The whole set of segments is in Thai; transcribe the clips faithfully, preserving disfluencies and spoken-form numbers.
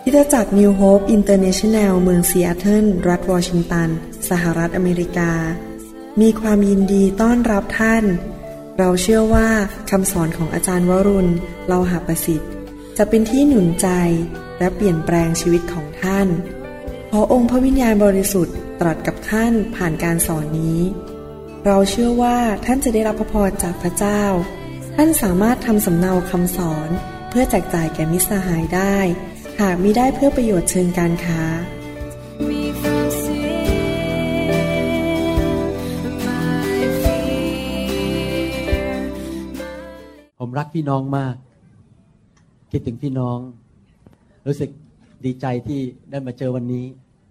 คริสตจักร New Hope International เมืองซีแอตเทิลรัฐวอชิงตันสหรัฐอเมริกามีความยินดีต้อนรับท่านเราเชื่อว่าคำสอนของอาจารย์วรุณ เลาหะประสิทธิ์จะเป็นที่หนุนใจและเปลี่ยนแปลงชีวิตของท่านขอองค์พระวิญญาณบริสุทธิ์ตรัสกับท่านผ่านการสอนนี้เราเชื่อว่าท่านจะได้รับพระพรจากพระเจ้าท่านสามารถทำสำเนาคำสอนเพื่อแจกจ่ายแก่มิตรสหายได้หากมิได้เพื่อประโยชน์เชิงการค้าผมรักพี่น้องมากคิดถึงพี่น้องรู้สึกดีใจที่ได้มาเจอวันนี้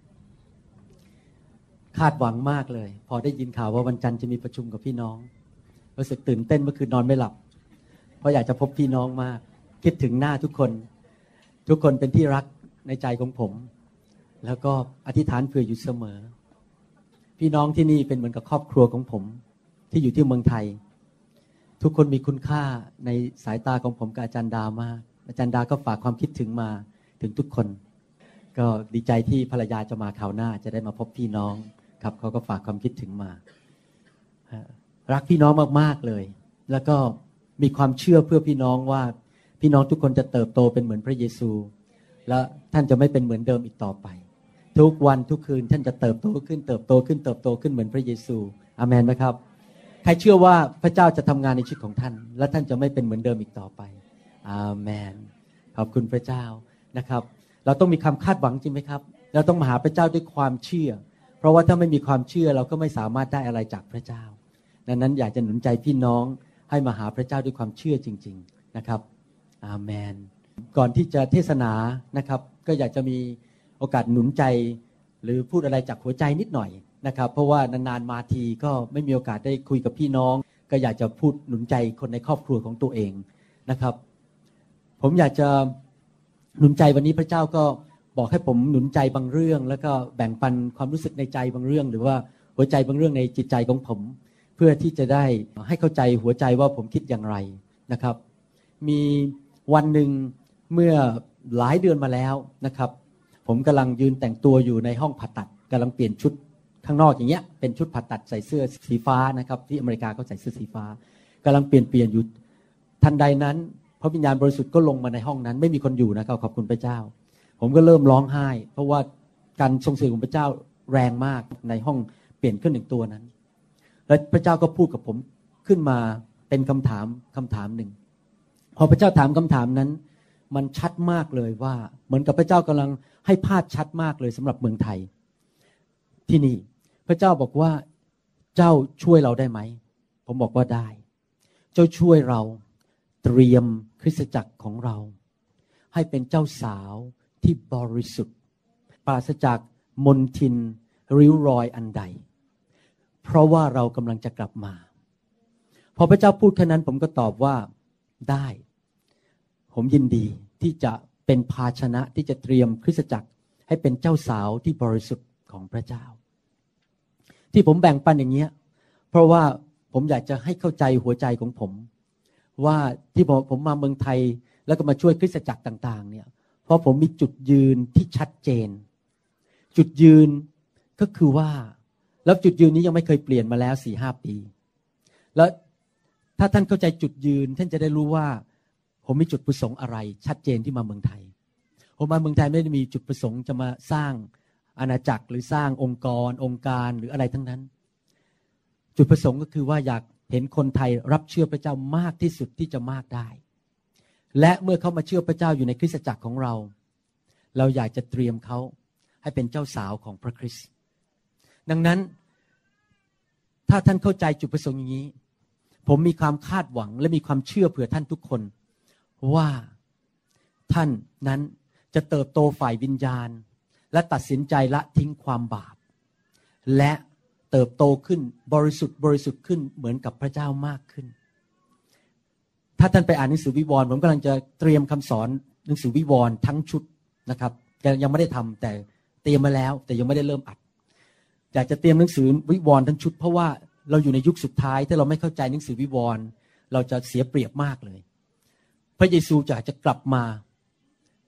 คาดหวังมากเลยพอได้ยินข่าวว่าวันจันทร์จะมีประชุมกับพี่น้องรู้สึกตื่นเต้นเมื่อคืนนอนไม่หลับเพราะอยากจะพบพี่น้องมากคิดถึงหน้าทุกคนทุกคนเป็นที่รักในใจของผมแล้วก็อธิษฐานเผื่ออยู่เสมอพี่น้องที่นี่เป็นเหมือนกับครอบครัวของผมที่อยู่ที่เมืองไทยทุกคนมีคุณค่าในสายตาของผมกับอาจารย์ดามากอาจารย์ดาก็ฝากความคิดถึงมาถึงทุกคนก็ดีใจที่ภรรยาจะมาคราวหน้าจะได้มาพบพี่น้องครับเขาก็ฝากความคิดถึงมารักพี่น้องมากๆเลยแล้วก็มีความเชื่อเพื่อพี่น้องว่าพี่น้องทุกคนจะเติบโตเป็นเหมือนพระเยซูและท่านจะไม่เป็นเหมือนเดิมอีกต่อไปทุกวันทุกคืนท่านจะเติบโตขึ้นเติบโตขึ้นเติบโตขึ้นเหมือนพระเยซูอาเมนไหมครับใครเชื่อว่าพระเจ้าจะทำงานในชีวิตของท่านและท่านจะไม่เป็นเหมือนเดิมอีกต่อไปอาเมนขอบคุณพระเจ้านะครับเราต้องมีความคาดหวังจริงไหมครับเราต้องมาหาพระเจ้าด้วยความเชื่อเพราะว่าถ้าไม่มีความเชื่อเราก็ไม่สามารถได้อะไรจากพระเจ้าดังนั้นอยากจะหนุนใจพี่น้องให้มาหาพระเจ้าด้วยความเชื่อจริงๆนะครับอาเมนก่อนที่จะเทศนานะครับก็อยากจะมีโอกาสหนุนใจหรือพูดอะไรจากหัวใจนิดหน่อยนะครับเพราะว่านานๆมาทีก็ไม่มีโอกาสได้คุยกับพี่น้องก็อยากจะพูดหนุนใจคนในครอบครัวของตัวเองนะครับผมอยากจะหนุนใจวันนี้พระเจ้าก็บอกให้ผมหนุนใจบางเรื่องแล้วก็แบ่งปันความรู้สึกในใจบางเรื่องหรือว่าหัวใจบางเรื่องในจิตใจของผมเพื่อที่จะได้ให้เข้าใจหัวใจว่าผมคิดอย่างไรนะครับมีวันหนึ่งเมื่อหลายเดือนมาแล้วนะครับผมกำลังยืนแต่งตัวอยู่ในห้องผ่าตัดกำลังเปลี่ยนชุดข้างนอกอย่างเงี้ยเป็นชุดผ่าตัดใส่เสื้อสีฟ้านะครับที่อเมริกาเขาใส่เสื้อสีฟ้ากำลังเปลี่ยนเปลี่ยนอยู่ทันใดนั้นพระวิญญาณบริสุทธิ์ก็ลงมาในห้องนั้นไม่มีคนอยู่นะครับขอบคุณพระเจ้าผมก็เริ่มร้องไห้เพราะว่าการทรงสถิตของพระเจ้าแรงมากในห้องเปลี่ยนเครื่องหนึ่งตัวนั้นแล้วพระเจ้าก็พูดกับผมขึ้นมาเป็นคำถามคำถามหนึ่งพอพระเจ้าถามคำถามนั้นมันชัดมากเลยว่าเหมือนกับพระเจ้ากำลังให้ภาพชัดมากเลยสำหรับเมืองไทยที่นี่พระเจ้าบอกว่าเจ้าช่วยเราได้ไหมผมบอกว่าได้เจ้าช่วยเราเตรียมคริสตจักรของเราให้เป็นเจ้าสาวที่บริสุทธิ์ปราศจากมลทินริ้วรอยอันใดเพราะว่าเรากำลังจะกลับมาพอพระเจ้าพูดแค่นั้นผมก็ตอบว่าได้ผมยินดีที่จะเป็นภาชนะที่จะเตรียมคริสตจักรให้เป็นเจ้าสาวที่บริสุทธิ์ของพระเจ้าที่ผมแบ่งปันอย่างเงี้ยเพราะว่าผมอยากจะให้เข้าใจหัวใจของผมว่าที่ผมผมมาเมืองไทยแล้วก็มาช่วยคริสตจักรต่างๆเนี่ยเพราะผมมีจุดยืนที่ชัดเจนจุดยืนก็คือว่าแล้วจุดยืนนี้ยังไม่เคยเปลี่ยนมาแล้ว สี่ห้า ปีแล้วถ้าท่านเข้าใจจุดยืนท่านจะได้รู้ว่าผมมีจุดประสงค์อะไรชัดเจนที่มาเมืองไทยผมมาเมืองไทยไม่ได้มีจุดประสงค์จะมาสร้างอาณาจักรหรือสร้างองค์กรองค์การหรืออะไรทั้งนั้นจุดประสงค์ก็คือว่าอยากเห็นคนไทยรับเชื่อพระเจ้ามากที่สุดที่จะมากได้และเมื่อเขามาเชื่อพระเจ้าอยู่ในคริสตจักรของเราเราอยากจะเตรียมเขาให้เป็นเจ้าสาวของพระคริสต์ดังนั้นถ้าท่านเข้าใจจุดประสงค์อย่างนี้ผมมีความคาดหวังและมีความเชื่อเผื่อท่านทุกคนว่าท่านนั้นจะเติบโตฝ่ายวิญญาณและตัดสินใจละทิ้งความบาปและเติบโตขึ้นบริสุทธิ์บริสุทธิ์ขึ้นเหมือนกับพระเจ้ามากขึ้นถ้าท่านไปอ่านหนังสือวิวรณ์ผมกำลังจะเตรียมคำสอนหนังสือวิวรณ์ทั้งชุดนะครับยังไม่ได้ทำแต่เตรียมมาแล้วแต่ยังไม่ได้เริ่มอัดอยากจะเตรียมหนังสือวิวรณ์ทั้งชุดเพราะว่าเราอยู่ในยุคสุดท้ายถ้าเราไม่เข้าใจหนังสือวิวรณ์เราจะเสียเปรียบมากเลยพระเยซูจะจะกลับมา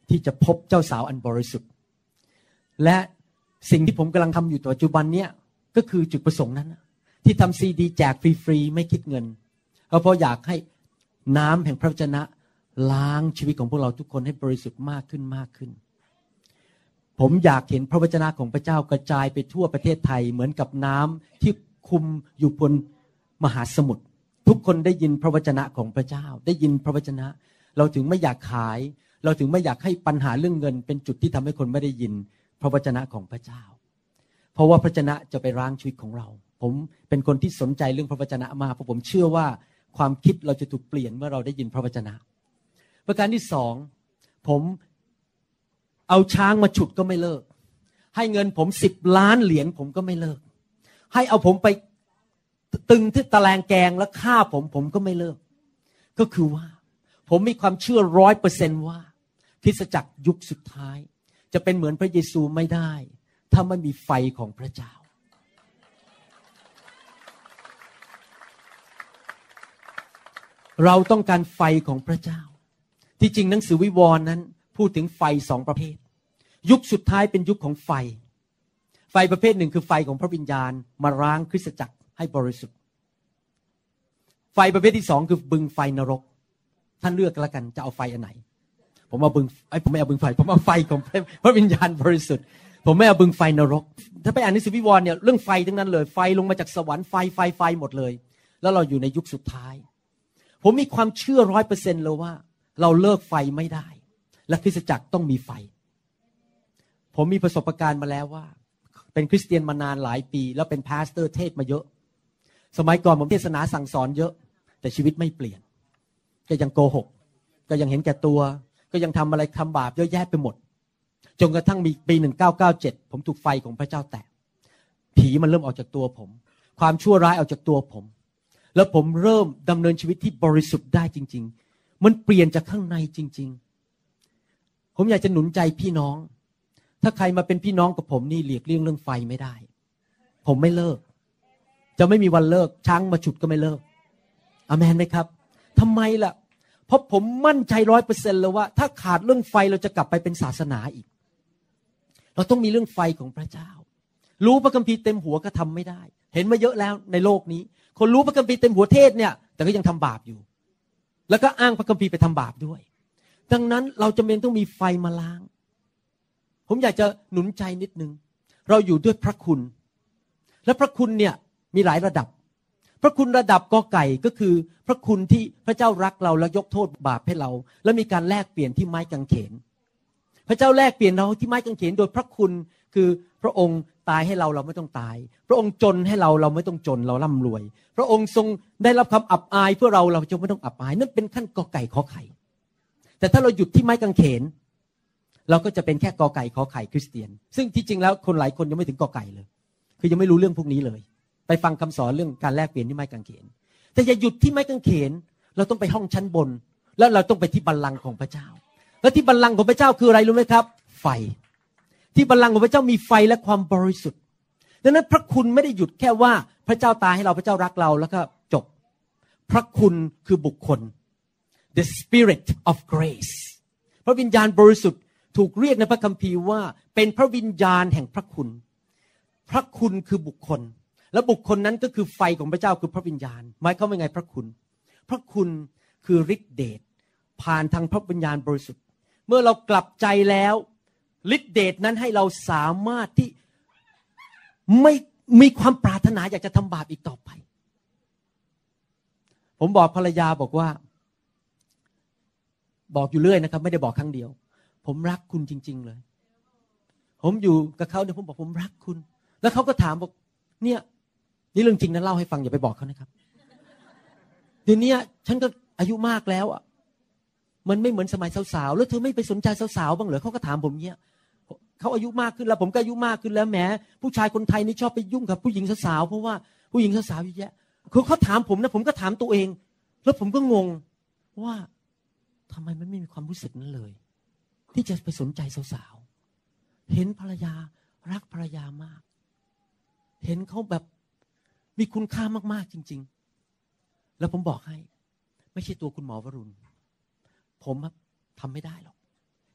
ที่จะพบเจ้าสาวอันบริสุทธิ์และสิ่งที่ผมกำลังทำอยู่ปัจจุบันเนี้ยก็คือจุดประสงค์นั้นที่ทำซีดีแจกฟรีๆไม่คิดเงินเพราะอยากให้น้ำแห่งพระวจนะล้างชีวิตของพวกเราทุกคนให้บริสุทธิ์มากขึ้นมากขึ้นผมอยากเห็นพระวจนะของพระเจ้ากระจายไปทั่วประเทศไทยเหมือนกับน้ำที่คุมอยู่บนมหาสมุทรทุกคนได้ยินพระวจนะของพระเจ้าได้ยินพระวจนะเราถึงไม่อยากขายเราถึงไม่อยากให้ปัญหาเรื่องเงินเป็นจุดที่ทำให้คนไม่ได้ยินพระวจนะของพระเจ้าเพราะว่าพระวจนะจะไปล้างชีวิตของเราผมเป็นคนที่สนใจเรื่องพระวจนะมากเพราะผมเชื่อว่าความคิดเราจะถูกเปลี่ยนเมื่อเราได้ยินพระวจนะประการที่สองผมเอาช้างมาฉุดก็ไม่เลิกให้เงินผมสิบล้านเหรียญผมก็ไม่เลิกให้เอาผมไปตึงที่ตะแลงแกงแล้วฆ่าผมผมก็ไม่เลิกก็คือว่าผมมีความเชื่อร้อยเปอร์เซนต์ว่าคริสตจักรยุคสุดท้ายจะเป็นเหมือนพระเยซูไม่ได้ถ้าไม่มีไฟของพระเจ้าเราต้องการไฟของพระเจ้าที่จริงหนังสือวิวรณ์นั้นพูดถึงไฟสองประเภทยุคสุดท้ายเป็นยุคของไฟไฟประเภทหนึ่งคือไฟของพระวิญญาณมาล้างคริสตจักรให้บริสุทธิ์ไฟประเภทที่สองคือบึงไฟนรกท่านเลือกแล้วกันจะเอาไฟอันไหนผมเอาบึงไอ้ผมไม่เอาบึงไฟผมเอาไฟของพระวิญญาณบริสุทธิ์ผมไม่เอาบึงไฟนรกถ้าไปอ่านหนังสือวิวรณ์เนี่ยเรื่องไฟทั้งนั้นเลยไฟลงมาจากสวรรค์ไฟไฟไฟหมดเลยแล้วเราอยู่ในยุคสุดท้ายผมมีความเชื่อร้อยเปอร์เซ็นต์เลยว่าเราเลิกไฟไม่ได้และคริสตจักรต้องมีไฟผมมีประสบการณ์มาแล้วว่าเป็นคริสเตียนมานานหลายปีแล้วเป็นพาสเตอร์เทศมาเยอะสมัยก่อนผมเทศนาสั่งสอนเยอะแต่ชีวิตไม่เปลี่ยนก็ยังโกหกก็ยังเห็นแก่ตัวก็ยังทำอะไรทำบาปเยอะแยะไปหมดจนกระทั่งมีปีหนึ่งเก้าเก้าเจ็ดผมถูกไฟของพระเจ้าแตะผีมันเริ่มออกจากตัวผมความชั่วร้ายออกจากตัวผมแล้วผมเริ่มดำเนินชีวิตที่บริสุทธิ์ได้จริงๆมันเปลี่ยนจากข้างในจริงๆผมอยากจะหนุนใจพี่น้องถ้าใครมาเป็นพี่น้องกับผมนี่หลีกเลี่ยงเรื่องไฟไม่ได้ผมไม่เลิกจะไม่มีวันเลิกช้างมาฉุดก็ไม่เลิกอาเมนไหมครับทำไมล่ะเพราะผมมั่นใจร้อยเปอร์เซ็นต์เลยว่าถ้าขาดเรื่องไฟเราจะกลับไปเป็นศาสนาอีกเราต้องมีเรื่องไฟของพระเจ้ารู้พระคัมภีร์เต็มหัวก็ทำไม่ได้เห็นมาเยอะแล้วในโลกนี้คนรู้พระคัมภีร์เต็มหัวเทศเนี่ยแต่ก็ยังทำบาปอยู่แล้วก็อ้างพระคัมภีร์ไปทำบาปด้วยดังนั้นเราจำเป็นต้องมีไฟมาล้างผมอยากจะหนุนใจนิดนึงเราอยู่ด้วยพระคุณและพระคุณเนี่ยมีหลายระดับพระคุณระดับกอไก่ก็คือพระคุณที่พระเจ้ารักเราและยกโทษบาปให้เราและมีการแลกเปลี่ยนที่ไม้กางเขนพระเจ้าแลกเปลี่ยนเราที่ไม้กางเขนโดยพระคุณคือพระองค์ตายให้เราเราไม่ต้องตายพระองค์จนให้เราเราไม่ต้องจนเราร่ำรวยพระองค์ทรงได้รับคำอับอายเพื่อเราเราจะไม่ต้องอับอายนั่นเป็นขั้นกอไก่ขอไข่แต่ถ้าเราหยุดที่ไม้กางเขนเราก็จะเป็นแค่กอไก่ขอไข่คริสเตียนซึ่งที่จริงแล้วคนหลายคนยังไม่ถึงกอไก่เลยคือยังไม่รู้เรื่องพวกนี้เลยไปฟังคำสอนเรื่องการแลกเปลี่ยนที่ไม้กางเขนแต่อย่าหยุดที่ไม้กางเขนเราต้องไปห้องชั้นบนแล้วเราต้องไปที่บัลลังก์ของพระเจ้าแล้วที่บัลลังก์ของพระเจ้าคืออะไรรู้ไหมครับไฟที่บัลลังก์ของพระเจ้ามีไฟและความบริสุทธิ์ดังนั้นพระคุณไม่ได้หยุดแค่ว่าพระเจ้าตายให้เราพระเจ้ารักเราแล้วก็จบพระคุณคือบุคคล the spirit of grace พระวิญญาณบริสุทธิ์ถูกเรียกในพระคัมภีร์ว่าเป็นพระวิญญาณแห่งพระคุณพระคุณคือบุคคลและบุคคลนั้นก็คือไฟของพระเจ้าคือพระวิญญาณหมายความว่าไงพระคุณพระคุณคือฤทธิเดชผ่านทางพระวิญญาณบริสุทธิ์เมื่อเรากลับใจแล้วฤทธิเดชนั้นให้เราสามารถที่ไม่มีความปรารถนาอยากจะทำบาปอีกต่อไปผมบอกภรรยาบอกว่าบอกอยู่เรื่อยนะครับไม่ได้บอกครั้งเดียวผมรักคุณจริงๆเลยผมอยู่กับเขาเนี่ยผมบอกผมรักคุณแล้วเขาก็ถามบอกเนี่ยนี่เรื่องจริงนะเล่าให้ฟังอย่าไปบอกเขานะครับเดี๋ยวนี้ฉันก็อายุมากแล้วอ่ะมันไม่เหมือนสมัยสาวๆแล้วเธอไม่ไปสนใจสาวๆบ้างเหรอเขาก็ถามผมเนี้ยเขาอายุมากขึ้นแล้วผมก็อายุมากขึ้นแล้วแหมผู้ชายคนไทยนี่ชอบไปยุ่งกับผู้หญิงสาวๆเพราะว่าผู้หญิงสาวๆเยอะแยะคือเขาถามผมนะผมก็ถามตัวเองแล้วผมก็งงว่าทำไมมันไม่มีความรู้สึกนั้นเลยที่จะไปสนใจสาวๆเห็นภรรยารักภรรยามากเห็นเขาแบบมีคุณค่ามากๆจริงๆแล้วผมบอกให้ไม่ใช่ตัวคุณหมอวรุณผมทำไม่ได้หรอก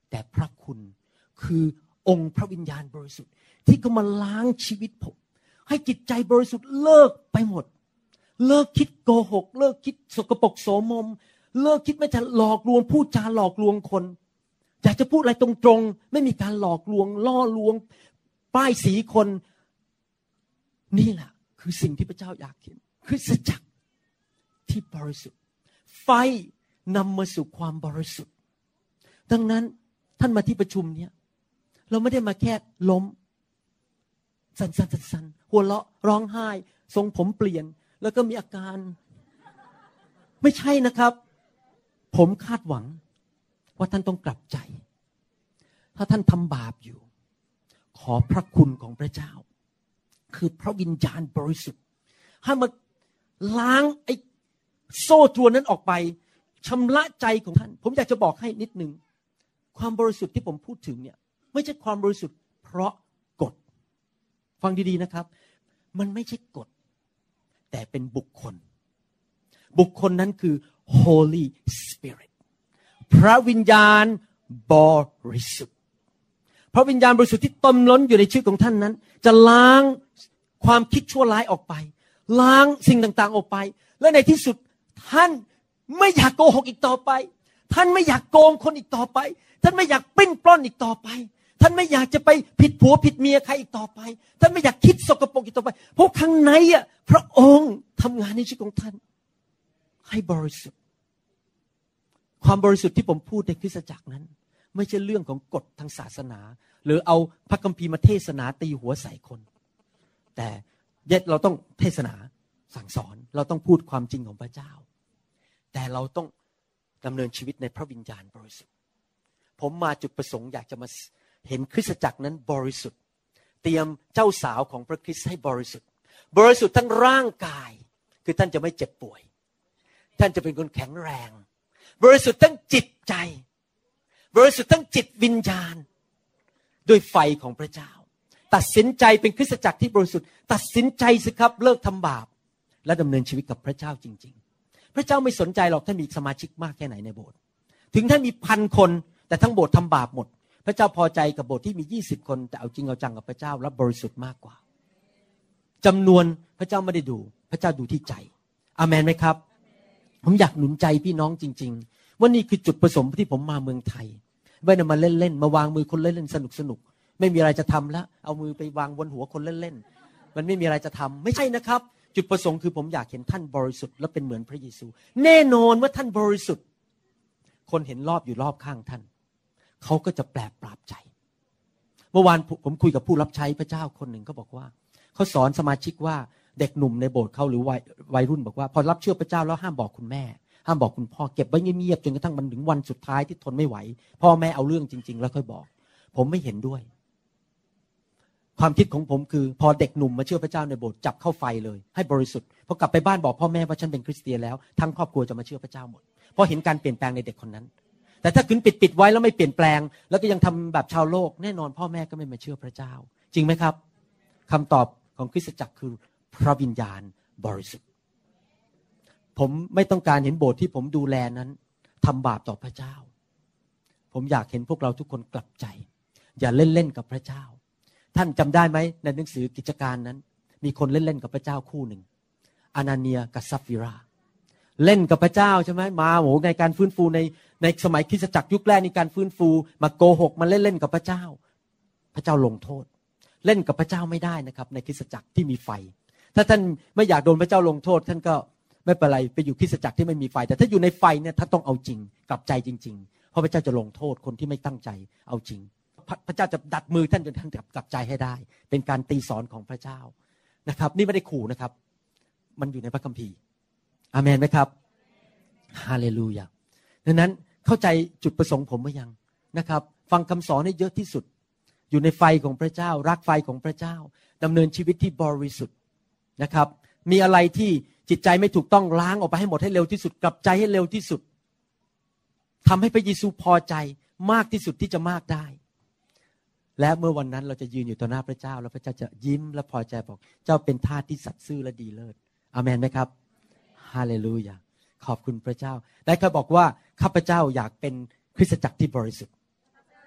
แต่พระคุณคือองค์พระวิญญาณบริสุทธิ์ที่เขามาล้างชีวิตผมให้จิตใจบริสุทธิ์เลิกไปหมดเลิกคิดโกหกเลิกคิดสกปรกโสมมเลิกคิดไม่จะหลอกลวงพูดจาหลอกลวงคนอยากจะพูดอะไรตรงๆไม่มีการหลอกลวงล่อลวงป้ายสีคนนี่แหละคือสิ่งที่พระเจ้าอยากเห็นคริสตจักรที่บริสุทธิ์ไฟนำมาสู่ความบริสุทธิ์ดังนั้นท่านมาที่ประชุมเนี้ยเราไม่ได้มาแค่ล้มสันสันสันสันหัวเราะร้องไห้ทรงผมเปลี่ยนแล้วก็มีอาการไม่ใช่นะครับผมคาดหวังว่าท่านต้องกลับใจถ้าท่านทำบาปอยู่ขอพระคุณของพระเจ้าคือพระวิญญาณบริสุทธิ์ให้มาล้างไอ้โซ่ตรวนนั้นออกไปชำระใจของท่านผมอยากจะบอกให้นิดนึงความบริสุทธิ์ที่ผมพูดถึงเนี่ยไม่ใช่ความบริสุทธิ์เพราะกฎฟังดีๆนะครับมันไม่ใช่กฎแต่เป็นบุคคลบุคคลนั้นคือ Holy Spirit พระวิญญาณบริสุทธิ์พระวิญญาณบริสุทธิ์ที่เต็มล้นอยู่ในชีวิตของท่านนั้นจะล้างความคิดชั่วร้ายออกไปล้างสิ่งต่างๆออกไปและในที่สุดท่านไม่อยากโกหกอีกต่อไปท่านไม่อยากโกงคนอีกต่อไปท่านไม่อยากปิ้นปล้อนอีกต่อไปท่านไม่อยากจะไปผิดผัวผิดเมียใครอีกต่อไปท่านไม่อยากคิดสกปรกอีกต่อไปเพราะข้างในอ่ะพระองค์ทำงานในชีวิตของท่านให้บริสุทธิ์ความบริสุทธิ์ที่ผมพูดในคริสตจักรนั้นไม่ใช่เรื่องของกฎทางศาสนาหรือเอาพระคัมภีร์มาเทศนาตีหัวใส่คนแต่เย็ดเราต้องเทศนาสั่งสอนเราต้องพูดความจริงของพระเจ้าแต่เราต้องดำเนินชีวิตในพระวิญญาณบริสุทธิ์ผมมาจุดประสงค์อยากจะมาเห็นคริสตจักรนั้นบริสุทธิ์เตรียมเจ้าสาวของพระคริสต์ให้บริสุทธิ์บริสุทธิ์ทั้งร่างกายคือท่านจะไม่เจ็บป่วยท่านจะเป็นคนแข็งแรงบริสุทธิ์ทั้งจิตใจบริสุทธิ์ทั้งจิตวิญญาณด้วยไฟของพระเจ้าตัดสินใจเป็นคริสตจักรที่บริสุทธิ์ตัดสินใจสิครับเลิกทำบาปและดำเนินชีวิตกับพระเจ้าจริงๆพระเจ้าไม่สนใจหรอกท่านมีสมาชิกมากแค่ไหนในโบสถ์ถึงท่านมีพันคนแต่ทั้งโบสถ์ทำบาปหมดพระเจ้าพอใจกับโบสถ์ที่มียี่สิบคนแต่เอาจริงเอาจังกับพระเจ้าและบริสุทธิ์มากกว่าจำนวนพระเจ้าไม่ได้ดูพระเจ้าดูที่ใจอาเมนไหมครับผมอยากหนุนใจพี่น้องจริงๆว่านี่คือจุดประสงค์ที่ผมมาเมืองไทยไม่ได้มาเล่นๆมาวางมือคนเล่นๆสนุกๆไม่มีอะไรจะทำแล้วเอามือไปวางบนหัวคนเล่นๆมันไม่มีอะไรจะทำไม่ใช่นะครับจุดประสงค์คือผมอยากเห็นท่านบริสุทธิ์และเป็นเหมือนพระเยซูแน่นอนว่าท่านบริสุทธิ์คนเห็นรอบอยู่รอบข้างท่านเขาก็จะแปลกปราบใจเมื่อวานผมคุยกับผู้รับใช้พระเจ้าคนหนึ่งเขาบอกว่าเขาสอนสมาชิกว่าเด็กหนุ่มในโบสถ์เขาหรือวัยวัยรุ่นบอกว่าพอรับเชื่อพระเจ้าแล้วห้ามบอกคุณแม่ห้ามบอกคุณพ่อเก็บไว้เงียบๆจนกระทั่งมันถึงวันสุดท้ายที่ทนไม่ไหวพ่อแม่เอาเรื่องจริงๆแล้วค่อยบอกผมไม่เห็นด้วยความคิดของผมคือพอเด็กหนุ่มมาเชื่อพระเจ้าในโบสถ์จับเข้าไฟเลยให้บริสุทธิ์พอกลับไปบ้านบอกพ่อแม่ว่าฉันเป็นคริสเตียนแล้วทั้งครอบครัวจะมาเชื่อพระเจ้าหมดเพราะเห็นการเปลี่ยนแปลงในเด็กคนนั้นแต่ถ้าคุณปิดปิดไว้แล้วไม่เปลี่ยนแปลงแล้วก็ยังทำแบบชาวโลกแน่นอนพ่อแม่ก็ไม่มาเชื่อพระเจ้าจริงไหมครับคำตอบของคริสตจักรคือพระวิญญาณบริสุทธิ์ผมไม่ต้องการเห็นโบสถ์ที่ผมดูแลนั้นทำบาปต่อพระเจ้าผมอยากเห็นพวกเราทุกคนกลับใจอย่าเล่นๆกับพระเจ้าท่านจำได้ไหมในหนังสือกิจการนั้นมีคนเล่นๆกับพระเจ้าคู่หนึ่งอานาเนียกับซัฟฟิราเล่นกับพระเจ้าใช่ไหมมาโหในการฟื้นฟูในในสมัยคริสตจักรยุคแรกในการฟื้นฟูมาโกหกมาเล่นๆกับพระเจ้าพระเจ้าลงโทษเล่นกับพระเจ้าไม่ได้นะครับในคริสตจักรที่มีไฟถ้าท่านไม่อยากโดนพระเจ้าลงโทษท่านก็ไม่เป็นไรไปอยู่คริสตจักรที่ไม่มีไฟแต่ถ้าอยู่ในไฟเนี่ยท่านต้องเอาจริงกลับใจจริงๆเพราะพระเจ้าจะลงโทษคนที่ไม่ตั้งใจเอาจริงพระเจ้าจะดัดมือท่านจนท่านกลับใจให้ได้เป็นการตีสอนของพระเจ้านะครับนี่ไม่ได้ขู่นะครับมันอยู่ในพระคัมภีร์อาเมนไหมครับฮาเลลูยาดังนั้นเข้าใจจุดประสงค์ผมหรือยังนะครับฟังคำสอนให้เยอะที่สุดอยู่ในไฟของพระเจ้ารักไฟของพระเจ้าดำเนินชีวิตที่บริสุทธิ์นะครับมีอะไรที่จิตใจไม่ถูกต้องล้างออกไปให้หมดให้เร็วที่สุดกลับใจให้เร็วที่สุดทำให้พระเยซูพอใจมากที่สุดที่จะมากได้และเมื่อวันนั้นเราจะยืนอยู่ต่อหน้าพระเจ้าแล้วพระเจ้าจะยิ้มและพอใจบอกเจ้าเป็นทาสที่สัตย์ซื่อและดีเลิศอาเมนไหมครับฮาเลลูยาขอบคุณพระเจ้าและเขาบอกว่าข้าพเจ้าอยากเป็นคริสตจักรที่บริสุทธิ์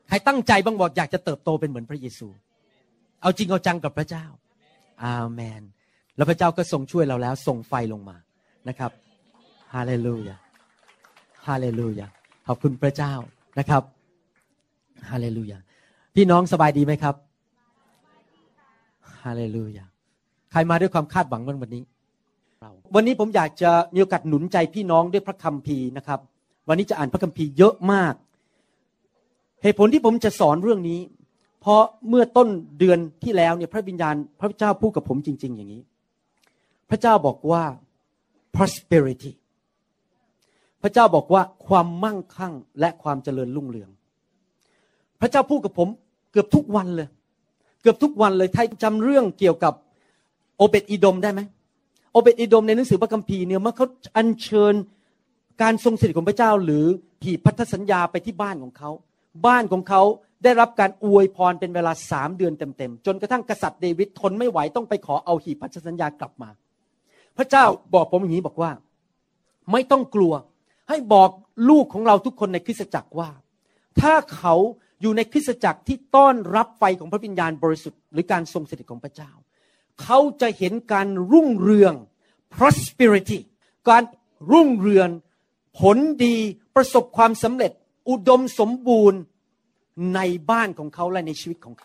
ใครตั้งใจบ้างบอกอยากจะเติบโตเป็นเหมือนพระเยซูเอาจริงเอาจังกับพระเจ้าอาเมนแล้วพระเจ้าก็ทรงช่วยเราแล้วส่งไฟลงมานะครับฮาเลลูยาฮาเลลูยาขอบคุณพระเจ้านะครับฮาเลลูยาพี่น้องสบายดีไหมครับฮาเลลูยาใครมาด้วยความคาดหวังวันนี้วันนี้ผมอยากจะมีโอกาสหนุนใจพี่น้องด้วยพระคัมภีร์นะครับวันนี้จะอ่านพระคัมภีร์เยอะมากเหตุผลที่ผมจะสอนเรื่องนี้เพราะเมื่อต้นเดือนที่แล้วเนี่ยพระวิญญาณพระเจ้าพูดกับผมจริงๆอย่างนี้พระเจ้าบอกว่า prosperity พระเจ้าบอกว่าความมั่งคั่งและความเจริญรุ่งเรืองพระเจ้าพูดกับผมเกือบทุกวันเลยเกือบทุกวันเลยถ้าจำเรื่องเกี่ยวกับโอเบดอีโดมได้ไหมโอเบดอีโดมในหนังสือพระคัมภีร์เนี่ยเมื่อเขาอัญเชิญการทรงสถิตของพระเจ้าหรือหีบพันธสัญญาไปที่บ้านของเขาบ้านของเขาได้รับการอวยพรเป็นเวลาสามเดือนเต็มๆจนกระทั่งกษัตริย์เดวิดทนไม่ไหวต้องไปขอเอาหีบพันธสัญญากลับมาพระเจ้าบอกผมอย่างนี้บอกว่าไม่ต้องกลัวให้บอกลูกของเราทุกคนในคริสตจักรว่าถ้าเขาอยู่ในคริสตจักรที่ต้อนรับไฟของพระวิญญาณบริสุทธิ์หรือการทรงสถิตของพระเจ้าเขาจะเห็นการรุ่งเรือง prosperity การรุ่งเรืองผลดีประสบความสำเร็จอุดมสมบูรณ์ในบ้านของเขาและในชีวิตของเขา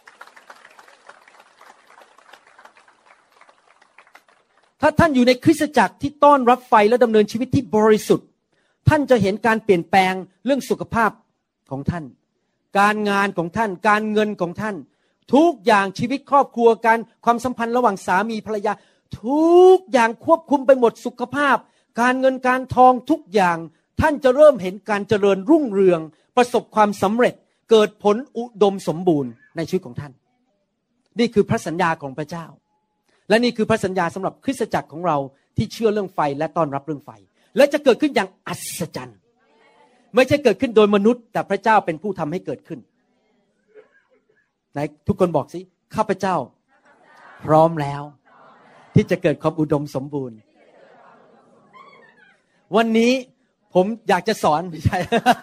ถ้าท่านอยู่ในคริสตจักรที่ต้อนรับไฟและดำเนินชีวิตที่บริสุทธิ์ท่านจะเห็นการเปลี่ยนแปลงเรื่องสุขภาพของท่านการงานของท่านการเงินของท่านทุกอย่างชีวิตครอบครัวการความสัมพันธ์ระหว่างสามีภรรยาทุกอย่างควบคุมไปหมดสุขภาพการเงินการทองทุกอย่างท่านจะเริ่มเห็นการเจริญรุ่งเรืองประสบความสำเร็จเกิดผลอุดมสมบูรณ์ในชีวิตของท่านนี่คือพระสัญญาของพระเจ้าและนี่คือพระสัญญาสำหรับคริสตจักรของเราที่เชื่อเรื่องไฟและต้อนรับเรื่องไฟและจะเกิดขึ้นอย่างอัศจรรย์ไม่ใช่เกิดขึ้นโดยมนุษย์แต่พระเจ้าเป็นผู้ทำให้เกิดขึ้นไหนทุกคนบอกสิข้าพเจ้าพร้อมแล้วที่จะเกิดความอุดมสมบูรณ์วันนี้ผมอยากจะสอนไม่ใช่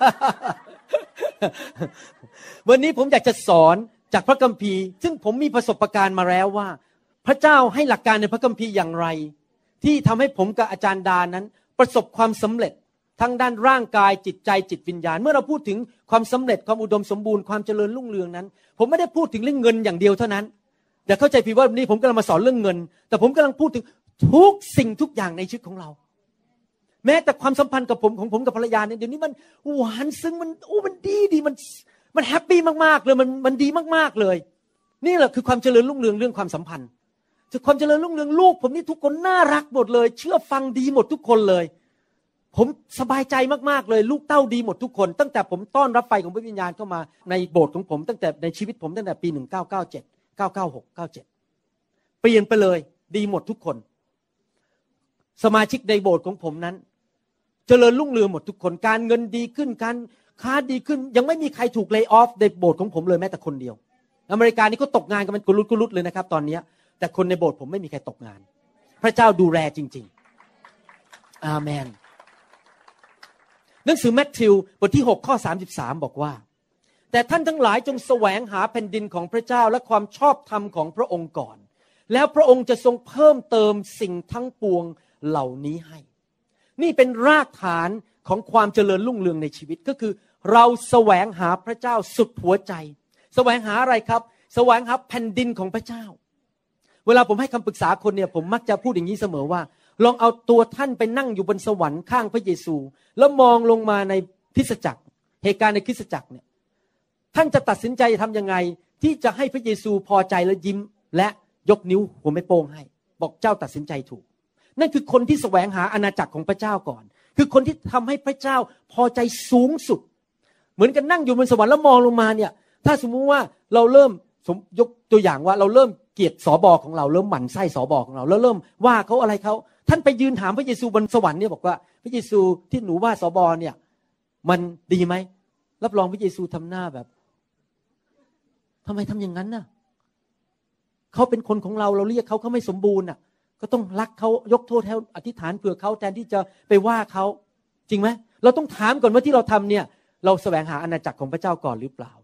วันนี้ผมอยากจะสอนจากพระคัมภีร์ซึ่งผมมีประสบการณ์มาแล้วว่าพระเจ้าให้หลักการในพระคัมภีร์อย่างไรที่ทำให้ผมกับอาจารย์ดานั้นประสบความสำเร็จทั้งด้านร่างกายจิตใจจิตวิญญาณเมื่อเราพูดถึงความสำเร็จความอุดมสมบูรณ์ความเจริญรุ่งเรืองนั้นผมไม่ได้พูดถึงเรื่องเงินอย่างเดียวเท่านั้นอย่าเข้าใจผิดว่าวันนี้ผมกำลังมาสอนเรื่องเงินแต่ผมกำลังพูดถึงทุกสิ่งทุกอย่างในชีวิตของเราแม้แต่ความสัมพันธ์กับผมของผมกับภรรยาเนี่ยเดี๋ยวนี้มันหวานซึ้งมันโอ้มันดีดีมันมันแฮปปี้มากๆเลยมันมันดีมากๆเลยนี่แหละคือความเจริญรุ่งเรืองเรื่องความสัมพันธ์จากความเจริญรุ่งเรืองลูกผมนี่ทุกคนน่ารักหมดเลยเชื่อฟังดีหมดทุกคนเลยผมสบายใจมากๆเลยลูกเต้าดีหมดทุกคนตั้งแต่ผมต้อนรับไฟของพระวิญญาณเข้ามาในโบสถ์ของผมตั้งแต่ในชีวิตผมตั้งแต่ปีหนึ่งพันเก้าร้อยเก้าสิบเจ็ด เก้าร้อยเก้าสิบหก เก้าสิบเจ็ดเปลี่ยนไปเลยดีหมดทุกคนสมาชิกในโบสถ์ของผมนั้นเจริญรุ่งเรืองหมดทุกคนการเงินดีขึ้นการค้าดีขึ้นยังไม่มีใครถูกเลย์ออฟในโบสถ์ของผมเลยแม้แต่คนเดียวอเมริกานี่ก็ตกงานกันเป็นกุลุดกุลุดเลยนะครับตอนนี้แต่คนในโบสถ์ผมไม่มีใครตกงานพระเจ้าดูแลจริงๆอาเมนหนังสือแมทธิวบทที่หกข้อสามสิบสามบอกว่าแต่ท่านทั้งหลายจงแสวงหาแผ่นดินของพระเจ้าและความชอบธรรมของพระองค์ก่อนแล้วพระองค์จะทรงเพิ่มเติมสิ่งทั้งปวงเหล่านี้ให้นี่เป็นรากฐานของความเจริญรุ่งเรืองในชีวิตก็คือเราแสวงหาพระเจ้าสุดหัวใจแสวงหาอะไรครับแสวงหาแผ่นดินของพระเจ้าเวลาผมให้คำปรึกษาคนเนี่ยผมมักจะพูดอย่างนี้เสมอว่าลองเอาตัวท่านไปนั่งอยู่บนสวรรค์ข้างพระเยซูแล้วมองลงมาในคริสตจักรเหตุการณ์ในคริสตจักรเนี่ยท่านจะตัดสินใจทำยังไงที่จะให้พระเยซูพอใจและยิ้มและยกนิ้วหัวแม่โป้งให้บอกเจ้าตัดสินใจถูกนั่นคือคนที่แสวงหาอาณาจักรของพระเจ้าก่อนคือคนที่ทำให้พระเจ้าพอใจสูงสุดเหมือนกันนั่งอยู่บนสวรรค์แล้วมองลงมาเนี่ยถ้าสมมุติว่าเราเริ่มสมยกตัวอย่างว่าเราเริ่มเกลียดสบของเราเริ่มหมั่นไส้สบของเราแล้วเริ่มว่าเขาอะไรเขาท่านไปยืนถามพระเยซูบนสวรรค์เนี่ยบอกว่าพระเยซูที่หนูว่าสบเนี่ยมันดีไหมรับรองพระเยซูทำหน้าแบบทำไมทำอย่างนั้นน่ะเขาเป็นคนของเราเราเรียกเขาเขาไม่สมบูรณ์น่ะก็ต้องรักเขายกโทษให้อธิษฐานเผื่อเขาแทนที่จะไปว่าเขาจริงไหมเราต้องถามก่อนว่าที่เราทำเนี่ยเราแสวงหาอาณาจักรของพระเจ้าก่อนหรือเปล่า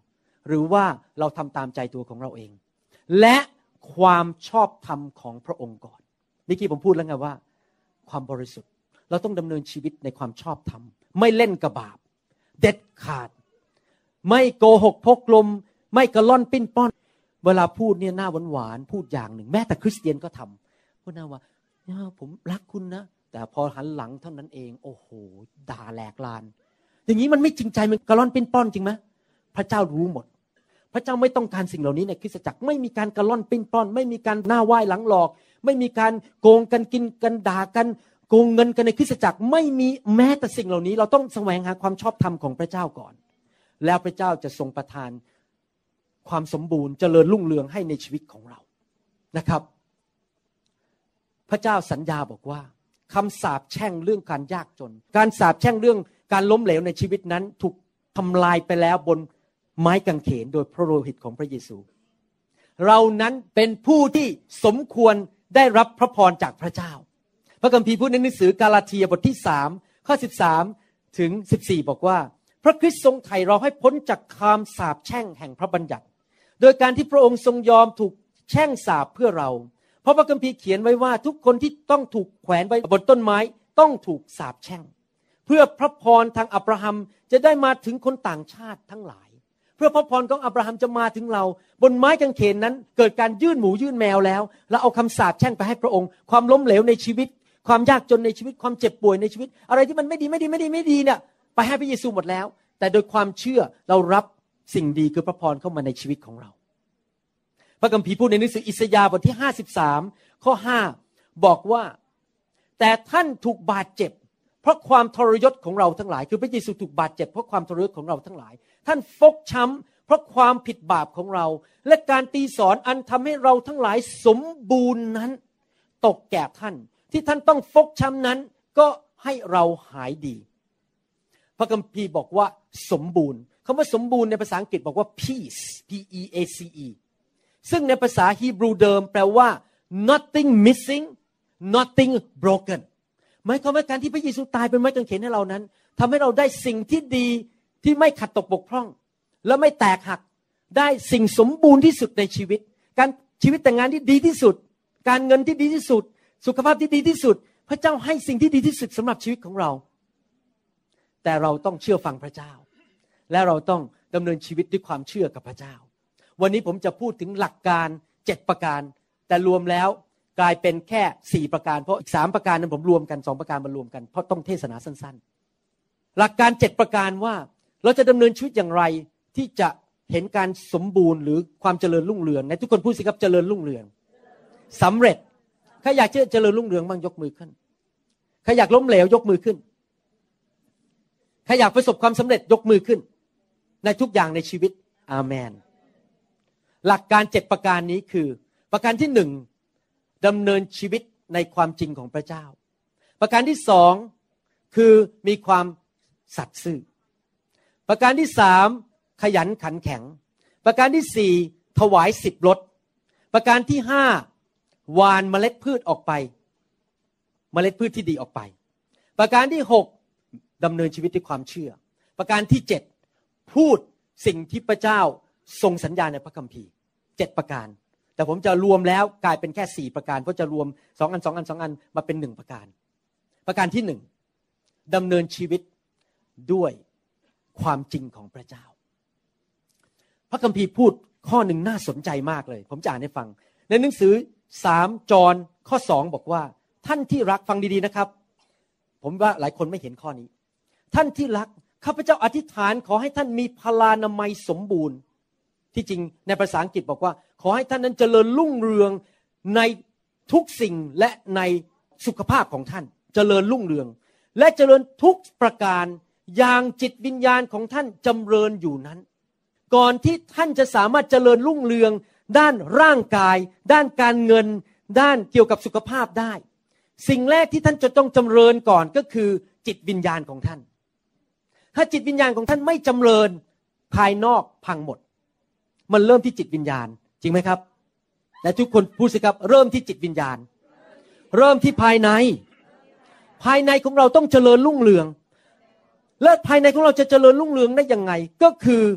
หรือว่าเราทำตามใจตัวของเราเองและความชอบธรรมของพระองค์ก่อนเมื่อกี้ผมพูดแล้วไงว่าความบริสุทธิ์เราต้องดำเนินชีวิตในความชอบธรรมไม่เล่นกับบาปเด็ดขาดไม่โกหกพกลมไม่กระล่อนปิ้นป้อนเวลาพูดเนี่ยหน้าหวานๆพูดอย่างหนึ่งแม้แต่คริสเตียนก็ทำพูดหน้าว่าผมรักคุณนะแต่พอหันหลังเท่านั้นเองโอ้โหด่าแหลกลานอย่างนี้มันไม่จริงใจมันกระล่อนปิ้นป้อนจริงไหมพระเจ้ารู้หมดพระเจ้าไม่ต้องการสิ่งเหล่านี้ในคริสตจักรไม่มีการกระล่อนปิ้นป้อนไม่มีการหน้าไหว้หลังหลอกไม่มีการโกงกันกินกันด่ากันโกงเงินกันในคริสตจักรไม่มีแม้แต่สิ่งเหล่านี้เราต้องแสวงหาความชอบธรรมของพระเจ้าก่อนแล้วพระเจ้าจะทรงประทานความสมบูรณ์เจริญรุ่งเรืองให้ในชีวิตของเรานะครับพระเจ้าสัญญาบอกว่าคำสาปแช่งเรื่องการยากจนการสาปแช่งเรื่องการล้มเหลวในชีวิตนั้นถูกทำลายไปแล้วบนไม้กางเขนโดยพระโลหิตของพระเยซูเรานั้นเป็นผู้ที่สมควรได้รับพระพรจากพระเจ้าพระคัมภีร์พูดในหนังสือกาลาเทียบทที่สามข้อสิบสามถึงสิบสี่บอกว่าพระคริสต์ทรงไถ่เราให้พ้นจากคำสาปแช่งแห่งพระบัญญัติโดยการที่พระองค์ทรงยอมถูกแช่งสาปเพื่อเราเพราะพระคัมภีร์เขียนไว้ว่าทุกคนที่ต้องถูกแขวนไว้บนต้นไม้ต้องถูกสาปแช่งเพื่อพระพรทางอับราฮัมจะได้มาถึงคนต่างชาติทั้งหลายเพื่อพระพรของอับราฮัมจะมาถึงเราบนไม้กางเขนนั้นเกิดการยื่นหมูยื่นแมวแล้วแล้วเอาคำสาปแช่งไปให้พระองค์ความล้มเหลวในชีวิตความยากจนในชีวิตความเจ็บป่วยในชีวิตอะไรที่มันไม่ดีไม่ดีไม่ดีไม่ดีเนี่ยไปให้พระเยซูหมดแล้วแต่โดยความเชื่อเรารับสิ่งดีคือพระพรเข้ามาในชีวิตของเราพระคัมภีร์พูดในหนังสืออิสยาห์บทที่ห้าสิบสามข้อห้าบอกว่าแต่ท่านถูกบาดเจ็บเพราะความทรยศของเราทั้งหลายคือพระเยซูถูกบาดเจ็บเพราะความทรยศของเราทั้งหลายท่านฟกช้ำเพราะความผิดบาปของเราและการตีสอนอันทำให้เราทั้งหลายสมบูรณ์นั้นตกแก่ท่านที่ท่านต้องฟกช้ำนั้นก็ให้เราหายดีพระคัมภีร์บอกว่าสมบูรณ์คำว่าสมบูรณ์ในภาษาอังกฤษบอกว่า peace p e a c e ซึ่งในภาษาฮีบรูเดิมแปลว่า nothing missing nothing broken หมายความว่าการที่พระเยซูตายเป็นไม้กางเขนให้เรานั้นทำให้เราได้สิ่งที่ดีที่ไม่ขัดตกบกพร่องและไม่แตกหักได้สิ่งสมบูรณ์ที่สุดในชีวิตการชีวิตแต่งงานที่ดีที่สุดการเงินที่ดีที่สุดสุขภาพที่ดีที่สุดพระเจ้าให้สิ่งที่ดีที่สุดสำหรับชีวิตของเราแต่เราต้องเชื่อฟังพระเจ้าและเราต้องดำเนินชีวิตด้วยความเชื่อกับพระเจ้าวันนี้ผมจะพูดถึงหลักการเจ็ดประการแต่รวมแล้วกลายเป็นแค่สี่ประการเพราะอีกสามประการนั้นผมรวมกันสองประการมารวมกันเพราะต้องเทศนาสั้นๆหลักการเจ็ดประการว่าเราจะดำเนินชีวิตอย่างไรที่จะเห็นการสมบูรณ์หรือความเจริญรุ่งเรืองในทุกคนพูดสิครับเจริญรุ่งเรืองสำเร็จใครอยากเจริญรุ่งเรืองบ้างยกมือขึ้นใครอยากล้มเหลวยกมือขึ้นใครอยากประสบความสำเร็จยกมือขึ้นในทุกอย่างในชีวิตอาเมนหลักการเจ็ดประการนี้คือประการที่หนึ่งดำเนินชีวิตในความจริงของพระเจ้าประการที่สองคือมีความสัตย์ซื่อประการที่สามขยันขันแข็งประการที่สี่ถวายสิบรถประการที่ห้าหว่านเมล็ดพืชออกไปเมล็ดพืชที่ดีออกไปประการที่หกดำเนินชีวิตด้วยความเชื่อประการที่เจ็ดพูดสิ่งที่พระเจ้าทรงสัญญาในพระคัมภีร์เจ็ดประการแต่ผมจะรวมแล้วกลายเป็นแค่สี่ประการเพราะจะรวมสองอันสองอันสองอันมาเป็นหนึ่งประการประการที่หนึ่งดำเนินชีวิตด้วยความจริงของพระเจ้าพระคัมภีร์พูดข้อหนึ่งน่าสนใจมากเลยผมจะอ่านให้ฟังในหนังสือสามจอห์นข้อสองบอกว่าท่านที่รักฟังดีๆนะครับผมว่าหลายคนไม่เห็นข้อนี้ท่านที่รักข้าพเจ้าอธิษฐานขอให้ท่านมีพลานามัยสมบูรณ์ที่จริงในภาษาอังกฤษบอกว่าขอให้ท่านนั้นเจริญรุ่งเรืองในทุกสิ่งและในสุขภาพของท่านเจริญรุ่งเรืองและเจริญทุกประการอย่างจิตวิญญาณของท่านจำเริญอยู่นั้นก่อนที่ท่านจะสามารถเจริญรุ่งเรืองด้านร่างกายด้านการเงินด้านเกี่ยวกับสุขภาพได้สิ่งแรกที่ท่านจะต้องจำเริญก่อนก็คือจิตวิญญาณของท่านถ้าจิตวิญญาณของท่านไม่จำเริญภายนอกพังหมดมันเริ่มที่จิตวิญญาณจริงไหมครับและทุกคนพูดสิครับเริ่มที่จิตวิญญาณเริ่มที่ภายในภายในของเราต้องเจริญรุ่งเรืองและภายในของเราจะเจริญรุ่งเรืองได้ยังไงก็คือ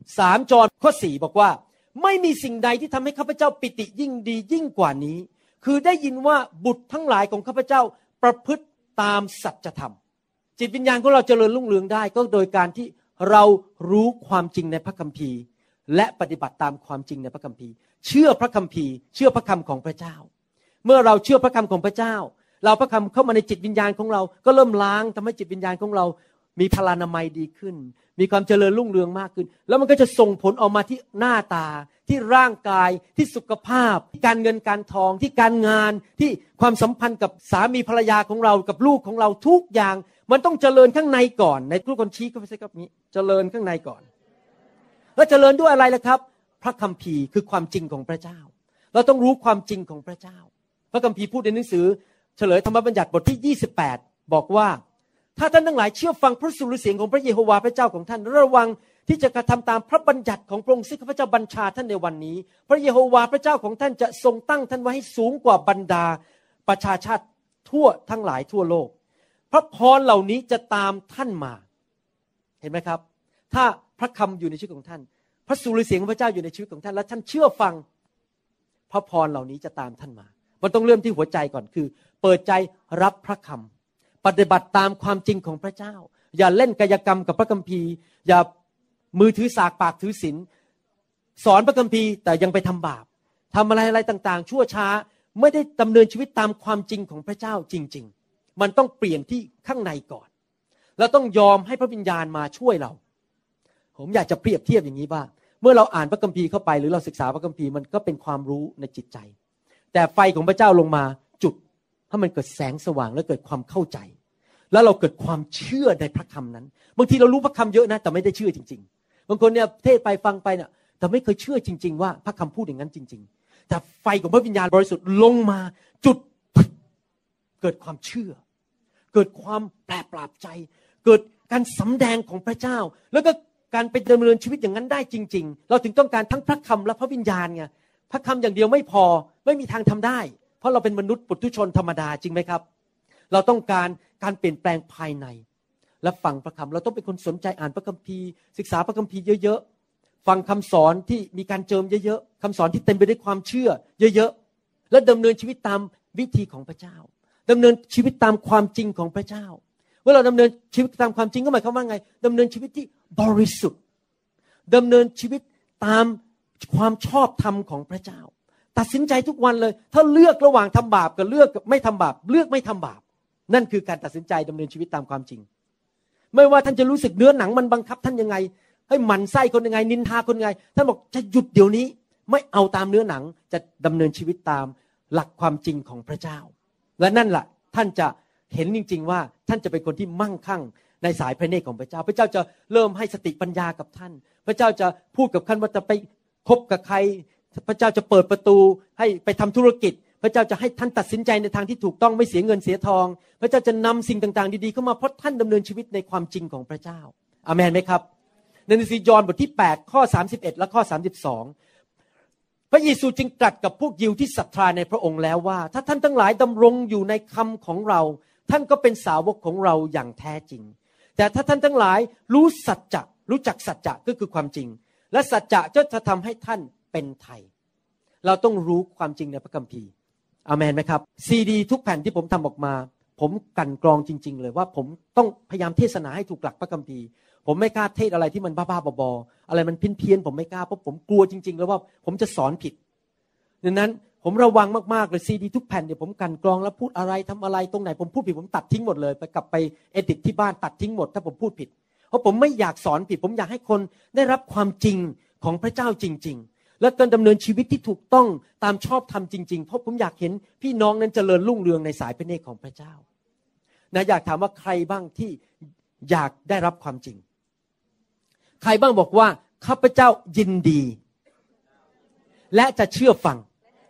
สามจอห์นข้อสี่บอกว่าไม่มีสิ่งใดที่ทำให้ข้าพเจ้าปิติยิ่งดียิ่งกว่านี้คือได้ยินว่าบุตรทั้งหลายของข้าพเจ้าประพฤติตามสัจธรรมจิตวิญญาณของเราเจริญรุ่งเรืองได้ก็โดยการที่เรารู้ความจริงในพระคัมภีร์และปฏิบัติตามความจริงในพระคัมภีร์เชื่อพระคัมภีร์เชื่อพระคำของพระเจ้าเมื่อเราเชื่อพระคำของพระเจ้าเราพระคำเข้ามาในจิตวิญญาณของเราก็เริ่มล้างทำให้จิตวิญญาณของเรามีพลานามัยดีขึ้นมีความเจริญรุ่งเรืองมากขึ้นแล้วมันก็จะส่งผลออกมาที่หน้าตาที่ร่างกายที่สุขภาพที่การเงินการทองที่การงานที่ความสัมพันธ์กับสามีภรรยาของเรากับลูกของเราทุกอย่างมันต้องเจริญข้างในก่อนในทุกคนชี้ก็ไม่ใช่ครับนี้เจริญข้างในก่อนแล้วเจริญด้วยอะไรล่ะครับพระคัมภีร์คือความจริงของพระเจ้าเราต้องรู้ความจริงของพระเจ้าพระคัมภีร์พูดในหนังสือเฉลยธรรมบัญญัติบทที่ยี่สิบแปดบอกว่าถ้าท่านทั้งหลายเชื่อฟังพระสุรเสียงของพระเยโฮวาห์พระเจ้าของท่านระวังที่จะกระทำตามพระบัญญัติของพระองค์ซึ่งข้าพเจ้าบัญชาท่านในวันนี้พระเยโฮวาห์พระเจ้าของท่านจะทรงตั้งท่านไว้ให้สูงกว่าบรรดาประชาชาติทั่วทั้งหลายทั่วโลกพระพรเหล่านี้จะตามท่านมาเห็นไหมครับถ้าพระคำอยู่ในชีวิตของท่านพระสุรเสียงของพระเจ้าอยู่ในชีวิตของท่านและท่านเชื่อฟังพระพรเหล่านี้จะตามท่านมามันต้องเริ่มที่หัวใจก่อนคือเปิดใจรับพระคำปฏิบัติตามความจริงของพระเจ้าอย่าเล่นกายกรรมกับพระคัมภีร์อย่ามือถือสากปากถือศีลสอนพระคัมภีร์แต่ยังไปทำบาปทำอะไรอะไรต่างๆชั่วช้าไม่ได้ดำเนินชีวิตตามความจริงของพระเจ้าจริงๆมันต้องเปลี่ยนที่ข้างในก่อนแล้วต้องยอมให้พระวิญญาณมาช่วยเราผมอยากจะเปรียบเทียบอย่างนี้ว่าเมื่อเราอ่านพระคัมภีร์เข้าไปหรือเราศึกษาพระคัมภีร์มันก็เป็นความรู้ในจิตใจแต่ไฟของพระเจ้าลงมาจุดให้มันเกิดแสงสว่างและเกิดความเข้าใจแล้วเราเกิดความเชื่อในพระคำนั้นบางทีเรารู้พระคำเยอะนะแต่ไม่ได้เชื่อจริงๆบางคนเนี่ยเทศไปฟังไปเนี่ยแต่ไม่เคยเชื่อจริงๆว่าพระคำพูดอย่างนั้นจริงๆแต่ไฟของพระวิญญาณบริสุทธิ์ลงมาจุดเกิดความเชื่อเกิดความแปลกประหลาดใจเกิดการสำแดงของพระเจ้าแล้วก็การไปดำเนินชีวิตอย่างนั้นได้จริงๆเราถึงต้องการทั้งพระคำและพระวิญญาณไงพระคำอย่างเดียวไม่พอไม่มีทางทำได้เพราะเราเป็นมนุษย์ปุถุชนธรรมดาจริงไหมครับเราต้องการการเปลี่ยนแปลงภายในและฟังพระคำเราต้องเป็นคนสนใจอ่านพระคัมภีร์ศึกษาพระคัมภีร์เยอะๆฟังคำสอนที่มีการเจิมเยอะๆคำสอนที่เต็มไปด้วยความเชื่อเยอะๆและดำเนินชีวิตตามวิธีของพระเจ้าดำเนินชีวิตตามความจริงของพระเจ้าเมื่อเราดำเนินชีวิตตามความจริงก็หมายความว่าไงดำเนินชีวิตที่บริสุทธิ์ดำเนินชีวิตตามความชอบธรรมของพระเจ้าตัดสินใจทุกวันเลยถ้าเลือกระหว่างทำบาปกับเลือกไม่ทำบาปเลือกไม่ทำบาปนั่นคือการตัดสินใจดำเนินชีวิตตามความจริงไม่ว่าท่านจะรู้สึกเนื้อหนังมันบังคับท่านยังไงให้หมั่นไส้คนยังไงนินทาคนยังไงท่านบอกจะหยุดเดี๋ยวนี้ไม่เอาตามเนื้อหนังจะดำเนินชีวิตตามหลักความจริงของพระเจ้าและนั่นแหละท่านจะเห็นจริงๆว่าท่านจะเป็นคนที่มั่งคั่งในสายพระเนตรของพระเจ้าพระเจ้าจะเริ่มให้สติปัญญากับท่านพระเจ้าจะพูดกับท่านว่าจะไปคบกับใครพระเจ้าจะเปิดประตูให้ไปทำธุรกิจพระเจ้าจะให้ท่านตัดสินใจในทางที่ถูกต้องไม่เสียเงินเสียทองพระเจ้าจะนำสิ่งต่างๆดีๆเข้ามาเพราะท่านดำเนินชีวิตในความจริงของพระเจ้าอาเมนไหมครับในหนังสือยอห์นบทที่แปดข้อสามสิบเอ็ดและข้อสามสิบสองพระเยซูจึงตรัสกับพวกยิวที่ศรัทธาในพระองค์แล้วว่าถ้าท่านทั้งหลายดำรงอยู่ในคำของเราท่านก็เป็นสาวกของเราอย่างแท้จริงแต่ถ้าท่านทั้งหลายรู้สัจจะรู้จักสัจจะก็คือความจริงและสัจจะจะทำให้ท่านเป็นไทยเราต้องรู้ความจริงในพระคัมภีร์อาเมนไหมครับซีดีทุกแผ่นที่ผมทำออกมาผมกั่นกรองจริงๆเลยว่าผมต้องพยายามเทศนาให้ถูกหลักพระคัมภีร์ผมไม่กล้าเทศอะไรที่มันบ้าๆบอๆอะไรมันเพี้ยนๆผมไม่กล้าเพราะผมกลัวจริงๆแล้วว่าผมจะสอนผิดดังนั้นผมระวังมากๆเลยซีดีทุกแผ่นเดี๋ยวผมกั่นกรองแล้วพูดอะไรทำอะไรตรงไหนผมพูดผิดผมตัดทิ้งหมดเลยไปกลับไปเอดิตที่บ้านตัดทิ้งหมดถ้าผมพูดผิดเพราะผมไม่อยากสอนผิดผมอยากให้คนได้รับความจริงของพระเจ้าจริงๆและการดำเนินชีวิตที่ถูกต้องตามชอบธรรมจริงๆเพราะผมอยากเห็นพี่น้องนั้นเจริญรุ่งเรืองในสายพระเนตรของพระเจ้านะอยากถามว่าใครบ้างที่อยากได้รับความจริงใครบ้างบอกว่าข้าพเจ้ายินดีและจะเชื่อฟัง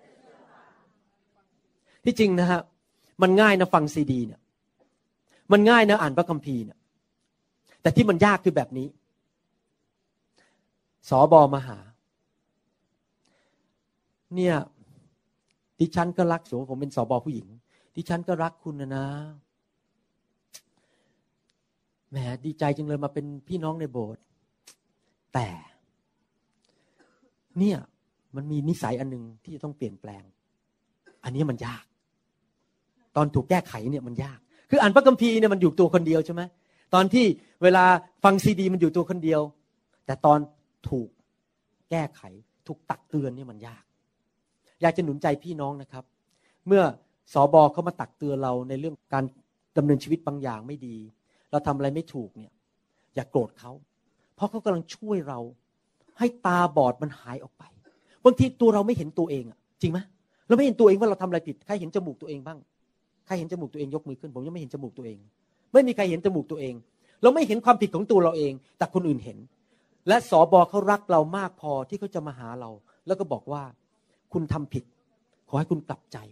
ที่จริงนะฮะมันง่ายนะฟังซีดีเนี่ยมันง่ายนะอ่านพระคัมภีร์เนี่ยแต่ที่มันยากคือแบบนี้สบมาหาเนี่ยดิฉันก็รักสมมติผมเป็นสบผู้หญิงดิฉันก็รักคุณนะนะแหมดีใจจังเลยมาเป็นพี่น้องในโบสถ์แต่เนี่ยมันมีนิสัยอันนึงที่จะต้องเปลี่ยนแปลงอันนี้มันยากตอนถูกแก้ไขเนี่ยมันยากคืออ่านพระคัมภีร์เนี่ยมันอยู่ตัวคนเดียวใช่ไหมตอนที่เวลาฟังซีดีมันอยู่ตัวคนเดียวแต่ตอนถูกแก้ไขถูกตักเตือนเนี่ยมันยากอยากจะหนุนใจพี่น้องนะครับเมื่อสบเขามาตักเตือนเราในเรื่องการดำเนินชีวิตบางอย่างไม่ดีเราทำอะไรไม่ถูกเนี่ยอย่าโกรธเขาเพราะเขากำลังช่วยเราให้ตาบอดมันหายออกไปบางทีตัวเราไม่เห็นตัวเองอ่ะจริงไหมเราไม่เห็นตัวเองว่าเราทำอะไรผิดใครเห็นจมูกตัวเองบ้างใครเห็นจมูกตัวเองยกมือขึ้นผมยังไม่เห็นจมูกตัวเองไม่มีใครเห็นจมูกตัวเองเราไม่เห็นความผิดของตัวเราเองแต่คนอื่นเห็นและสบเขารักเรามากพอที่เขาจะมาหาเราแล้วก็บอกว่าคุณทำผิดขอให้คุณกลับใจ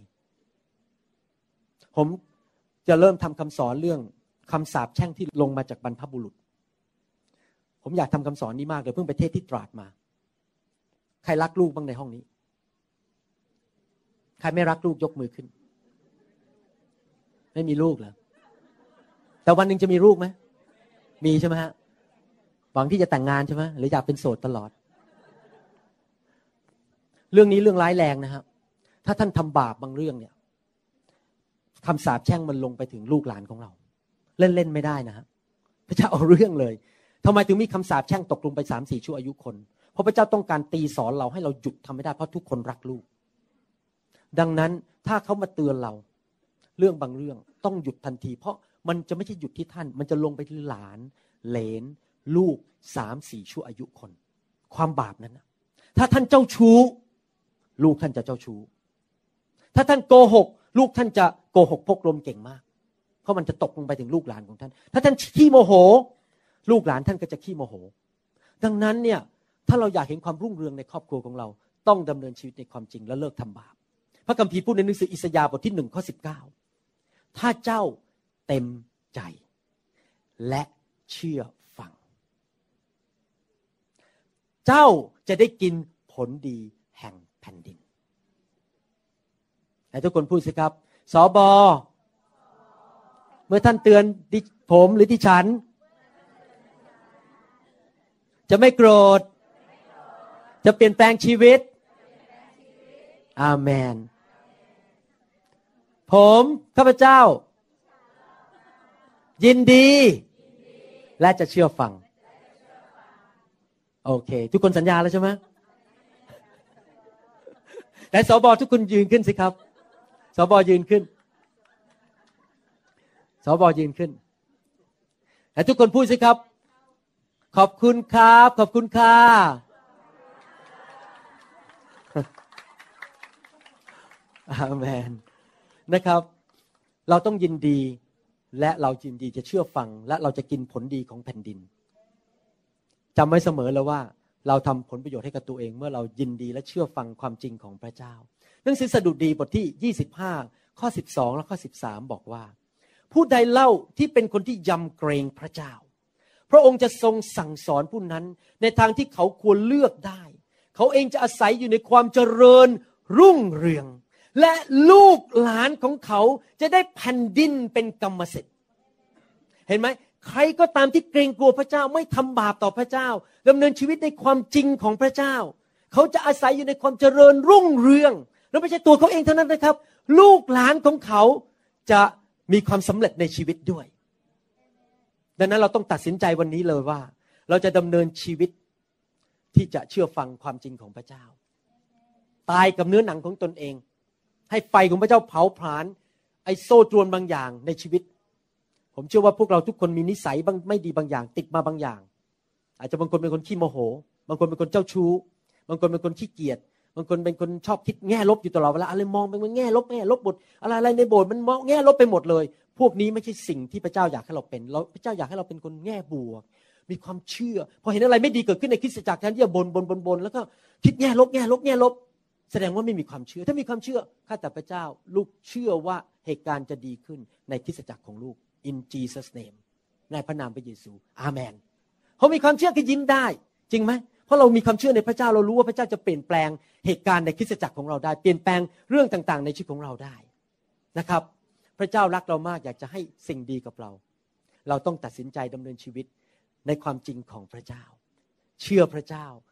ผมจะเริ่มทำคำสอนเรื่องคำสาปแช่งที่ลงมาจากบรรพบุรุษผมอยากทำคำสอนนี้มากเลยเพิ่งไปเทศที่ตราดมาใครรักลูกบ้างในห้องนี้ใครไม่รักลูกยกมือขึ้นไม่มีลูกเหรอแต่วันหนึ่งจะมีลูกไหมมีใช่ไหมฮะหวังที่จะแต่งงานใช่ไหมหรืออยากเป็นโสดตลอดเรื่องนี้เรื่องร้ายแรงนะครับถ้าท่านทำบาปบางเรื่องเนี่ยคำสาปแช่งมันลงไปถึงลูกหลานของเราเล่นๆไม่ได้นะฮะพระเจ้าเอาเรื่องเลยทำไมถึงมีคำสาปแช่งตกลงไป สามสี่ ชั่วอายุคนเพราะพระเจ้าต้องการตีสอนเราให้เราหยุดทำไม่ได้เพราะทุกคนรักลูกดังนั้นถ้าเขามาเตือนเราเรื่องบางเรื่องต้องหยุดทันทีเพราะมันจะไม่ใช่หยุดที่ท่านมันจะลงไปที่หลานเหลนลูก สามสี่ ชั่วอายุคนความบาปนั้นนะถ้าท่านเจ้าชู้ลูกท่านจะเจ้าชู้ถ้าท่านโกหกลูกท่านจะโกหกพกลมเก่งมากเพราะมันจะตกลงไปถึงลูกหลานของท่านถ้าท่านขี้โมโหลูกหลานท่านก็จะขี้โมโหดังนั้นเนี่ยถ้าเราอยากเห็นความรุ่งเรืองในครอบครัวของเราต้องดำเนินชีวิตในความจริงและเลิกทำบาปพระคัมภีร์พูดในหนังสืออิสยาห์บทที่หนึ่งข้อสิบเก้าถ้าเจ้าเต็มใจและเชื่อฟังเจ้าจะได้กินผลดีแห่งแผ่นดินให้ทุกคนพูดสิครับสบเมื่อท่านเตือนผมหรือที่ฉันจะไม่โกรธจะเปลี่ยนแปลงชีวิตอาเมนผมข้าพเจ้ายินดีและจะเชื่อฟังโอเคทุกคนสัญญาแล้วใช่ไหมแต่สบทุกคนยืนขึ้นสิครับสบยืนขึ้นสบยืนขึ้นแต่ทุกคนพูดสิครับขอบคุณครับขอบคุณค่ะอาเมนนะครับเราต้องยินดีและเรายินดีจะเชื่อฟังและเราจะกินผลดีของแผ่นดินจำไว้เสมอเลยว่าเราทำผลประโยชน์ให้กับตัวเองเมื่อเรายินดีและเชื่อฟังความจริงของพระเจ้าหนังสือสดุดีบทที่ยี่สิบห้าข้อสิบสองและข้อสิบสามบอกว่าผู้ใดเล่าที่เป็นคนที่ยำเกรงพระเจ้าพระองค์จะทรงสั่งสอนผู้นั้นในทางที่เขาควรเลือกได้เขาเองจะอาศัยอยู่ในความเจริญรุ่งเรืองและลูกหลานของเขาจะได้แผ่นดินเป็นกรรมสิทธิ์เห็นไหมใครก็ตามที่เกรงกลัวพระเจ้าไม่ทำบาปต่อพระเจ้าดำเนินชีวิตในความจริงของพระเจ้าเขาจะอาศัยอยู่ในความเจริญรุ่งเรืองแล้วไม่ใช่ตัวเขาเองเท่านั้นนะครับลูกหลานของเขาจะมีความสำเร็จในชีวิตด้วยดังนั้นเราต้องตัดสินใจวันนี้เลยว่าเราจะดำเนินชีวิตที่จะเชื่อฟังความจริงของพระเจ้าตายกับเนื้อหนังของตนเองให้ไฟของพระเจ้าเผาผลาญไอ้โซ่ตรวนบางอย่างในชีวิตผมเชื่อว่าพวกเราทุกคนมีนิสัยบางไม่ดีบางอย่างติดมาบางอย่างอาจจะบางคนเป็นคนขี้โมโหบางคนเป็นคนเจ้าชู้บางคนเป็นคนขี้เกียจบางคนเป็นคนชอบคิดแง่ลบอยู่ตลอดเวลาอะไรมองเป็นแง่ลบแง่ลบบทอะไรอะไรในโบสถ์มันมองแง่ลบไปหมดเลยพวกนี้ไม่ใช่สิ่งที่พระเจ้าอยากให้เราเป็นเราพระเจ้าอยากให้เราเป็นคนแง่บวกมีความเชื่อพอเห็นอะไรไม่ดีเกิดขึ้นในคริสตจักรนั้นอย่าบ่นบ่นบ่นบ่นแล้วก็คิดแง่ลบแง่ลบแง่ลบแสดงว่าไม่มีความเชื่อถ้ามีความเชื่อข้าแต่พระเจ้าลูกเชื่อว่าเหตุการณ์จะดีขึ้นในคริสตจักรของลูก in Jesus name ในพระนามพระเยซูอาเมนเขามีความเชื่อก็ยิ้มได้จริงไหมเพราะเรามีความเชื่อในพระเจ้าเรารู้ว่าพระเจ้าจะเปลี่ยนแปลงเหตุการณ์ในคริสตจักรของเราได้เปลี่ยนแปลงเรื่องต่างๆในชีวิตของเราได้นะครับพระเจ้ารักเรามากอยากจะให้สิ่งดีกับเราเราต้องตัดสินใจดำเนินชีวิตในความจริงของพระเจ้าเชื่อพระเจ้า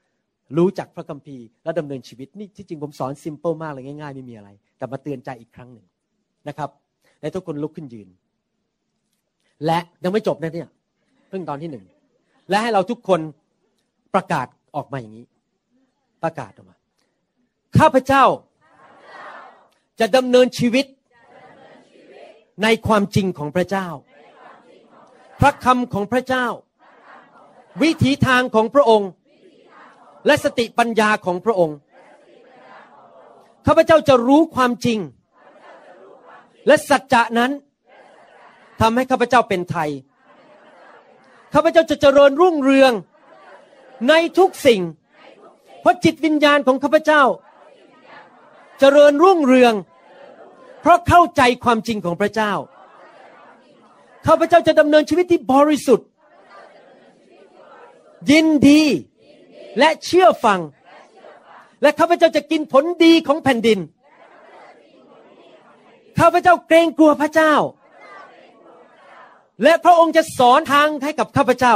รู้จักพระคัมภีร์และดำเนินชีวิตนี่ที่จริงผมสอนซิมเปิลมากเลยง่ายๆไม่มีอะไรแต่มาเตือนใจอีกครั้งหนึ่งนะครับให้ทุกคนลุกขึ้นยืนและยังไม่จบนะเนี่ยเพิ่งตอนที่หนึ่งและให้เราทุกคนประกาศออกมาอย่างนี้ประกาศออกมาข้าพเจ้าจะดำเนินชีวิตในความจริงของพระเจ้าพระคำของพระเจ้าวิถีทางของพระองค์และสติปัญญาของพระองค์ข้าพเจ้าจะรู้ความจริงและสัจจะนั้นทำให้ข้าพเจ้าเป็นไทยข้าพเจ้าจะเจริญรุ่งเรืองในทุกสิ่งเพราะจิตวิญญาณของข้าพเจ้าเจริญรุ่งเรืองเพราะเข้าใจความจริงของพระเจ้าข้าพเจ้าจะดำเนินชีวิตที่บริสุทธิ์ยินดีและเชื่อฟังและข้าพเจ้าจะกินผลดีของแผ่นดินข้าพเจ้าเกรงกลัวพระเจ้าและพระองค์จะสอนทางให้กับข้าพเจ้า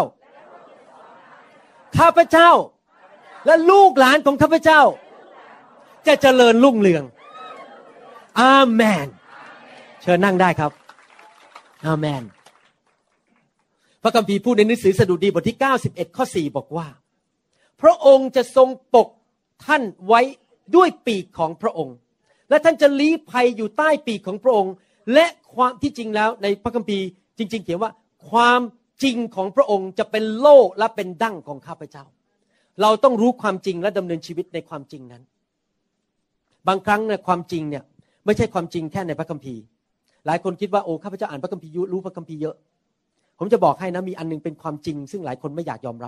ข้าพเจ้าและลูกหลานของข้าพเจ้าจะเจริญรุ่งเรืองอาเมนเชิญนั่งได้ครับอาเมนพระคัมภีร์พูดในหนังสือสดุดีบทที่เก้าสิบเอ็ดข้อสี่บอกว่าพระองค์จะทรงปกท่านไว้ด้วยปีกของพระองค์และท่านจะลี้ภัยอยู่ใต้ปีกของพระองค์และความที่จริงแล้วในพระคัมภีร์จริงๆเขียนว่าความจริงของพระองค์จะเป็นโล่และเป็นดั้งของข้าพเจ้าเราต้องรู้ความจริงและดำเนินชีวิตในความจริงนั้นบางครั้งเนี่ยความจริงเนี่ยไม่ใช่ความจริงแค่ในพระคัมภีร์หลายคนคิดว่าโอ้ข้าพเจ้าอ่านพระคัมภีร์รู้พระคัมภีร์เยอะผมจะบอกให้นะมีอันนึงเป็นความจริงซึ่งหลายคนไม่อยากยอมรับ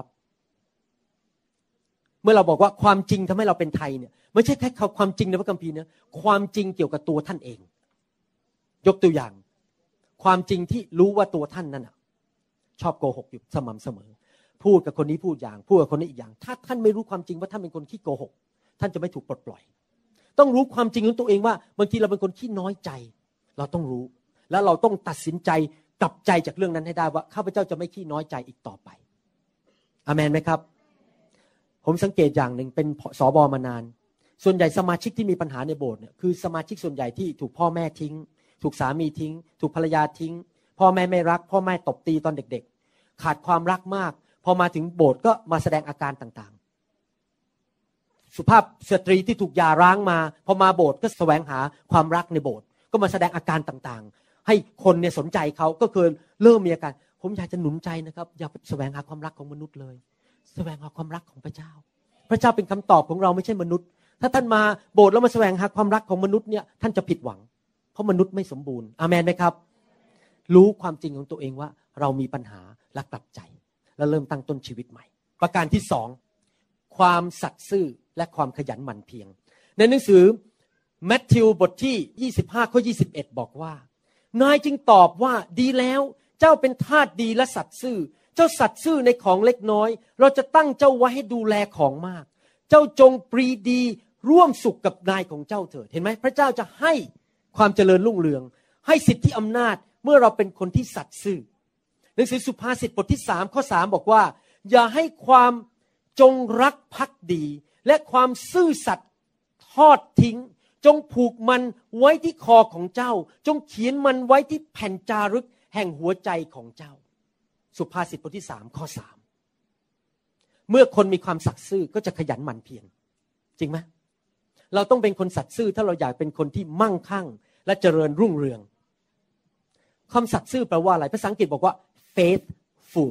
เมื่อเราบอกว่าความจริงทำให้เราเป็นไทยเนี่ยไม่ใช่แค่ความจริงในพระคัมภีร์นะความจริงเกี่ยวกับตัวท่านเองยกตัวอย่างความจริงที่รู้ว่าตัวท่านนั่นน่ะชอบโกหกอยู่สม่ำเสมอพูดกับคนนี้พูดอย่างพูดกับคนนี้อีกอย่างถ้าท่านไม่รู้ความจริงว่าท่านเป็นคนขี้โกหกท่านจะไม่ถูกปลดปล่อยต้องรู้ความจริงของตัวเองว่าบางทีเราเป็นคนขี้น้อยใจเราต้องรู้แล้วเราต้องตัดสินใจกลับใจจากเรื่องนั้นให้ได้ว่าข้าพเจ้าจะไม่ขี้น้อยใจอีกต่อไปอาเมนไหมครับผมสังเกตอย่างหนึ่งเป็นสบมานานส่วนใหญ่สมาชิกที่มีปัญหาในโบสถ์เนี่ยคือสมาชิกส่วนใหญ่ที่ถูกพ่อแม่ทิ้งถูกสามีทิ้งถูกภรรยาทิ้งพ่อแม่ไม่รักพ่อแม่ตบตีตอนเด็กๆขาดความรักมากพอมาถึงโบสถ์ก็มาแสดงอาการต่างๆสุภาพสตรีที่ถูกหย่าร้างมาพอมาโบสถ์ก็แสวงหาความรักในโบสถ์ก็มาแสดงอาการต่างๆให้คนเนี่ยสนใจเขาก็คือเริ่มมีอาการผมอยากจะหนุนใจนะครับอย่าแสวงหาความรักของมนุษย์เลยแสวงหาความรักของพระเจ้าพระเจ้าเป็นคำตอบของเราไม่ใช่มนุษย์ถ้าท่านมาโบสถ์แล้วมาแสวงหาความรักของมนุษย์เนี่ยท่านจะผิดหวังเพราะมนุษย์ไม่สมบูรณ์อาเมนไหมครับรู้ความจริงของตัวเองว่าเรามีปัญหาและกลับใจและเริ่มตั้งต้นชีวิตใหม่ประการที่สองความสัตย์ซื่อและความขยันหมั่นเพียรในหนังสือมัทธิวบทที่ยี่สิบห้าข้อยี่สิบเอ็ดบอกว่านายจึงตอบว่าดีแล้วเจ้าเป็นทาสดีและสัตย์ซื่อเจ้าสัตย์ซื่อในของเล็กน้อยเราจะตั้งเจ้าไว้ให้ดูแลของมากเจ้าจงปรีดีร่วมสุขกับนายของเจ้าเถิดเห็นไหมพระเจ้าจะให้ความเจริญรุ่งเรืองให้สิทธิอำนาจเมื่อเราเป็นคนที่สัตย์ซื่อหนังสือสุภาษิตบทที่สามข้อสามบอกว่าอย่าให้ความจงรักภักดีและความซื่อสัตย์ทอดทิ้งจงผูกมันไว้ที่คอของเจ้าจงเขียนมันไว้ที่แผ่นจารึกแห่งหัวใจของเจ้าสุภาษิตบทที่สามข้อสามเมื่อคนมีความสัตย์ซื่อก็จะขยันหมั่นเพียรจริงไหมเราต้องเป็นคนสัตย์ซื่อถ้าเราอยากเป็นคนที่มั่งคั่งและเจริญรุ่งเรืองคำสัตย์ซื่อแปลว่าอะไรภาษาอังกฤษบอกว่า faithful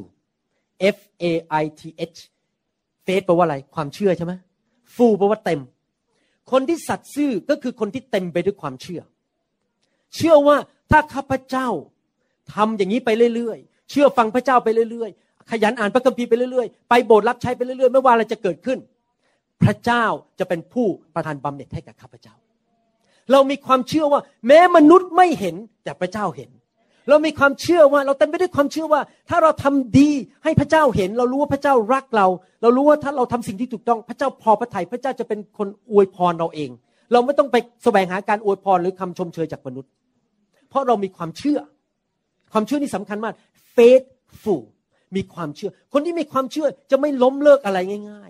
f a i t h faith แปลว่าอะไรความเชื่อใช่ไหม full แปลว่าเต็มคนที่สัตย์ซื่อก็คือคนที่เต็มไปด้วยความเชื่อเชื่อว่าถ้าข้าพเจ้าทำอย่างนี้ไปเรื่อยๆเชื่อฟังพระเจ้าไปเรื่อยๆขยันอ่านพระคัมภีร์ไปเรื่อยๆไปโบสถ์รับใช้ไปเรื่อยๆไม่ว่าอะไรจะเกิดขึ้นพระเจ้าจะเป็นผู้ประทานบำเหน็จให้กับข้าพเจ้าเรามีความเชื่อว่าแม้มนุษย์ไม่เห็นแต่พระเจ้าเห็นเรามีความเชื่อว่าเราเต็มไปด้วยความเชื่อว่าถ้าเราทำดีให้พระเจ้าเห็นเรารู้ว่าพระเจ้ารักเราเรารู้ว่าถ้าเราทำสิ่งที่ถูกต้องพระเจ้าพอพระทัยพระเจ้าจะเป็นคนอวยพรเราเองเราไม่ต้องไปแสวงหาการอวยพรหรือคำชมเชยจากมนุษย์เพราะเรามีความเชื่อความเชื่อนี่สำคัญมาก faithful มีความเชื่อคนที่มีความเชื่อจะไม่ล้มเลิกอะไรง่ายๆ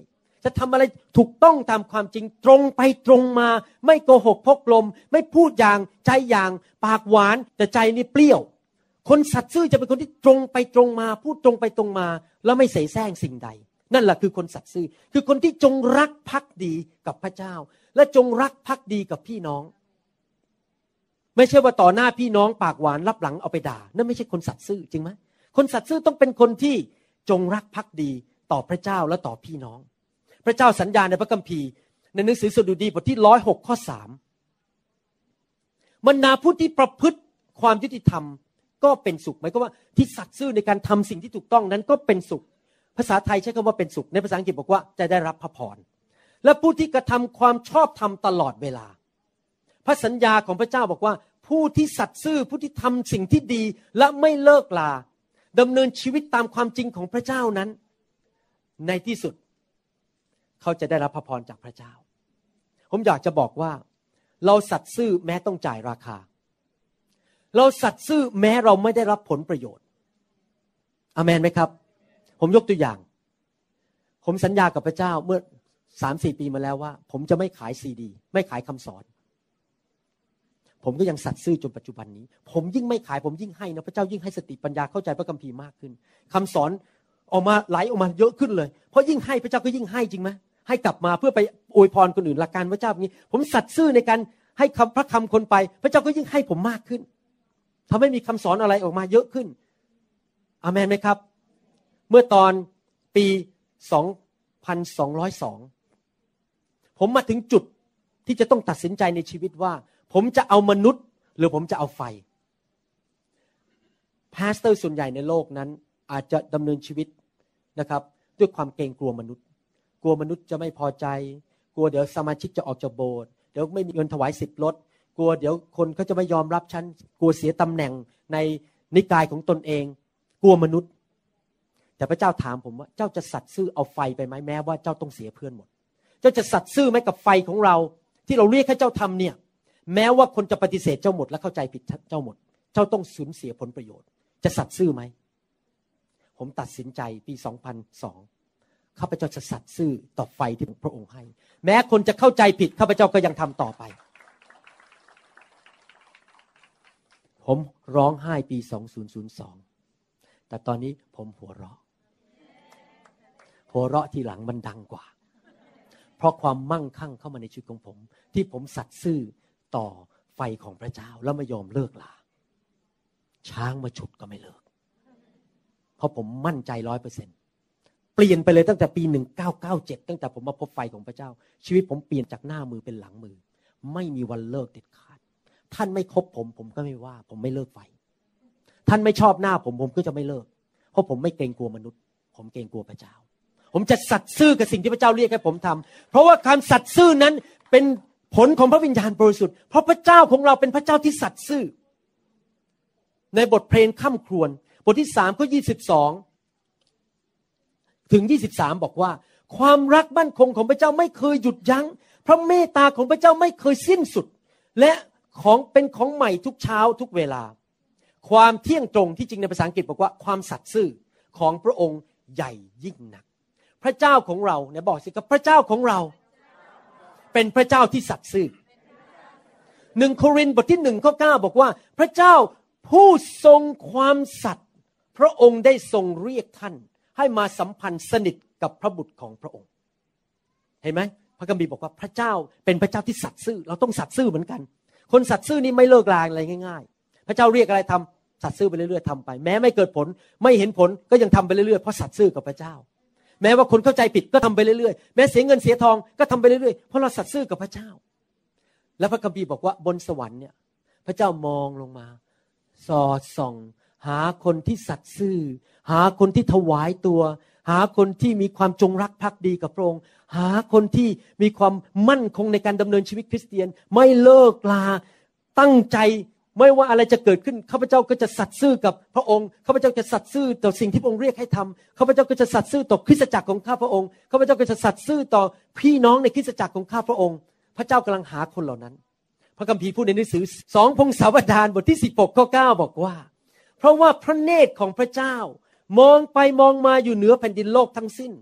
จะทำอะไรถูกต้องตามความจริงตรงไปตรงมาไม่โกหกพกลมไม่พูดอย่างใจอย่างปากหวานแต่ใจนี่เปรี้ยวคนสัตย์ซื่อจะเป็นคนที่ตรงไปตรงมาพูดตรงไปตรงมาแล้วไม่เสแสร้งสิ่งใดนั่นแหละคือคนสัตย์ซื่อคือคนที่จงรักภักดีกับพระเจ้าและจงรักภักดีกับพี่น้องไม่ใช่ว่าต่อหน้าพี่น้องปากหวานรับหลังเอาไปด่านั่นไม่ใช่คนสัตย์ซื่อจริงไหมคนสัตย์ซื่อต้องเป็นคนที่จงรักภักดีต่อพระเจ้าและต่อพี่น้องพระเจ้าสัญญาในพระคัมภีร์ในหนังสือสดุดีบทที่หนึ่งร้อยหกข้อสามบรรดาผู้ที่ประพฤติความยุติธรรมก็เป็นสุขหมายความว่าที่สัตย์ซื่อในการทำสิ่งที่ถูกต้องนั้นก็เป็นสุขภาษาไทยใช้คำว่าเป็นสุขในภาษาอังกฤษบอกว่าจะได้รับพระพรและผู้ที่กระทำความชอบธรรมตลอดเวลาพระสัญญาของพระเจ้าบอกว่าผู้ที่สัตย์ซื่อผู้ที่ทำสิ่งที่ดีและไม่เลิกลาดำเนินชีวิตตามความจริงของพระเจ้านั้นในที่สุดเขาจะได้รับพระพรจากพระเจ้าผมอยากจะบอกว่าเราสัตย์ซื่อแม้ต้องจ่ายราคาเราสัตย์ซื่อแม้เราไม่ได้รับผลประโยชน์อาเมนไหมครับผมยกตัวอย่างผมสัญญากับพระเจ้าเมื่อ สามสี่ ปีมาแล้วว่าผมจะไม่ขายซีดีไม่ขายคำสอนผมก็ยังสัตย์ซื่อจนปัจจุบันนี้ผมยิ่งไม่ขายผมยิ่งให้นะพระเจ้ายิ่งให้สติปัญญาเข้าใจพระคัมภีร์มากขึ้นคำสอนออกมาไหลออกมาเยอะขึ้นเลยเพราะยิ่งให้พระเจ้าก็ยิ่งให้จริงไหมให้กลับมาเพื่อไปอวยพรคนอื่นหลักการพระเจ้าอย่างนี้ผมสัตย์ซื่อในการให้คำพระคำคนไปพระเจ้าก็ยิ่งให้ผมมากขึ้นทำให้มีคำสอนอะไรออกมาเยอะขึ้นอาเมนไหมครับเมื่อตอนปีสองพันสองร้อยสองผมมาถึงจุดที่จะต้องตัดสินใจในชีวิตว่าผมจะเอามนุษย์หรือผมจะเอาไฟพาสเตอร์ส่วนใหญ่ในโลกนั้นอาจจะดำเนินชีวิตนะครับด้วยความเกรงกลัวมนุษย์กลัวมนุษย์จะไม่พอใจกลัวเดี๋ยวสมาชิกจะออกจากโบสถ์เดี๋ยวไม่มีเงินถวายสิบลดกลัวเดี๋ยวคนเขาจะไม่ยอมรับฉันกลัวเสียตำแหน่งในนิกายของตนเองกลัวมนุษย์แต่พระเจ้าถามผมว่าเจ้าจะสัตย์ซื่อเอาไฟไปไหมแม้ว่าเจ้าต้องเสียเพื่อนหมดเจ้าจะสัตย์ซื่อไหมกับไฟของเราที่เราเรียกให้เจ้าทำเนี่ยแม้ว่าคนจะปฏิเสธเจ้าหมดและเข้าใจผิดเจ้าหมดเจ้าต้องสูญเสียผลประโยชน์จะสัตย์ซื่อไหมผมตัดสินใจปีสองพันสองข้าพเจ้าจะสัตย์ซื่อต่อไฟที่พระองค์ให้แม้คนจะเข้าใจผิดข้าพเจ้าก็ยังทำต่อไปผมร้องไห้ปีสองพันสองแต่ตอนนี้ผมหัวเราะหัวเราะทีหลังมันดังกว่าเพราะความมั่งคั่งเข้ามาในชีวิตของผมที่ผมสัตย์ซื่อต่อไฟของพระเจ้าแล้วไม่ยอมเลิกลาช้างมาฉุดก็ไม่เลิกเพราะผมมั่นใจ ร้อยเปอร์เซ็นต์ เปลี่ยนไปเลยตั้งแต่ปีหนึ่งพันเก้าร้อยเก้าสิบเจ็ดตั้งแต่ผมมาพบไฟของพระเจ้าชีวิตผมเปลี่ยนจากหน้ามือเป็นหลังมือไม่มีวันเลิกเด็ดขาดท่านไม่คบผมผมก็ไม่ว่าผมไม่เลิกไฟท่านไม่ชอบหน้าผมผมก็จะไม่เลิกเพราะผมไม่เกรงกลัวมนุษย์ผมเกรงกลัวพระเจ้าผมจะสัตย์ซื่อกับสิ่งที่พระเจ้าเรียกให้ผมทำเพราะว่าการสัตย์ซื่อนั้นเป็นผลของพระวิญญาณบริสุทธิ์เพราะพระเจ้าของเราเป็นพระเจ้าที่สัตย์ซื่อในบทเพลงค่ำครวญบทที่สามข้อยี่สิบสองถึงยี่สิบสามบอกว่าความรักมั่นคงของพระเจ้าไม่เคยหยุดยั้งพระเมตตาของพระเจ้าไม่เคยสิ้นสุดและของเป็นของใหม่ทุกเช้าทุกเวลาความเที่ยงตรงที่จริงในภาษาอังกฤษบอกว่าความสัตย์ซื่อของพระองค์ใหญ่ยิ่งนักพระเจ้าของเราเนี่ยบอกสิครับพระเจ้าของเราเป็นพระเจ้าที่สัตย์ซื่อหนึ่งโครินธ์บทที่หนึ่งข้อเก้าบอกว่าพระเจ้าผู้ทรงความสัตย์พระองค์ได้ทรงเรียกท่านให้มาสัมพันธ์สนิทกับพระบุตรของพระองค์เห็นไหมพระคัมภีร์บอกว่าพระเจ้าเป็นพระเจ้าที่สัตย์ซื่อเราต้องสัตย์ซื่อเหมือนกันคนสัตย์ซื่อนี่ไม่เลิกลาอะไรง่ายๆพระเจ้าเรียกอะไรทำสัตย์ซื่อไปเรื่อยๆทำไปแม้ไม่เกิดผลไม่เห็นผลก็ยังทำไปเรื่อยๆเพราะสัตย์ซื่อกับพระเจ้าแม้ว่าคนเข้าใจผิดก็ทำไปเรื่อยๆแม้เสียเงินเสียทองก็ทำไปเรื่อยๆเพราะเราสัตย์ซื่อกับพระเจ้าและพระคัมภีร์บอกว่าบนสวรรค์เนี่ยพระเจ้ามองลงมาสอดส่องหาคนที่สัตย์ซื่อหาคนที่ถวายตัวหาคนที่มีความจงรักภักดีกับพระองค์หาคนที่มีความมั่นคงในการดำเนินชีวิตคริสเตียนไม่เลิกลาตั้งใจไม่ว่าอะไรจะเกิดขึ้นข้าพเจ้าก็จะสัตย์ซื่อกับพระองค์ข้าพเจ้าจะสัตย์ซื่อต่อสิ่งที่พระองค์เรียกให้ทำข้าพเจ้าก็จะสัตย์ซื่อต่อคริสตจักรของข้าพระองค์ข้าพเจ้าก็จะสัตย์ซื่อต่อพี่น้องในคริสตจักรของข้าพระองค์พระเจ้ากำลังหาคนเหล่านั้นพระคัมภีร์พูดในหนังสือสองพงศาวดารบทที่สิบหกข้อเก้าบอกว่าเพราะว่าพระเนตรของพระเจ้ามองไปมองมาอยู่เหนือแผ่นดินโลกทั้งสิ้น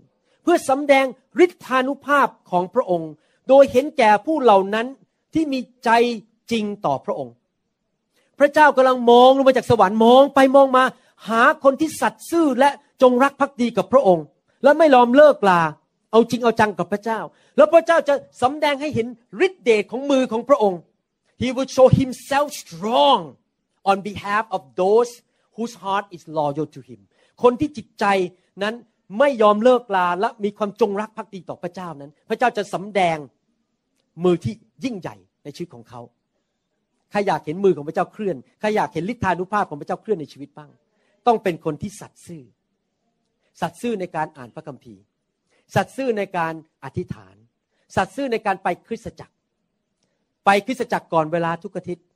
เพื่อสำแดงฤทธานุภาพของพระองค์โดยเห็นแก่ผู้เหล่านั้นที่มีใจจริงต่อพระองค์พระเจ้ากำลังมองลงมาจากสวรรค์มองไปมองมาหาคนที่สัตย์ซื่อและจงรักภักดีกับพระองค์และไม่ยอมเลิกลาเอาจริงเอาจังกับพระเจ้าแล้วพระเจ้าจะสำแดงให้เห็นฤทธิเดชของมือของพระองค์ He will show himself strong on behalf of those whose heart is loyal to him คนที่จิตใจนั้นไม่ยอมเลิกลาและมีความจงรักภักดีต่อพระเจ้านั้นพระเจ้าจะสำแดงมือที่ยิ่งใหญ่ในชีวิตของเขาใครอยากเห็นมือของพระเจ้าเคลื่อนใครอยากเห็นฤทธานุภาพของพระเจ้าเคลื่อนในชีวิตบ้างต้องเป็นคนที่สัตย์ซื่อสัตย์ซื่อในการอ่านพระคัมภีร์สัตย์ซื่อในการอธิษฐานสัตย์ซื่อในการไปคริสตจักรไปคริสตจักรก่อนเวลาทุกอาทิตย์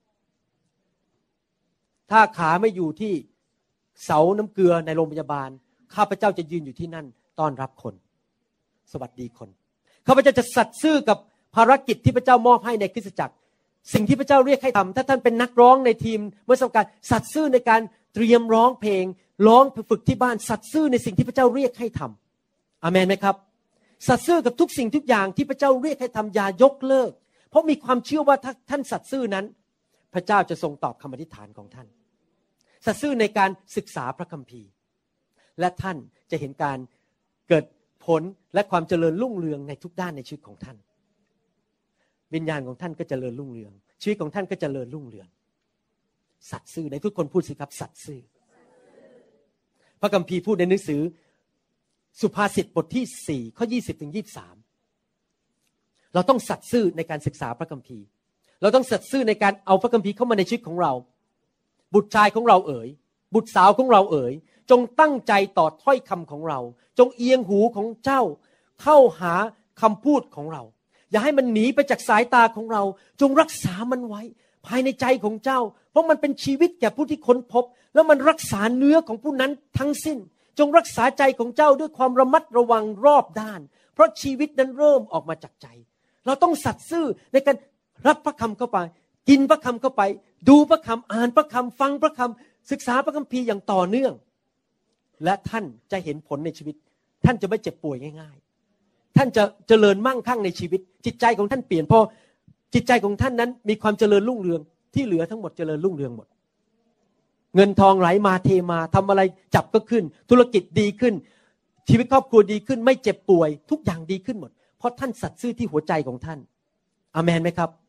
ถ้าขาไม่อยู่ที่เสาน้ำเกลือในโรงพยาบาลข้าพเจ้าจะยืนอยู่ที่นั่นต้อนรับคนสวัสดีคนข้าพเจ้าจะสัตย์ซื่อกับภารกิจที่พระเจ้ามอบให้ในคริสตจักรสิ่งที่พระเจ้าเรียกให้ทำถ้าท่านเป็นนักร้องในทีมเมื่อสมการสัตย์ซื่อในการเตรียมร้องเพลงร้องฝึกที่บ้านสัตย์ซื่อในสิ่งที่พระเจ้าเรียกให้ทำอาเมนไหมครับสัตย์ซื่อกับทุกสิ่งทุกอย่างที่พระเจ้าเรียกให้ทำอย่ายกเลิกเพราะมีความเชื่อว่าถ้าท่านสัตย์ซื่อนั้นพระเจ้าจะทรงตอบคำอธิษฐานของท่านสัตย์ซื่อในการศึกษาพระคัมภีร์และท่านจะเห็นการเกิดผลและความเจริญรุ่งเรืองในทุกด้านในชีวิตของท่านวิญญาณของท่านก็เจริญรุ่งเรืองชีวิตของท่านก็เจริญรุ่งเรืองสัตย์ซื่อในทุกคนพูดสิครับสัตย์ซื่อพระคัมภีร์พูดในหนังสือสุภาษิตบทที่สี่ข้อยี่สิบถึงยี่สิบสามเราต้องสัตย์ซื่อในการศึกษาพระคัมภีร์เราต้องสัตย์ซื่อในการเอาพระคัมภีร์เข้ามาในชีวิตของเราบุตรชายของเราเอ๋ยบุตรสาวของเราเอ๋ยจงตั้งใจต่อถ้อยคำของเราจงเอียงหูของเจ้าเข้าหาคำพูดของเราอย่าให้มันหนีไปจากสายตาของเราจงรักษามันไว้ภายในใจของเจ้าเพราะมันเป็นชีวิตแก่ผู้ที่ค้นพบแล้วมันรักษาเนื้อของผู้นั้นทั้งสิ้นจงรักษาใจของเจ้าด้วยความระมัดระวังรอบด้านเพราะชีวิตนั้นเริ่มออกมาจากใจเราต้องสัตย์ซื่อในการรับพระคำเข้าไปกินพระคำเข้าไปดูพระคำอ่านพระคำฟังพระคำศึกษาพระคัมภีร์อย่างต่อเนื่องและท่านจะเห็นผลในชีวิตท่านจะไม่เจ็บป่วยง่ายๆท่านจะเจริญมั่งคั่งในชีวิตจิตใจของท่านเปลี่ยนเพราะจิตใจของท่านนั้นมีความเจริญรุ่งเรืองที่เหลือทั้งหมดเจริญรุ่งเรืองหมดเงินทองไหลมาเทมาทำอะไรจับก็ขึ้นธุรกิจดีขึ้นชีวิตครอบครัวดีขึ้นไม่เจ็บป่วยทุกอย่างดีขึ้นหมดเพราะท่านสัตย์ซื่อที่หัวใจของท่านอาเมนไหมครับ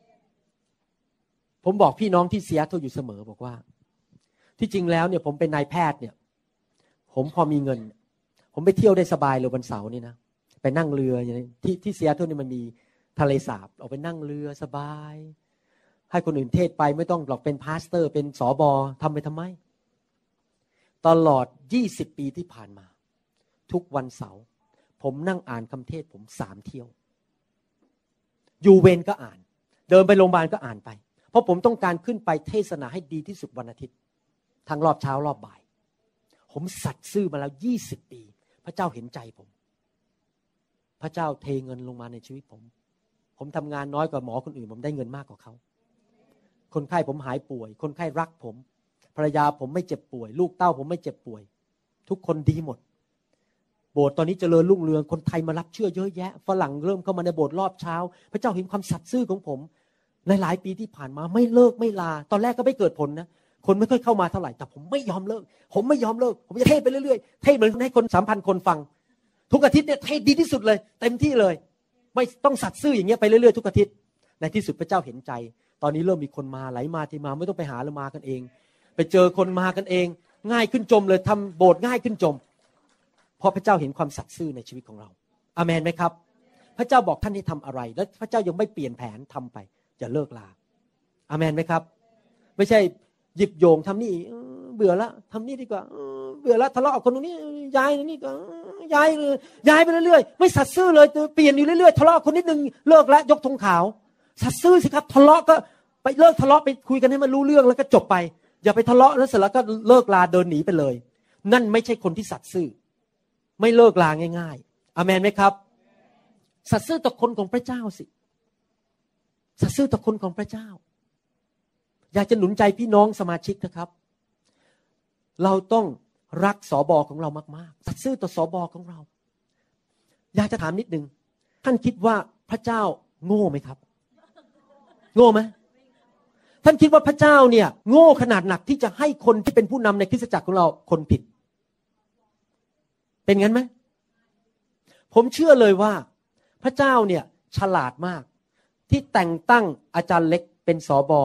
ผมบอกพี่น้องที่เซียโตรอยู่เสมอบอกว่าที่จริงแล้วเนี่ยผมเป็นนายแพทย์เนี่ยผมพอมีเงินผมไปเที่ยวได้สบายเลยวันเสาร์นี่นะไปนั่งเรืออย่างนี้ที่ที่เซียโตรนี่มันมีทะเลสาบออกไปนั่งเรือสบายให้คนอื่นเทศไปไม่ต้องหรอกเป็นพาสเตอร์เป็นสบทำไปทำไมตลอดยี่สิบปีที่ผ่านมาทุกวันเสาร์ผมนั่งอ่านคำเทศผมสามเที่ยวอยู่เวรก็อ่านเดินไปโรงพยาบาลก็อ่านไปเพราะผมต้องการขึ้นไปเทศนาให้ดีที่สุดวันอาทิตย์ทั้งรอบเช้ารอบบ่ายผมสัตย์ซื่อมาแล้วยี่สิบปีพระเจ้าเห็นใจผมพระเจ้าเทเงินลงมาในชีวิตผมผมทำงานน้อยกว่าหมอคนอื่นผมได้เงินมากกว่าเขาคนไข้ผมหายป่วยคนไข้รักผมภรรยาผมไม่เจ็บป่วยลูกเต้าผมไม่เจ็บป่วยทุกคนดีหมดโบสถ์ตอนนี้เจริญรุ่งเรืองคนไทยมารับเชื่อเยอะแยะฝรั่งเริ่มเข้ามาในโบสถ์รอบเช้าพระเจ้าเห็นความสัตย์ซื่อของผมในหลายปีที่ผ่านมาไม่เลิกไม่ลาตอนแรกก็ไม่เกิดผลนะคนไม่ค่อยเข้ามาเท่าไหร่แต่ผมไม่ยอมเลิกผมไม่ยอมเลิกผมจะเทศไปเรื่อยๆเทศเหมือนให้คน สามพัน คนฟังทุกอาทิตย์เนี่ยเทศดีที่สุดเลยเต็มที่เลยไม่ต้องสัตย์ซื่ออย่างเงี้ยไปเรื่อยๆทุกอาทิตย์ในที่สุดพระเจ้าเห็นใจตอนนี้เริ่มมีคนมาไหลมาที่มาไม่ต้องไปหาเลยมากันเองไปเจอคนมากันเองง่ายขึ้นจมเลยทำโบสถ์ง่ายขึ้นจมเพราะพระเจ้าเห็นความสัตย์ซื่อในชีวิตของเราอาเมนไหมครับพระเจ้าบอกท่านให้ทำอะไรแล้วพระเจ้ายังไม่เปลี่ยนแผนทำไปอย่าเลิกลาอาเมนไหมครับไม่ใช่หยิบโยงทำนี่เบื่อละทำนี่ดีกว่าเบื่อละทะเลาะกับคนตรงนี้ย้ายนี่ก็ย้ายย้ายไปเรื่อยๆไม่สัตย์ซื่อเลยเปลี่ยนอยู่เรื่อยๆทะเลาะคนนิดนึงเลิกละยกธงขาวสัตย์ซื่อสิครับทะเลาะก็ไปเลิกทะเลาะไปคุยกันให้มันรู้เรื่องแล้วก็จบไปอย่าไปทะเลาะแล้วเสร็จแล้วก็เลิกลาเดินหนีไปเลยนั่นไม่ใช่คนที่สัตย์ซื่อไม่เลิกลาง่ายๆอาเมนไหมครับสัตย์ซื่อต่อคนของพระเจ้าสิสัตย์ซื่อต่อคนของพระเจ้าอยากจะหนุนใจพี่น้องสมาชิกนะครับเราต้องรักสบของเรามากๆสัตย์ซื่อต่อสบของเราอยากจะถามนิดนึงท่านคิดว่าพระเจ้าโง่ไหมครับโง่ไหมท่านคิดว่าพระเจ้าเนี่ยโง่ขนาดหนักที่จะให้คนที่เป็นผู้นำในคริสตจักรของเราคนผิดเป็นงั้นไหมผมเชื่อเลยว่าพระเจ้าเนี่ยฉลาดมากที่แต่งตั้งอาจารย์เล็กเป็นสบ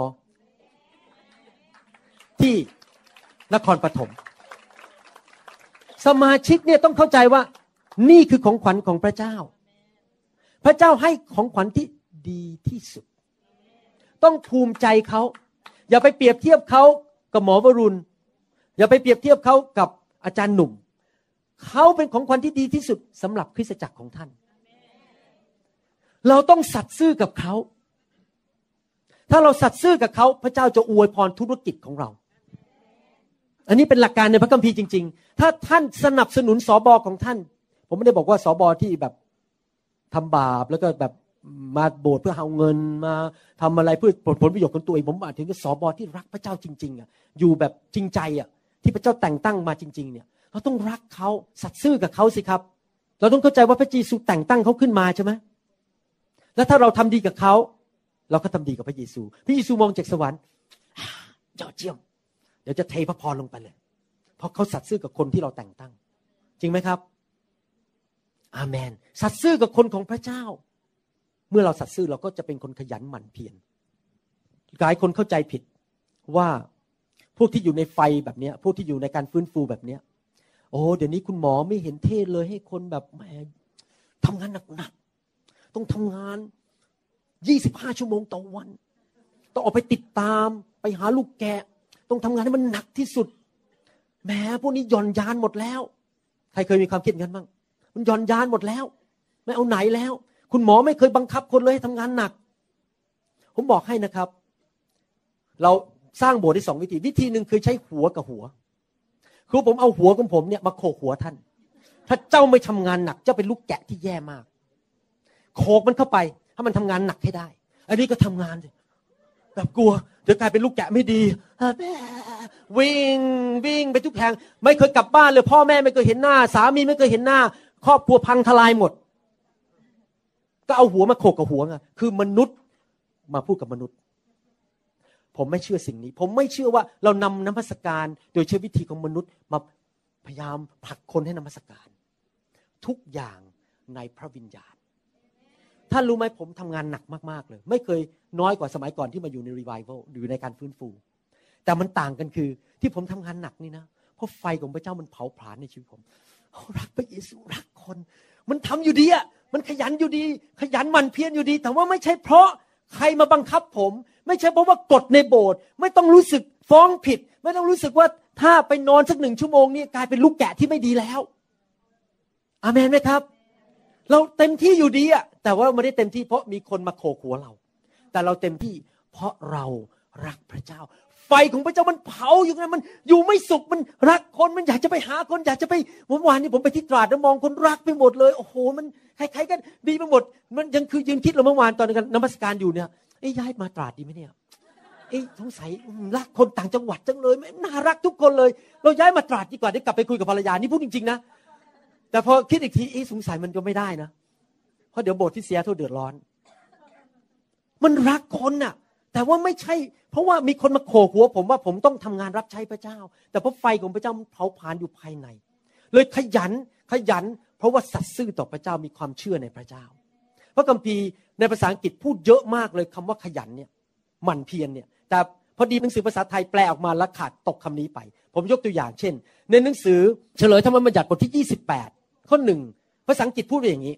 ที่นครปฐมสมาชิกเนี่ยต้องเข้าใจว่านี่คือของขวัญของพระเจ้าพระเจ้าให้ของขวัญที่ดีที่สุดต้องภูมิใจเขาอย่าไปเปรียบเทียบเขากับหมอวรุณอย่าไปเปรียบเทียบเขากับอาจารย์หนุ่มเขาเป็นของขวัญที่ดีที่สุดสำหรับคริสตจักรของท่านเราต้องสัตย์ซื่อกับเขาถ้าเราสัตย์ซื่อกับเขาพระเจ้าจะอวยพรธุรกิจของเราอันนี้เป็นหลักการในพระคัมภีร์จริงๆถ้าท่านสนับสนุนสบของท่านผมไม่ได้บอกว่าสบที่แบบทำบาปแล้วก็แบบมาโบสถ์เพื่อเอาเงินมาทำอะไรเพื่อผลประโยชน์ของตัวเองผมหมายถึงสบที่รักพระเจ้าจริงๆอ่ะอยู่แบบจริงใจอ่ะที่พระเจ้าแต่งตั้งมาจริงๆเนี่ยเราต้องรักเขาสัตย์ซื่อกับเขาสิครับเราต้องเข้าใจว่าพระเยซูแต่งตั้งเขาขึ้นมาใช่ไหมแล้วถ้าเราทำดีกับเขาเราก็ทำดีกับพระเยซูพระเยซูมองจากสวรรค์ยอดเยี่ยมเดี๋ยวจะเทพระพรลงไปเลยเพราะเขาสัตย์ซื่อกับคนที่เราแต่งตั้งจริงไหมครับอาเมนสัตย์ซื่อกับคนของพระเจ้าเมื่อเราสัตย์ซื่อเราก็จะเป็นคนขยันหมั่นเพียรหลายคนเข้าใจผิดว่าพวกที่อยู่ในไฟแบบนี้พวกที่อยู่ในการฟื้นฟูแบบนี้โอ้เดี๋ยวนี้คุณหมอไม่เห็นเทศเลยให้คนแบบแหมทำงานหนักๆต้องทำงานยี่สิบห้าชั่วโมงต่อวันต้องออกไปติดตามไปหาลูกแกะต้องทำงานให้มันหนักที่สุดแหมพวกนี้หย่อนยานหมดแล้วใครเคยมีความคิดงั้นบ้างมันหย่อนยานหมดแล้วไม่เอาไหนแล้วคุณหมอไม่เคยบังคับคนเลยให้ทำงานหนักผมบอกให้นะครับเราสร้างโบสถ์ได้สองวิธีวิธีหนึ่งคือใช้หัวกับหัวคือผมเอาหัวของผมเนี่ยมาโขกหัวท่านถ้าเจ้าไม่ทำงานหนักเจ้าเป็นลูกแกะที่แย่มากโขกมันเข้าไปให้มันทำงานหนักให้ได้อันนี้ก็ทำงานแบบกลัวเดี๋ยวกลายเป็นลูกแกะไม่ดีวิ่งวิ่งไปทุกแห่งไม่เคยกลับบ้านเลยพ่อแม่ไม่เคยเห็นหน้าสามีไม่เคยเห็นหน้าครอบครัวพังทลายหมดก็เอาหัวมาโขกกับหัวไงคือมนุษย์มาพูดกับมนุษย์ผมไม่เชื่อสิ่งนี้ผมไม่เชื่อว่าเรานำนมัสการโดยใช้วิธีของมนุษย์มาพยายามผลักคนให้นมัสการทุกอย่างในพระวิญญาณท่านรู้ไหมผมทำงานหนักมากๆเลยไม่เคยน้อยกว่าสมัยก่อนที่มาอยู่ในรีไววัลหรือในการฟื้นฟูแต่มันต่างกันคือที่ผมทำงานหนักนี่นะเพราะไฟของพระเจ้ามันเผาผลาญในชีวิตผมรักพระเยซูรักคนมันทำอยู่ดีอ่ะมันขยันอยู่ดีขยันหมั่นเพียรอยู่ดีแต่ว่าไม่ใช่เพราะใครมาบังคับผมไม่ใช่เพราะว่ากฎในโบสถ์ไม่ต้องรู้สึกฟ้องผิดไม่ต้องรู้สึกว่าถ้าไปนอนสักหนึ่งชั่วโมงนี่กลายเป็นลูกแกะที่ไม่ดีแล้วอาเมนไหมครับเราเต็มที่อยู่ดีอ่ะแต่ว่าไม่ได้เต็มที่เพราะมีคนมาโขกหัวเราแต่เราเต็มที่เพราะเรารักพระเจ้าไฟของพระเจ้ามันเผาอยู่ไงมันอยู่ไม่สุขมันรักคนมันอยากจะไปหาคนอยากจะไปเมื่อวานนี้ผมไปที่ตราดแล้วมองคนรักไปหมดเลยโอ้โหมันใครๆกันดีไปหมดมันยังคือยืนคิดเราเมื่อวานตอนนั้นนมัสการอยู่เนี่ยเอ้ยย้ายมาตราดดีไหมเนี่ยเอ้ยสงสัยรักคนต่างจังหวัดจังเลยไม่น่ารักทุกคนเลยเราย้ายมาตราดดีกว่าได้กลับไปคุยกับภรรยานี่พูดจริงๆนะแต่พอคิดอีกทีเอ้ยสงสัยมันก็ไม่ได้นะเพราะเดี๋ยวโบสถ์ที่เสียเท่าเดือดร้อนมันรักคนน่ะแต่ว่าไม่ใช่เพราะว่ามีคนมาโขกหัวผมว่าผมต้องทำงานรับใช้พระเจ้าแต่เพราะไฟของพระเจ้ามันเผาผลาญอยู่ภายในเลยขยันขยันเพราะว่าสัตย์ซื่อต่อพระเจ้ามีความเชื่อในพระเจ้าพระคัมภีร์ในภาษาอังกฤษพูดเยอะมากเลยคำว่าขยันเนี่ยหมั่นเพียรเนี่ยแต่พอดีหนังสือภาษาไทยแปลออกมาแล้วขาดตกคำนี้ไปผมยกตัวอย่างเช่นในหนังสือเฉลยธรรมบัญญัติบทที่ยี่สิบแปดข้อหนึ่งภาษาอังกฤษพูดอย่างนี้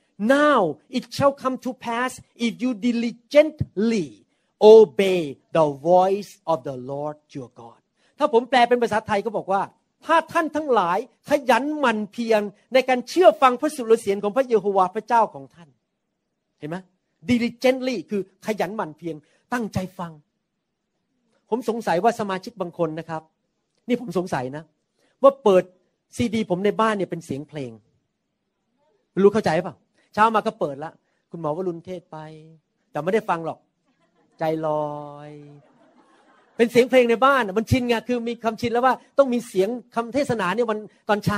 Now it shall come to pass if you diligently obey the voice of the Lord your God ถ้าผมแปลเป็นภาษาไทยก็บอกว่าถ้าท่านทั้งหลายขยันหมั่นเพียรในการเชื่อฟังพระสุรเสียงของพระเยโฮวาห์พระเจ้าของท่านเห็นไหม diligently คือขยันหมั่นเพียรตั้งใจฟังผมสงสัยว่าสมาชิกบางคนนะครับนี่ผมสงสัยนะว่าเปิดซีดีผมในบ้านเนี่ยเป็นเสียงเพลงไม่รู้เข้าใจป่ะเช้ามาก็เปิดละคุณหมอวรุณเทศไปแต่ไม่ได้ฟังหรอกใจลอยเป็นเสียงเพลงในบ้านมันชินไงคือมีคำชินแล้วว่าต้องมีเสียงคำเทศนาเนี่ยวันตอนเช้า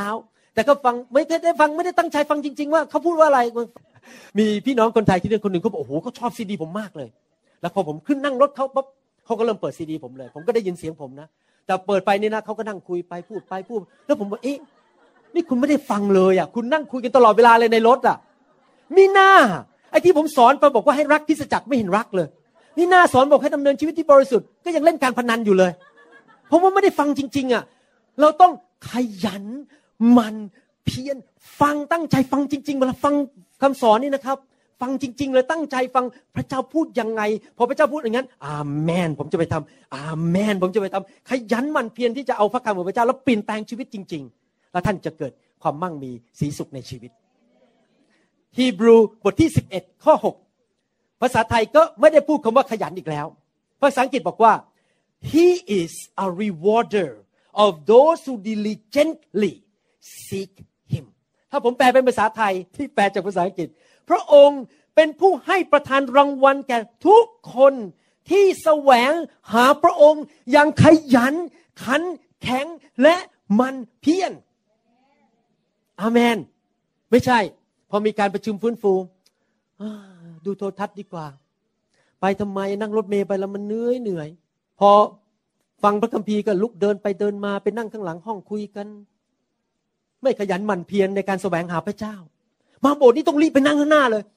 แต่ก็ฟังไม่ได้ฟังไม่ได้ตั้งใจฟังจริงๆว่าเขาพูดว่าอะไรมีพี่น้องคนไทยที่เรื่องคนหนึ่งเขาบอกโอ้โหเขาชอบซีดีผมมากเลยแล้วพอผมขึ้นนั่งรถเขาปั๊บเขาก็เริ่มเปิดซีดีผมเลยผมก็ได้ยินเสียงผมนะแต่เปิดไปนี่นะเขาก็นั่งคุยไปพูดไปพูดแล้วผมบอกเอ๊ะนี่คุณไม่ได้ฟังเลยอ่ะคุณนั่งคุยกันตลอดเวลาเลยในรถอ่ะมีหน้าไอ้ที่ผมสอนไปบอกว่าให้รักคริสตจักรไม่เห็นรักเลยนี่หน้าสอนบอกให้ดำเนินชีวิตที่บริสุทธิ์ก็ยังเล่นการพนันอยู่เลยเพราะว่าไม่ได้ฟังจริงๆอ่ะเราต้องขยันมันเพียรฟังตั้งใจฟังจริงๆเวลาฟังคำสอนนี่นะครับฟังจริงๆเลยตั้งใจฟังพระเจ้าพูดยังไงพอพระเจ้าพูดอย่างนั้นอาเมนผมจะไปทำอาเมนผมจะไปทำขยันมันเพียรที่จะเอาพระคำของพระเจ้าแล้วเปลี่ยนแปลงชีวิตจริงๆแล้วท่านจะเกิดความมั่งมีสีสุขในชีวิตฮีบรูบทที่สิบเอ็ดข้อหกภาษาไทยก็ไม่ได้พูดคำว่าขยันอีกแล้วภาษาอังกฤษบอกว่า He is a rewarder of those who diligently seek him ถ้าผมแปลเป็นภาษาไทยที่แปลจากภาษาอังกฤษพระองค์เป็นผู้ให้ประทานรางวัลแก่ทุกคนที่แสวงหาพระองค์อย่างขยันขันแข็งและมันเพียรอาเมนไม่ใช่พอมีการประชุมฟื้นฟูดูโทรทัศน์ดีกว่าไปทำไมนั่งรถเมล์ไปแล้วมันเหนื่อยเหนื่อยพอฟังพระคัมภีร์ก็ลุกเดินไปเดินมาไปนั่งข้างหลังห้องคุยกันไม่ขยันหมั่นเพียรในการแสวงหาพระเจ้ามาโบสถ์นี่ต้องรีบไปนั่งข้างหน้าเลย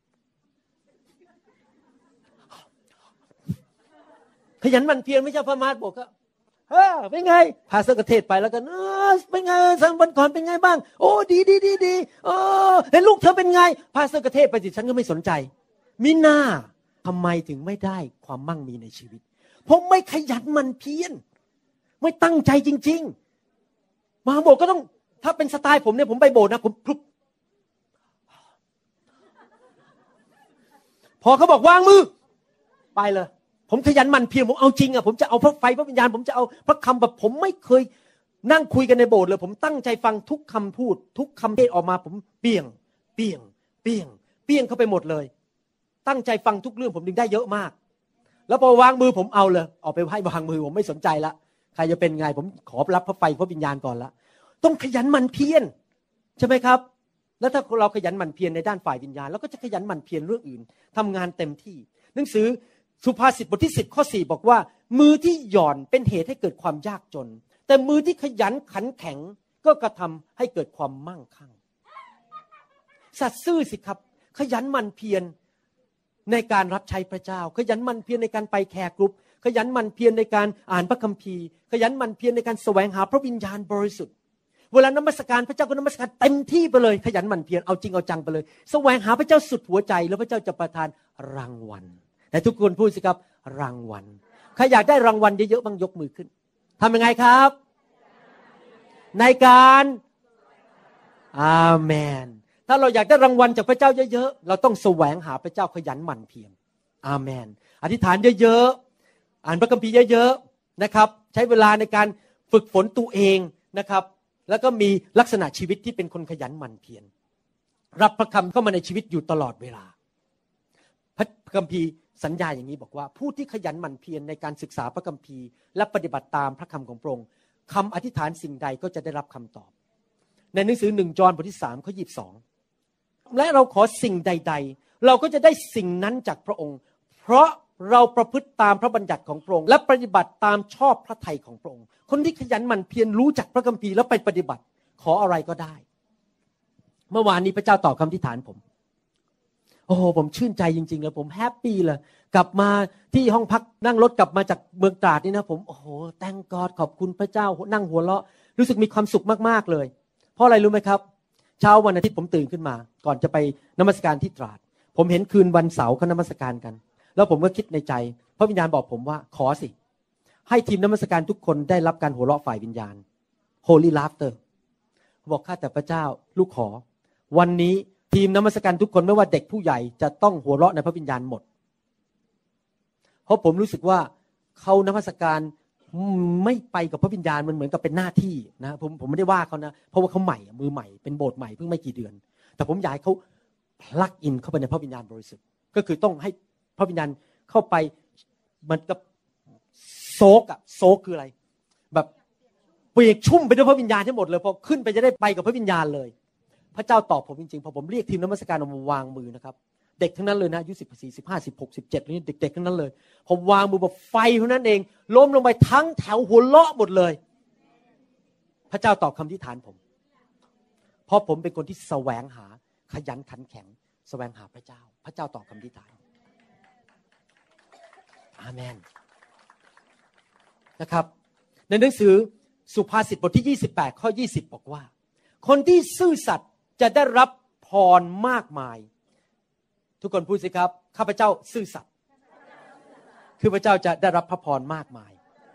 ขยันหมั่นเพียรไม่ใช่พระมาสบอกก็เฮ้อเป็นไงพาเสกเทศไปแล้วกันเออเป็นไงสังวันก่อนเป็นไงบ้างโอ้ดีดีดีดีเออเห็นลูกเธอเป็นไงพาเสกเทศไปสิฉันก็ไม่สนใจมิน่าทำไมถึงไม่ได้ความมั่งมีในชีวิตเพราะไม่ขยันหมั่นเพียรไม่ตั้งใจจริงๆมาโบสถ์ก็ต้องถ้าเป็นสไตล์ผมเนี่ยผมไปโบสถ์นะผมพลุบพอเขาบอกวางมือไปเลยผมขยันหมั่นเพียรผมเอาจริงอ่ะผมจะเอาพระไฟพระวิญญาณผมจะเอาพระคำแบบผมไม่เคยนั่งคุยกันในโบสถ์เลยผมตั้งใจฟังทุกคำพูดทุกคำเทศออกมาผมเปี่ยงเปี่ยงเปี่ยงเปี่ยงเข้าไปหมดเลยตั้งใจฟังทุกเรื่องผมดึงได้เยอะมากแล้วพอวางมือผมเอาเลยออกไปให้วางมือผมไม่สนใจละใครจะเป็นไงผมขอรับพระไฟพระวิญญาณก่อนละต้องขยันหมั่นเพียรใช่ไหมครับแล้วถ้าเราขยันหมั่นเพียรในด้านฝ่ายวิญญาณเราก็จะขยันหมั่นเพียรเรื่องอื่นทำงานเต็มที่หนังสือสุภาษิตบทที่สิบข้อสี่บอกว่ามือที่หย่อนเป็นเหตุให้เกิดความยากจนแต่มือที่ขยันขันแข็งก็กระทำให้เกิดความมั่งคั่งสัตย์ซื่อสิครับขยันหมั่นเพียรในการรับใช้พระเจ้าขยันหมั่นเพียรในการไปแคร์กรุ๊ปขยันหมั่นเพียรในการอ่านพระคัมภีร์ขยันหมั่นเพียรในการแสวงหาพระวิญญาณบริสุทธิ์เวลานมัสการพระเจ้าก็นมัสการเต็มที่ไปเลยขยันหมั่นเพียรเอาจริงเอาจังไปเลยแสวงหาพระเจ้าสุดหัวใจแล้วพระเจ้าจะประทานรางวัลแต่ทุกคนพูดสิครับรางวัลใครอยากได้รางวัลเยอะๆบ้างยกมือขึ้นทำยังไงครับในการอาเมนถ้าเราอยากได้รางวัลจากพระเจ้าเยอะๆเราต้องแสวงหาพระเจ้าขยันหมั่นเพียรอาเมนอธิษฐานเยอะๆอ่านพระคัมภีร์เยอะๆนะครับใช้เวลาในการฝึกฝนตัวเองนะครับแล้วก็มีลักษณะชีวิตที่เป็นคนขยันหมั่นเพียรรับพระคำเข้ามาในชีวิตอยู่ตลอดเวลาพระคัมภีร์สัญญาอย่างนี้บอกว่าผู้ที่ขยันหมั่นเพียรในการศึกษาพระคัมภีร์และปฏิบัติตามพระคำของพระองค์คำอธิษฐานสิ่งใดก็จะได้รับคำตอบในหนังสือหนึ่งจอห์นบทที่สามข้อยี่สิบสองและเราขอสิ่งใดๆเราก็จะได้สิ่งนั้นจากพระองค์เพราะเราประพฤติตามพระบัญญัติของพระองค์และปฏิบัติตามชอบพระทัยของพระองค์คนที่ขยันหมั่นเพียรรู้จักพระคัมภีร์แล้วไปปฏิบัติขออะไรก็ได้เมื่อวานนี้พระเจ้าตอบคำอธิษฐานผมโอ้โหผมชื่นใจจริงๆเลยผมแฮปปี้เลยกลับมาที่ห้องพักนั่งรถกลับมาจากเมืองตราดนี่นะผมโอ้โหแตงกอดขอบคุณพระเจ้านั่งหัวเราะรู้สึกมีความสุขมากๆเลยเพราะอะไรรู้ไหมครับเช้าวันอาทิตย์ผมตื่นขึ้นมาก่อนจะไปนมัสการที่ตราดผมเห็นคืนวันเสาร์เขานมัสการกันแล้วผมก็คิดในใจพระวิญญาณบอกผมว่าขอสิให้ทีมนมัสการทุกคนได้รับการหัวเราะฝ่ายวิญญาณ Holy Laughter บอกข้าแต่พระเจ้าลูกขอวันนี้ทีมนมัสการทุกคนไม่ว่าเด็กผู้ใหญ่จะต้องหัวเราะในพระวิญญาณหมดเพราะผมรู้สึกว่าเขานมัสการไม่ไปกับพระวิญญาณมันเหมือนกับเป็นหน้าที่นะผมผมไม่ได้ว่าเขานะเพราะว่าเขาใหม่มือใหม่เป็นโบสถ์ใหม่เพิ่งไม่กี่เดือนแต่ผมอยากให้เขาพลักอินเข้าไปในพระวิญญาณบริสุทธิ์ก็คือต้องให้พระวิญญาณเข้าไปมันกับโซกอะโซกคืออะไรแบบเปียกชุ่มไปด้วยพระวิญญาณทั้งหมดเลยพอขึ้นไปจะได้ไปกับพระวิญญาณเลยพระเจ้าตอบผมจริงๆพอผมเรียกทีมนมัสการออกมาวางมือนะครับเด็กทั้งนั้นเลยนะอายุสิบสี่สิบห้าสิบหกสิบเจ็ดนี่เด็กๆทั้งนั้นเลยผมวางมือแบบไฟเท่านั้นเองล้มลงไปทั้งแถวหัวเราะหมดเลยพระเจ้าตอบคำอธิษฐานผมเพราะผมเป็นคนที่แสวงหาขยันขันแข็งแสวงหาพระเจ้าพระเจ้าตอบคำอธิษฐานอาเมนนะครับในหนังสือสุภาษิตบทที่ยี่สิบแปดข้อยี่สิบบอกว่าคนที่ซื่อสัตย์จะได้รับพรมากมายทุกคนพูดสิครับข้าพเจ้าซื่อสัตย์คือพระเจ้าจะได้รับพระพรมากมาย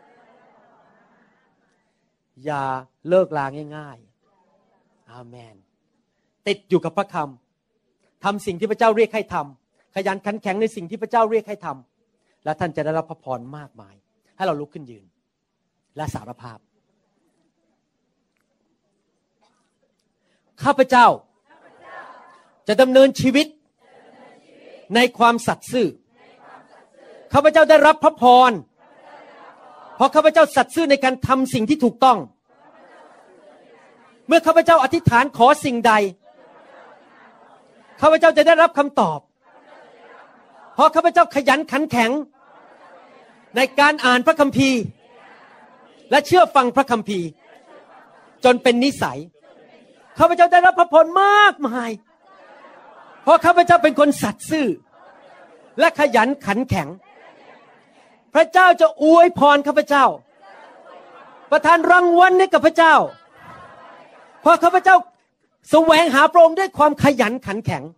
อย่าเลิกลาง่ายๆอาเมนติดอยู่กับพระคำทำสิ่งที่พระเจ้าเรียกให้ทำขยันขันแข็งในสิ่งที่พระเจ้าเรียกให้ทำและท่านจะได้รับพระพรมากมายให้เราลุกขึ้นยืนและสารภาพข้าพเจ้าจะดำเนินชีวิตในความสัตย์ซื่อข้าพเจ้าได้รับพระพรเพราะข้าพเจ้าสัตย์ซื่อในการทำสิ่งที่ถูกต้องเมื่อข้าพเจ้าอธิษฐานขอสิ่งใดข้าพเจ้าจะได้รับคำตอบเพราะข้าพเจ้าขยันขันแข็งในการอ่านพระคัมภีร์และเชื่อฟังพระคัมภีร์จนเป็นนิสัยข้าพเจ้าได้รับพระพรมากมายเพราะข้าพเจ้าเป็นคนสัตย์ซื่อและขยันขันแข็งพระเจ้าจะอวยพรข้าพเจ้าประทานรางวัลให้กับพระเจ้าเพราะข้าพเจ้าแสวงหาพระองค์ด้วยความขยันขันแข็ง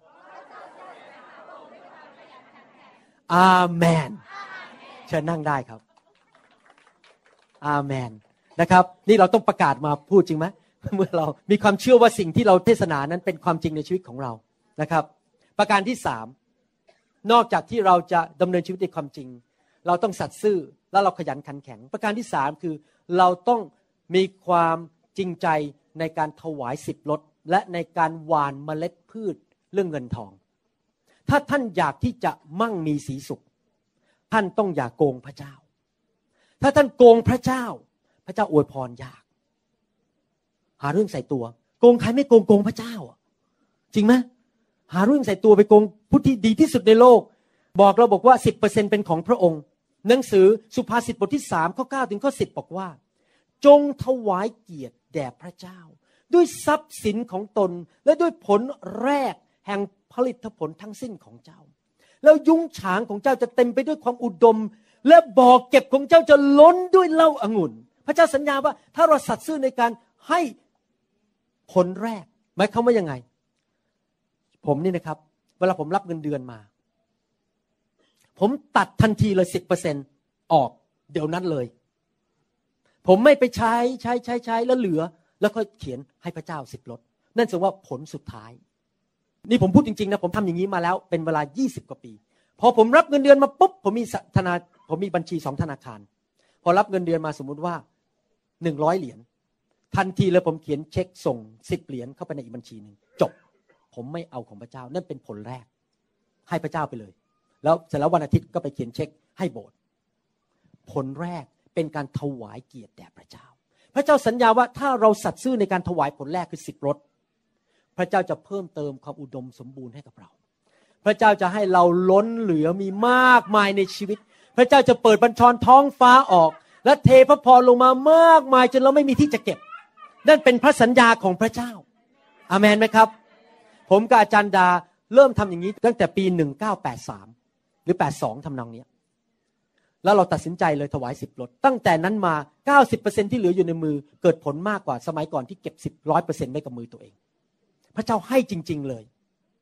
อาเมนเชิญนั่งได้ครับอาเมนนะครับนี่เราต้องประกาศมาพูดจริงไหมเมื่อเรามีความเชื่อว่าสิ่งที่เราเทศนานั้นเป็นความจริงในชีวิตของเรานะครับประการที่สามนอกจากที่เราจะดำเนินชีวิตในความจริงเราต้องสัตย์ซื่อและเราขยันขันแข็งประการที่สามคือเราต้องมีความจริงใจในการถวายสิบลดและในการหว่านเมล็ดพืชเรื่องเงินทองถ้าท่านอยากที่จะมั่งมีสีสุขท่านต้องอย่าโกงพระเจ้าถ้าท่านโกงพระเจ้าพระเจ้าอวยพรยากหาเรื่องใส่ตัวโกงใครไม่โกงโกงพระเจ้าจริงไหมหาเรื่องใส่ตัวไปโกงผู้ที่ดีที่สุดในโลกบอกเราบอกว่า สิบเปอร์เซ็นต์ เป็นของพระองค์หนังสือสุภาษิตบทที่สามข้อเก้าถึงข้อสิบบอกว่าจงถวายเกียรติแด่พระเจ้าด้วยทรัพย์สินของตนและด้วยผลแรกแห่งผลิตผลทั้งสิ้นของเจ้าแล้วยุ้งฉางของเจ้าจะเต็มไปด้วยความอุดมและบ่อเก็บของเจ้าจะล้นด้วยเหล้าองุ่นพระเจ้าสัญญาว่าถ้าเราสัตย์ซื่อในการให้ผลแรกหมายความว่ายังไงผมนี่นะครับเวลาผมรับเงินเดือนมาผมตัดทันทีเลย สิบเปอร์เซ็นต์ ออกเดี๋ยวนั้นเลยผมไม่ไปใช้ใช้ใช้ใช้แล้วเหลือแล้วค่อยเขียนให้พระเจ้าสิบลดนั่นแสดงว่าผลสุดท้ายนี่ผมพูดจริงๆนะผมทำอย่างนี้มาแล้วเป็นเวลายี่สิบกว่าปีพอผมรับเงินเดือนมาปุ๊บผมมีธนาผมมีบัญชีสองธนาคารพอรับเงินเดือนมาสมมุติว่าหนึ่งร้อยเหรียญทันทีเลยผมเขียนเช็คส่งสิบเหรียญเข้าไปในอีกบัญชีนึงจบผมไม่เอาของพระเจ้านั่นเป็นผลแรกให้พระเจ้าไปเลยแล้วเสร็จแล้ววันอาทิตย์ก็ไปเขียนเช็คให้โบสถ์ผลแรกเป็นการถวายเกียรติแด่พระเจ้าพระเจ้าสัญญาว่าถ้าเราสัตย์ซื่อในการถวายผลแรกคือสิบลดพระเจ้าจะเพิ่มเติมความอุดมสมบูรณ์ให้กับเราพระเจ้าจะให้เราล้นเหลือมีมากมายในชีวิตพระเจ้าจะเปิดบัญชรท้องฟ้าออกและเทพระพรลงมามากมายจนเราไม่มีที่จะเก็บนั่นเป็นพระสัญญาของพระเจ้าอาเมนไหมครับผมกับอาจารย์ดาเริ่มทำอย่างนี้ตั้งแต่ปีหนึ่งเก้าแปดสามหรือแปดสองทำนองนี้แล้วเราตัดสินใจเลยถวายสิบลดตั้งแต่นั้นมา เก้าสิบเปอร์เซ็นต์ ที่เหลืออยู่ในมือเกิดผลมากกว่าสมัยก่อนที่เก็บ สิบ ร้อยเปอร์เซ็นต์ ไว้กับมือตัวเองพระเจ้าให้จริงๆเลย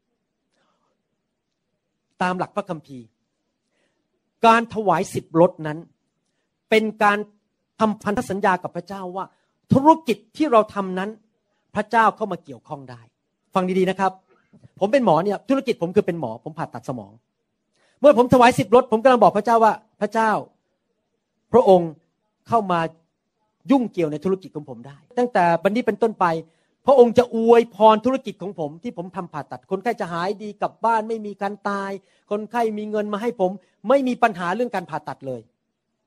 ตามหลักพระคัมภีร์การถวายสิบลดนั้นเป็นการทำพันธสัญญากับพระเจ้าว่าธุรกิจที่เราทำนั้นพระเจ้าเข้ามาเกี่ยวข้องได้ฟังดีๆนะครับผมเป็นหมอเนี่ยธุรกิจผมคือเป็นหมอผมผ่าตัดสมองเมื่อผมถวายสิบลดผมกำลังบอกพระเจ้าว่าพระเจ้าพระองค์เข้ามายุ่งเกี่ยวในธุรกิจของผมได้ตั้งแต่บัดนี้เป็นต้นไปพระองค์จะอวยพรธุรกิจของผมที่ผมทำผ่าตัดคนไข้จะหายดีกลับบ้านไม่มีการตายคนไข้มีเงินมาให้ผมไม่มีปัญหาเรื่องการผ่าตัดเลย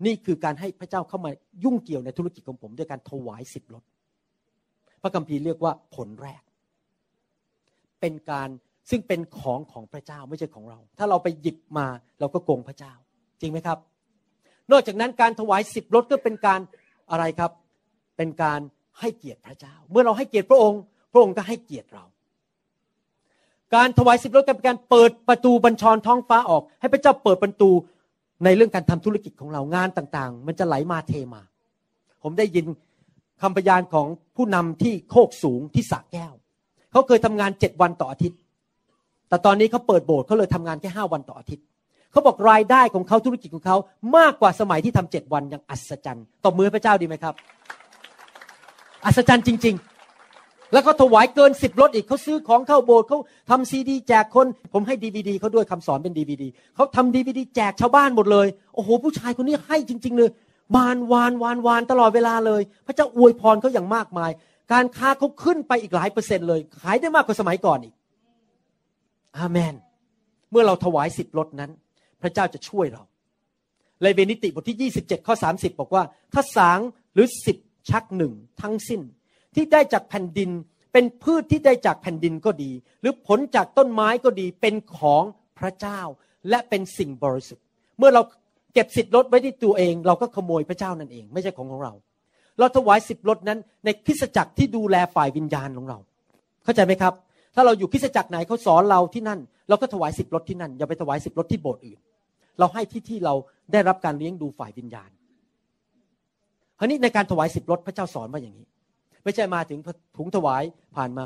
นี่คือการให้พระเจ้าเข้ามายุ่งเกี่ยวในธุรกิจของผมด้วยการถวายสิบรถพระคัมภีร์เรียกว่าผลแรกเป็นการซึ่งเป็นของของพระเจ้าไม่ใช่ของเราถ้าเราไปหยิบมาเราก็โกงพระเจ้าจริงไหมครับนอกจากนั้นการถวายสิบรถก็เป็นการอะไรครับเป็นการให้เกียรติพระเจ้าเมื่อเราให้เกียรติพระองค์พระองค์ก็ให้เกียรติเราการถวายสิบรถเป็นการเปิดประตูบัญชรท้องฟ้าออกให้พระเจ้าเปิดประตูในเรื่องการทำธุรกิจของเรางานต่างๆมันจะไหลมาเทมาผมได้ยินคำพยานของผู้นำที่โคกสูงที่สระแก้วเขาเคยทำงานเจ็ดวันต่ออาทิตย์แต่ตอนนี้เขาเปิดโบสถ์เขาเลยทำงานแค่ห้าวันต่ออาทิตย์เขาบอกรายได้ของเขาธุรกิจของเขามากกว่าสมัยที่ทำเจ็ดวันอย่างอัศจรรย์ตบมือพระเจ้าดีไหมครับอัศจรรย์จริงๆแล้วเขาถวายเกินสิบรถอีกเขาซื้อของเข้าโบสถ์เขาทำซีดีแจกคนผมให้ดีวีดีเขาด้วยคำสอนเป็นดีวีดีเขาทำดีวีดีแจกชาวบ้านหมดเลยโอ้โหผู้ชายคนนี้ให้จริงๆเลยวานวานวานวานตลอดเวลาเลยพระเจ้าอวยพรเขาอย่างมากมายการค้าเขาขึ้นไปอีกหลายเปอร์เซ็นต์เลยขายได้มากกว่าสมัยก่อนอีกอาเมนเมื่อเราถวายสิบรถนั้นพระเจ้าจะช่วยเราเลวีนิติบทที่ยี่สิบเจ็ดข้อสามสิบบอกว่าถ้าสางหรือสิบชักหนึ่งทั้งสิ้นที่ได้จากแผ่นดินเป็นพืชที่ได้จากแผ่นดินก็ดีหรือผลจากต้นไม้ก็ดีเป็นของพระเจ้าและเป็นสิ่งบริสุทธิ์เมื่อเราเก็บสิบรถไว้ที่ตัวเองเราก็ขโมยพระเจ้านั่นเองไม่ใช่ของของเราเราถวายสิบรถนั้นในคริสตจักรที่ดูแลฝ่ายวิญญาณของเราเข้าใจไหมครับถ้าเราอยู่คริสตจักรไหนเขาสอนเราที่นั่นเราก็ถวายสิบรถที่นั่นอย่าไปถวายสิบรถที่โบสถ์อื่นเราให้ที่ที่เราได้รับการเลี้ยงดูฝ่ายวิญญาณคราวนี้ในการถวายสิบรถพระเจ้าสอนว่าอย่างนี้ไม่ใช่มาถึงถุงถวายผ่านมา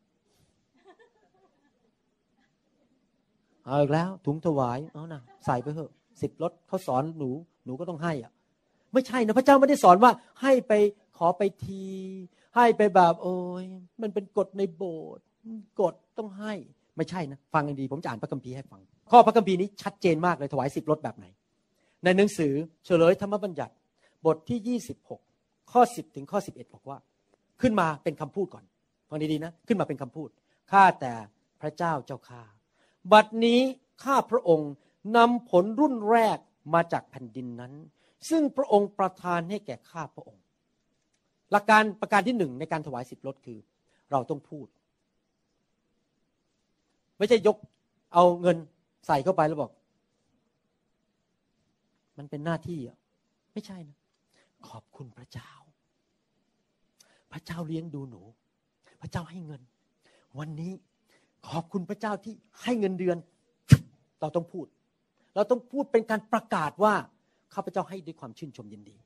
เอาอีกแล้วถุงถวายเอานะใส่ไปเถอะสิบรถเขาสอนหนูหนูก็ต้องให้อ่ะไม่ใช่นะพระเจ้าไม่ได้สอนว่าให้ไปขอไปทีให้ไปแบบโอ้ยมันเป็นกฎในโบสถ์กฎต้องให้ไม่ใช่นะฟังกันดีผมจะอ่านพระคัมภีร์ให้ฟังข้อพระคัมภีร์นี้ชัดเจนมากเลยถวายสิบรถแบบไหนในหนังสือเฉลยธรรมบัญญัติบทที่ยี่สิบหกข้อสิบถึงข้อสิบเอ็ดบอกว่าขึ้นมาเป็นคำพูดก่อนฟังดีๆนะขึ้นมาเป็นคำพูดข้าแต่พระเจ้าเจ้าข้าบัดนี้ข้าพระองค์นำผลรุ่นแรกมาจากแผ่นดินนั้นซึ่งพระองค์ประทานให้แก่ข้าพระองค์หลักการประการที่หนึ่งในการถวายสิบรถคือเราต้องพูดไม่ใช่ยกเอาเงินใส่เข้าไปแล้วบอกมันเป็นหน้าที่อ่ะไม่ใช่นะขอบคุณพระเจ้าพระเจ้าเลี้ยงดูหนูพระเจ้าให้เงินวันนี้ขอบคุณพระเจ้าที่ให้เงินเดือนเราต้องพูดเราต้องพูดเป็นการประกาศว่าข้าพเจ้าให้ด้วยความชื่นชมยินดี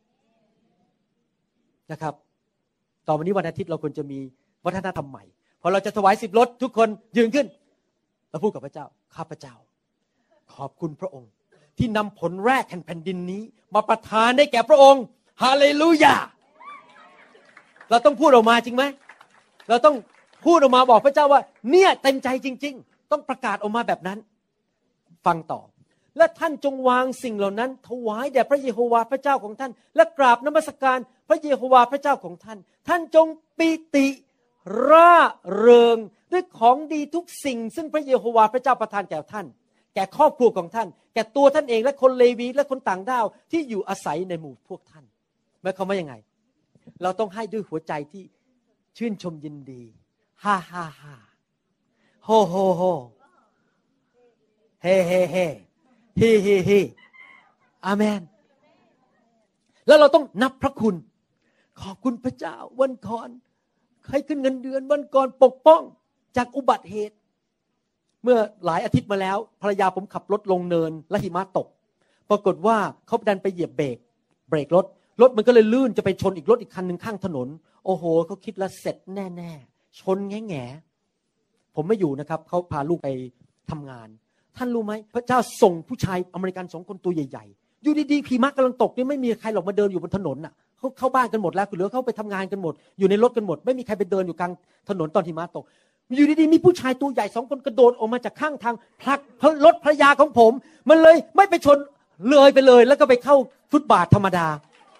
นะครับต่อวันนี้วันอาทิตย์เราควรจะมีวัฒนธรรมใหม่พอเราจะถวายสิบรถทุกคนยืนขึ้นแล้วพูดกับพระเจ้าข้าพเจ้าขอบคุณพระองค์ที่นำผลแรกแห่งแผ่นดินนี้มาประทานให้แก่พระองค์ฮาเลลูยาเราต้องพูดออกมาจริงไหมเราต้องพูดออกมาบอกพระเจ้าว่าเนี่ยเต็มใจจริงๆต้องประกาศออกมาแบบนั้นฟังต่อและท่านจงวางสิ่งเหล่านั้นถวายแด่พระเยโฮวาห์พระเจ้าของท่านและกราบนมัสการพระเยโฮวาห์พระเจ้าของท่านท่านจงปิติร่าเริงด้วยของดีทุกสิ่งซึ่งพระเยโฮวาห์พระเจ้าประทานแก่ท่านแก่ครอบครัวของท่านแก่ตัวท่านเองและคนเลวีและคนต่างด้าวที่อยู่อาศัยในหมู่พวกท่านหมายความว่ายังไงเราต้องให้ด้วยหัวใจที่ชื่นชมยินดีฮ่าฮ่าฮ่าโฮโฮโฮเฮ่เฮ่เฮ่ฮิฮิฮิอาเมนแล้วเราต้องนับพระคุณขอบคุณพระเจ้าวันก่อนให้ขึ้นเงินเดือนวันก่อนปกป้องจากอุบัติเหตุเมื่อหลายอาทิตย์มาแล้วภรรยาผมขับรถลงเนินและหิมะตกปรากฏว่าเขาดันไปเหยียบเบรกเบรกรถรถมันก็เลยลื่นจะไปชนอีกรถอีกคันนึงข้างถนนโอ้โหเขาคิดแล้วเสร็จแน่ๆชนแง่ๆผมไม่อยู่นะครับเขาพาลูกไปทำงานท่านรู้ไหมพระเจ้าส่งผู้ชายอเมริกันสองคนตัวใหญ่ๆอยู่ดีๆหิมะกำลังตกนี่ไม่มีใครหรอกมาเดินอยู่บนถนนน่ะเขาเข้าบ้านกันหมดแล้วเหลือเขาไปทำงานกันหมดอยู่ในรถกันหมดไม่มีใครไปเดินอยู่กลางถนนตอนหิมะตกอยู่ดีๆมีผู้ชายตัวใหญ่สองคนกระโดดออกมาจากข้างทางผลักรถภรรยาของผมมันเลยไม่ไปชนเลยไปเลยแล้วก็ไปเข้าฟุตบาทธรรมดา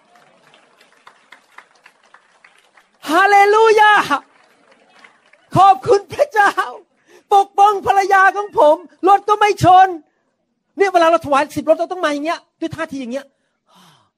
ฮาเลลูยาขอบคุณพระเจ้าปกป้องภรรยาของผมรถก็ไม่ชนเนี่ยเวลาเราถวายสิบรถเราต้องมาอย่างเงี้ยด้วยท่าทีอย่างเงี้ย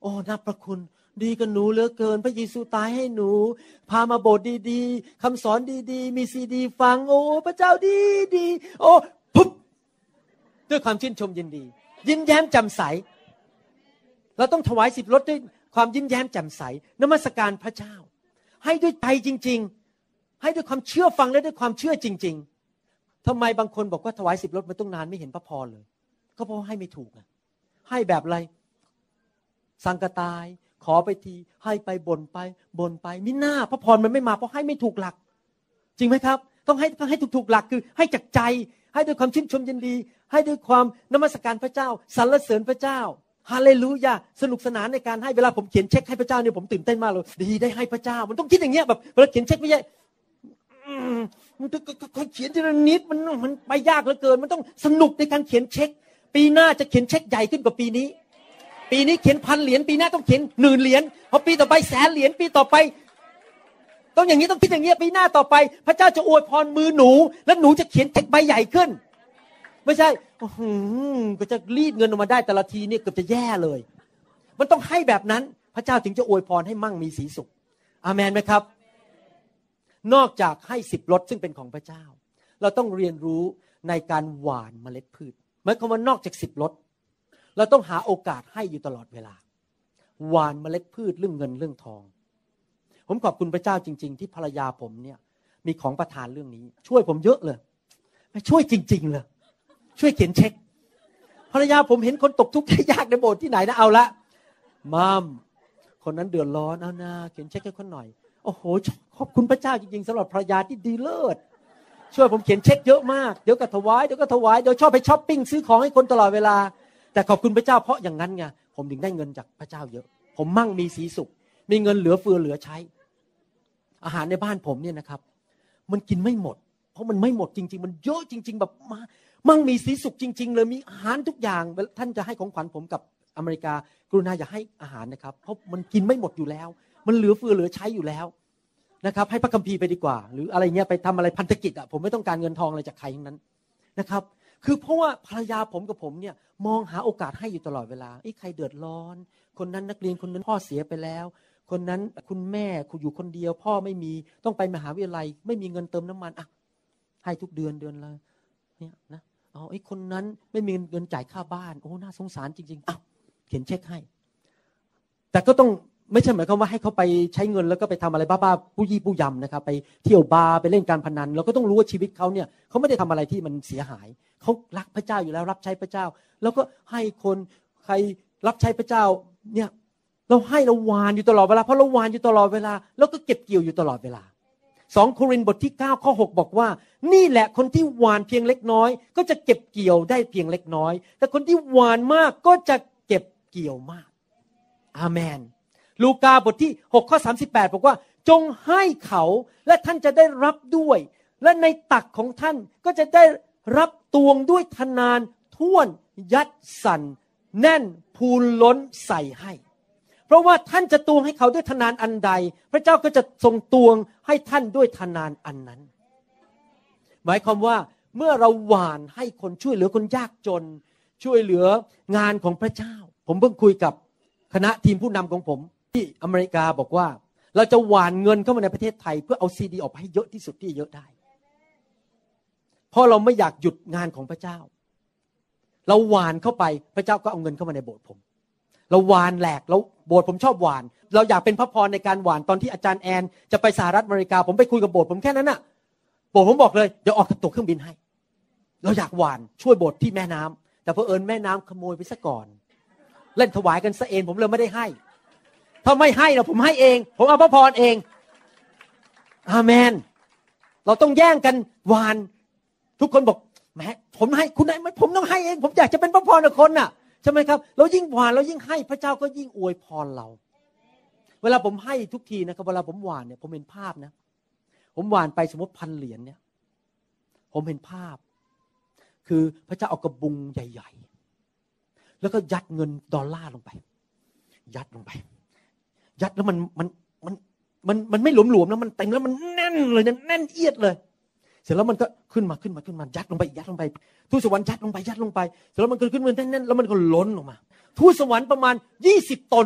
อ้นับพระคุณดีกับหนูเหลือเกินพระเยซูตายให้หนูพามาโบสถ์ดีๆคำสอนดีๆมีซีดีฟังโอ้พระเจ้าดีดีโอ้ปุ๊บด้วยความชื่นชมยินดียิ้มแย้มแจ่มใสเราต้องถวายสิบรถด้วยความยิ้มแย้มแจ่มใสนมัสการพระเจ้าให้ด้วยใจจริงๆให้ด้วยความเชื่อฟังและด้วยความเชื่อจริงๆทำไมบางคนบอกว่าถวายสิบรถมันต้องนานไม่เห็นพระพรเลยก็เพราะให้ไม่ถูกไงให้แบบอะไรสังกตายขอไปทีให้ไปบ่นไปบ่นไปมิหน้าพระพรมันไม่มาเพราะให้ไม่ถูกหลักจริงไหมครับต้องให้ต้องให้ถูกๆหลักคือให้จากใจให้ด้วยความชื่นชมยินดีให้ด้วยความนมัสการพระเจ้าสรรเสริญพระเจ้าฮาเลลูยาสนุกสนานในการให้เวลาผมเขียนเช็คให้พระเจ้าเนี่ยผมตื่นเต้นมากเลยดีได้ให้พระเจ้ามันต้องคิดอย่างเงี้ยแบบเวลาเขียนเช็คไม่ใช่มันต้องเขียนทีละนิดมันมันไปยากเหลือเกินมันต้องสนุกในการเขียนเช็คปีหน้าจะเขียนเช็คใหญ่ขึ้นกว่าปีนี้ปีนี้เขียนพันเหรียญปีหน้าต้องเขียนหนึ่งเหรียญพอปีต่อไปแสนเหรียญปีต่อไปต้องอย่างนี้ต้องคิดอย่างนี้ปีหน้าต่อไปพระเจ้าจะอวยพรมือหนูแล้วหนูจะเขียนเช็คใบใหญ่ขึ้นไม่ใช่ก็จะรีดเงินออกมาได้แต่ละทีเนี่ยเกือบจะแย่เลยมันต้องให้แบบนั้นพระเจ้าถึงจะอวยพรให้มั่งมีสีสุขอาเมนไหมครับนอกจากให้สิบรถซึ่งเป็นของพระเจ้าเราต้องเรียนรู้ในการหว่านเมล็ดพืชหมายความว่านอกจากสิบรถเราต้องหาโอกาสให้อยู่ตลอดเวลาหว่านเมล็ดพืชเรื่องเงินเรื่องทองผมขอบคุณพระเจ้าจริงๆที่ภรรยาผมเนี่ยมีของประทานเรื่องนี้ช่วยผมเยอะเลยช่วยจริงๆเลยช่วยเขียนเช็คภรรยาผมเห็นคนตกทุกข์ยากในโบสถ์ที่ไหนนะเอาละมัมคนนั้นเดือดร้อนเอาหน้าเขียนเช็คให้คนหน่อยโอ้โหขอบคุณพระเจ้าจริงๆสำหรับภรรยาที่ดีเลิศช่วยผมเขียนเช็คเยอะมากเดี๋ยวก็ถวายเดี๋ยวก็ถวายเดี๋ยวชอบไปช้อปปิ้งซื้อของให้คนตลอดเวลาแต่ขอบคุณพระเจ้าเพราะอย่างนั้นไงผมถึงได้เงินจากพระเจ้าเยอะผมมั่งมีสีสุขมีเงินเหลือเฟือเหลือใช้อาหารในบ้านผมเนี่ยนะครับมันกินไม่หมดเพราะมันไม่หมดจริงๆมันเยอะจริงๆแบบมามั่งมีสีสุขจริงๆเลยมีอาหารทุกอย่างท่านจะให้ของขวัญผมกับอเมริกากรุณาอย่าให้อาหารนะครับเพราะมันกินไม่หมดอยู่แล้วมันเหลือเฟือเหลือใช้อยู่แล้วนะครับให้พระคัมภีร์ไปดีกว่าหรืออะไรเงี้ยไปทำอะไรพันธกิจอ่ะผมไม่ต้องการเงินทองอะไรจากใครทั้งนั้นนะครับคือเพราะว่าภรรยาผมกับผมเนี่ยมองหาโอกาสให้อยู่ตลอดเวลาไอ้ใครเดือดร้อนคนนั้นนักเรียนคนนั้นพ่อเสียไปแล้วคนนั้นคุณแม่คุณอยู่คนเดียวพ่อไม่มีต้องไปมหาวิทยาลัยไม่มีเงินเติมน้ำมันอ่ะให้ทุกเดือนเดือนละเนี่ยนะเอาไอ้คนนั้นไม่มีเงินจ่ายค่าบ้านโอ้น่าสงสารจริงๆอ้าวเขียนเช็คให้แต่ก็ต้องไม่ใช่หมายความว่าให้เขาไปใช้เงินแล้วก็ไปทำอะไรบ้าๆผู้ยี่ผู้ยำนะครับไปเที่ยวบาร์ไปเล่นการพนันเราก็ต้องรู้ว่าชีวิตเขาเนี่ยเขาไม่ได้ทำอะไรที่มันเสียหายเขารักพระเจ้าอยู่แล้วรับใช้พระเจ้าแล้วก็ให้คนใครรับใช้พระเจ้าเนี่ยเราให้เราหวานอยู่ตลอดเวลาเพราะเราหวานอยู่ตลอดเวลาแล้วก็เก็บเกี่ยวอยู่ตลอดเวลาสองโครินธ์บทที่เก้าข้อหกบอกว่านี่แหละคนที่หวานเพียงเล็กน้อยก็จะเก็บเกี่ยวได้เพียงเล็กน้อยแต่คนที่หวานมากก็จะเก็บเกี่ยวมากอาเมนลูกาบทที่หกข้อสามสิบแปดบอกว่าจงให้เขาและท่านจะได้รับด้วยและในตักของท่านก็จะได้รับตวงด้วยทนานท่วนยัดสั่นแน่นพูนล้นใส่ให้เพราะว่าท่านจะตวงให้เขาด้วยทนานอันใดพระเจ้าก็จะทรงตวงให้ท่านด้วยทนานอันนั้นหมายความว่าเมื่อเราหว่านให้คนช่วยเหลือคนยากจนช่วยเหลืองานของพระเจ้าผมเพิ่งคุยกับคณะทีมผู้นำของผมที่อเมริกาบอกว่าเราจะหว่านเงินเข้ามาในประเทศไทยเพื่อเอาซีดีออกให้เยอะที่สุดที่เยอะได้เพราะเราไม่อยากหยุดงานของพระเจ้าเราหว่านเข้าไปพระเจ้าก็เอาเงินเข้ามาในโบสถ์ผมเราหว่านแหลกแล้วโบสถ์ผมชอบหว่านเราอยากเป็นพระพรในการหว่านตอนที่อาจารย์แอนจะไปสหรัฐอเมริกาผมไปคุยกับโบสถ์ผมแค่นั้นน่ะโบสถ์ผมบอกเลยเดี๋ยวออกตั๋วเครื่องบินให้เราอยากหว่านช่วยโบสถ์ที่แม่น้ำแต่เผอิญแม่น้ำขโมยไปซะก่อนเล่นถวายกันซะเองผมเลยไม่ได้ให้ถ้าไม่ให้นะผมให้เองผมเอาพระพรเองอาเมนเราต้องแย่งกันหว่านทุกคนบอกแหมผมให้คุณไหนผมต้องให้เองผมอยากจะเป็นพระพรกับคนน่ะใช่ไหมครับเรายิ่งหว่านเรายิ่งให้พระเจ้าก็ยิ่งอวยพรเราเวลาผมให้ทุกทีนะครับเวลาผมหว่านเนี่ยผมเห็นภาพนะผมหว่านไปสมมติพันเหรียญเนี่ยผมเห็นภาพคือพระเจ้าเอากระบุงใหญ่ๆแล้วก็ยัดเงินดอลลาร์ลงไปยัดลงไปยัดแล้วมันมันมันมันมันไม่หลวมๆแล้วมันเต็มแล้วมันแน่นเลยแน่นเอียดเลยเสร็จแล้วมันก็ขึ้นมาขึ้นมาขึ้นมายัดลงไปยัดลงไปทูตสวรรค์ยัดลงไปยัดลงไปเสร็จแล้วมันก็ขึ้นมาแน่นๆแล้วมันก็ล้นออกมาทูตสวรรค์ประมาณยี่สิบตน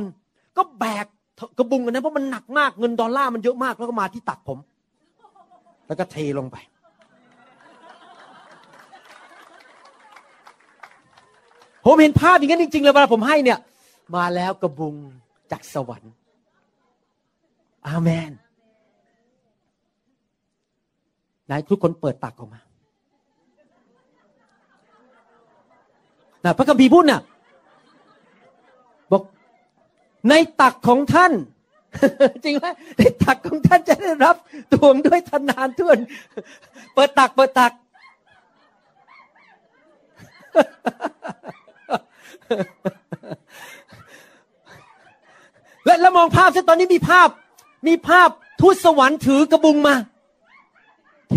ก็แบกกระบุงกันนะเพราะมันหนักมากเงินดอลลาร์มันเยอะมากแล้วก็มาที่ตักผมแล้วก็เทลงไปผมเห็นภาพอย่างนั้นจริงๆเลยเวลาผมให้เนี่ยมาแล้วกระบุงจากสวรรค์อาเมนนายทุกคนเปิดตักออกมานะพระคัมภีร์พูดน่ะบอกในตักของท่านจริงไหมในตักของท่านจะได้รับตวงด้วยทนานท่วนเปิดตักเปิดตักและแล้วมองภาพซะตอนนี้มีภาพมีภาพทูตสวรรค์ถือกระบุงมาเท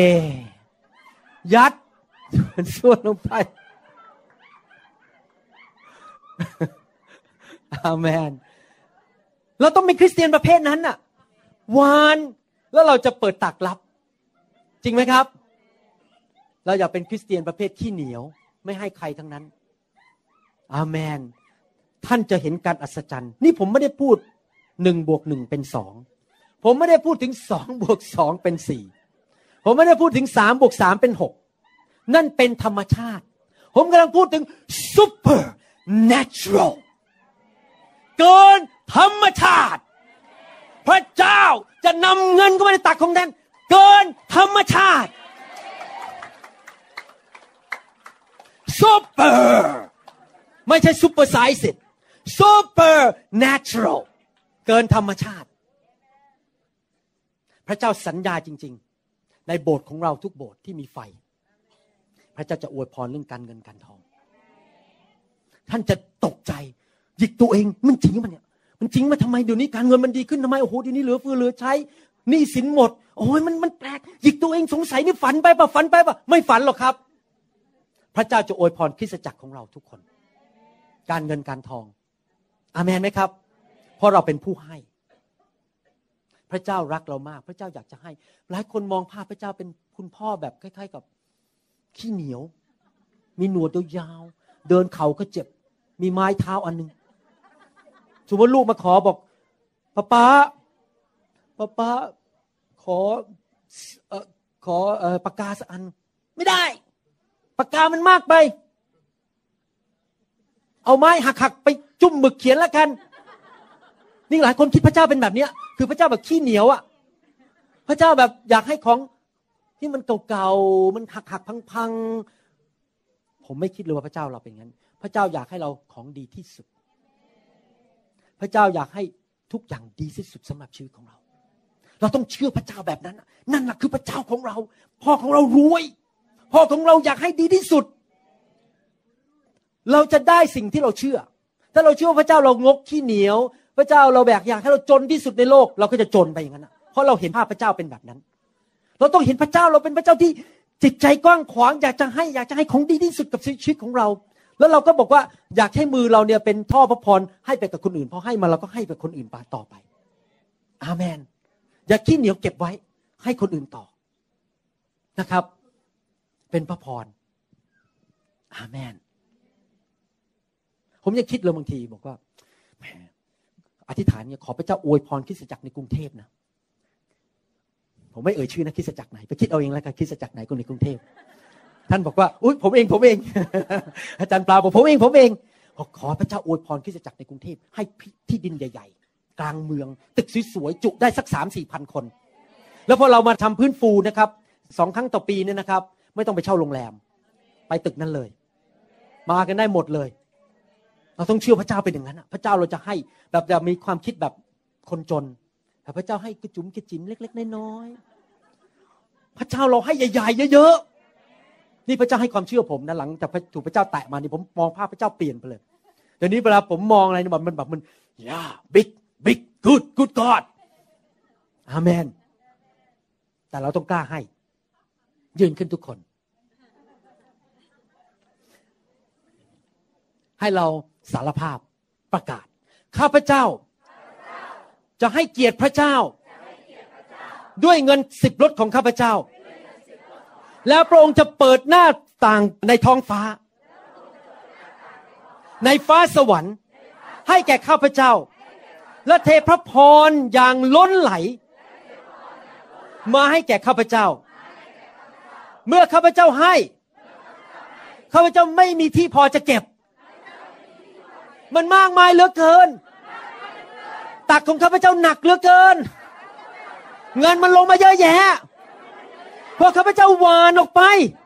ยัดมันส่วนลงไปอาเมนเราต้องเป็นคริสเตียนประเภทนั้นน่ะหวานแล้วเราจะเปิดตักรับจริงไหมครับเราอย่าเป็นคริสเตียนประเภทขี้เหนียวไม่ให้ใครทั้งนั้นอาเมนท่านจะเห็นการอัศจรรย์นี่ผมไม่ได้พูดหนึ่งบวกหนึ่งเป็นสองผมไม่ได้พูดถึงสองบวกสองเป็นสี่ผมไม่ได้พูดถึงสามบวกสามเป็นหกนั่นเป็นธรรมชาติผมกำลังพูดถึง supernatural เกินธรรมชาติพระเจ้าจะนำเงินเข้ามาในตักของท่านเกินธรรมชาติ super ไม่ใช่ super size it supernatural เกินธรรมชาติพระเจ้าสัญญาจริงๆในโบสถ์ของเราทุกโบสถ์ที่มีไฟพระเจ้าจะอวยพรเรื่องการเงินการทองท่านจะตกใจหยิกตัวเองมันจริงมั้ยเนี่ยมันจริงมั้ยทำไมเดี๋ยวนี้การเงินมันดีขึ้นทำไมโอ้โหเดี๋ยวนี้เหลือเฟือเหลือใช้หนี้สินหมดโอ้ยมันมันแปลกหยิกตัวเองสงสัยนี่ฝันไปป่ะฝันไปป่ะไม่ฝันหรอกครับพระเจ้าจะอวยพรคริสตจักรของเราทุกคนการเงินการทองอาเมนไหมครับเพราะเราเป็นผู้ให้พระเจ้ารักเรามากพระเจ้าอยากจะให้หลายคนมองภาพพระเจ้าเป็นคุณพ่อแบบคล้ายๆกับขี้เหนียวมีหนวดยาวๆเดินเข่าก็เจ็บมีไม้เท้าอันนึงสมมติลูกมาขอบอกป๊าป๊าป๊าป๊าขอเอ่อขอเอ่อปากกาสักอันไม่ได้ปากกามันมากไปเอาไม้หักๆไปจุ่มหมึกเขียนแล้วกันนี่หลายคนคิดพระเจ้าเป็นแบบนี้คือพระเจ้าแบบขี้เหนียวอ่ะพระเจ้าแบบอยากให้ของที่มันเก่าๆมันหักๆพังๆผมไม่คิดเลยว่าพระเจ้าเราเป็นงั้นพระเจ้าอยากให้เราของดีที่สุดพระเจ้าอยากให้ทุกอย่างดีที่สุดสำหรับชีวิตของเราเราต้องเชื่อพระเจ้าแบบนั้นนั่นแหละคือพระเจ้าของเราพ่อของเรารวยพ่อของเราอยากให้ดีที่สุดเราจะได้สิ่งที่เราเชื่อถ้าเราเชื่อว่าพระเจ้าเรางกขี้เหนียวพระเจ้าเราแบกอยากให้เราจนที่สุดในโลกเราก็จะจนไปอย่างนั้นเพราะเราเห็นภาพพระเจ้าเป็นแบบนั้นเราต้องเห็นพระเจ้าเราเป็นพระเจ้าที่จิตใจกว้างขวางอยากจะให้อยากจะให้ของดีที่สุดกับชีวิตของเราแล้วเราก็บอกว่าอยากให้มือเราเนี่ยเป็นท่อพระพรให้ไปกับคนอื่นพอให้มาเราก็ให้ไปคนอื่นต่อไปอาเมนอย่าขี้เหนียวเก็บไว้ให้คนอื่นต่อนะครับเป็นพระพรอาเมนผมยังคิดเลยบางทีบอกว่าแหมอธิษฐานเนี่ยขอพระเจ้าอวยพรคริสตจักรในกรุงเทพนะผมไม่เอ่ยชื่อนะคริสตจักรไหนไปคิดเอาเองแล้วกันคริสตจักรไหนก็ในกรุงเทพท่านบอกว่าอุ๊ยผมเองผมเอง อาจารย์ปลาบอกผมเองผมเองขอพระเจ้าอวยพรคริสตจักรในกรุงเทพให้ที่ดินใหญ่ๆกลางเมืองตึกสวยๆจุได้สัก สามสี่พัน คนแล้วพอเรามาทำพื้นฟูนะครับสองครั้งต่อปีเนี่ยนะครับไม่ต้องไปเช่าโรงแรมไปตึกนั้นเลยมากันได้หมดเลยเราต้องเชื่อพระเจ้าเป็นอย่างนั้นพระเจ้าเราจะให้แบบจะมีความคิดแบบคนจนแต่พระเจ้าให้กระจุ๋มกระจิ๋มเล็กๆน้อยๆพระเจ้าเราให้ใหญ่ๆเยอะๆนี่พระเจ้าให้ความเชื่อผมนะหลังจากถูกพระเจ้าแตะมานี่ผมมองภาพพระเจ้าเปลี่ยนไปเลยเดี๋ยวนี้เวลาผมมองอะไรเนี่ยมันแบบมันย่าบิ๊กบิ๊กกูดกูดกอดอาเมนแต่เราต้องกล้าให้ยืนขึ้นทุกคนให้เราสารภาพประกาศข้าพเจ้าจะให้เกียรติพระเจ้าด้วยเงินสิบรถของข้าพเจ้าแล้วพระองค์จะเปิดหน้าต่างในท้องฟ้าในฟ้าสวรรค์ให้แก่ข้าพเจ้าและเทพระพรอย่างล้นไหลมาให้แก่ข้าพเจ้าเมื่อข้าพเจ้าให้ข้าพเจ้าไม่มีที่พอจะเก็บมันมากมายเหลือเกินตักของข้าพเจ้าหนักเหลือเกินเงินมันลงมาเยอะแยะพอข้าพเจ้าหวานออกไป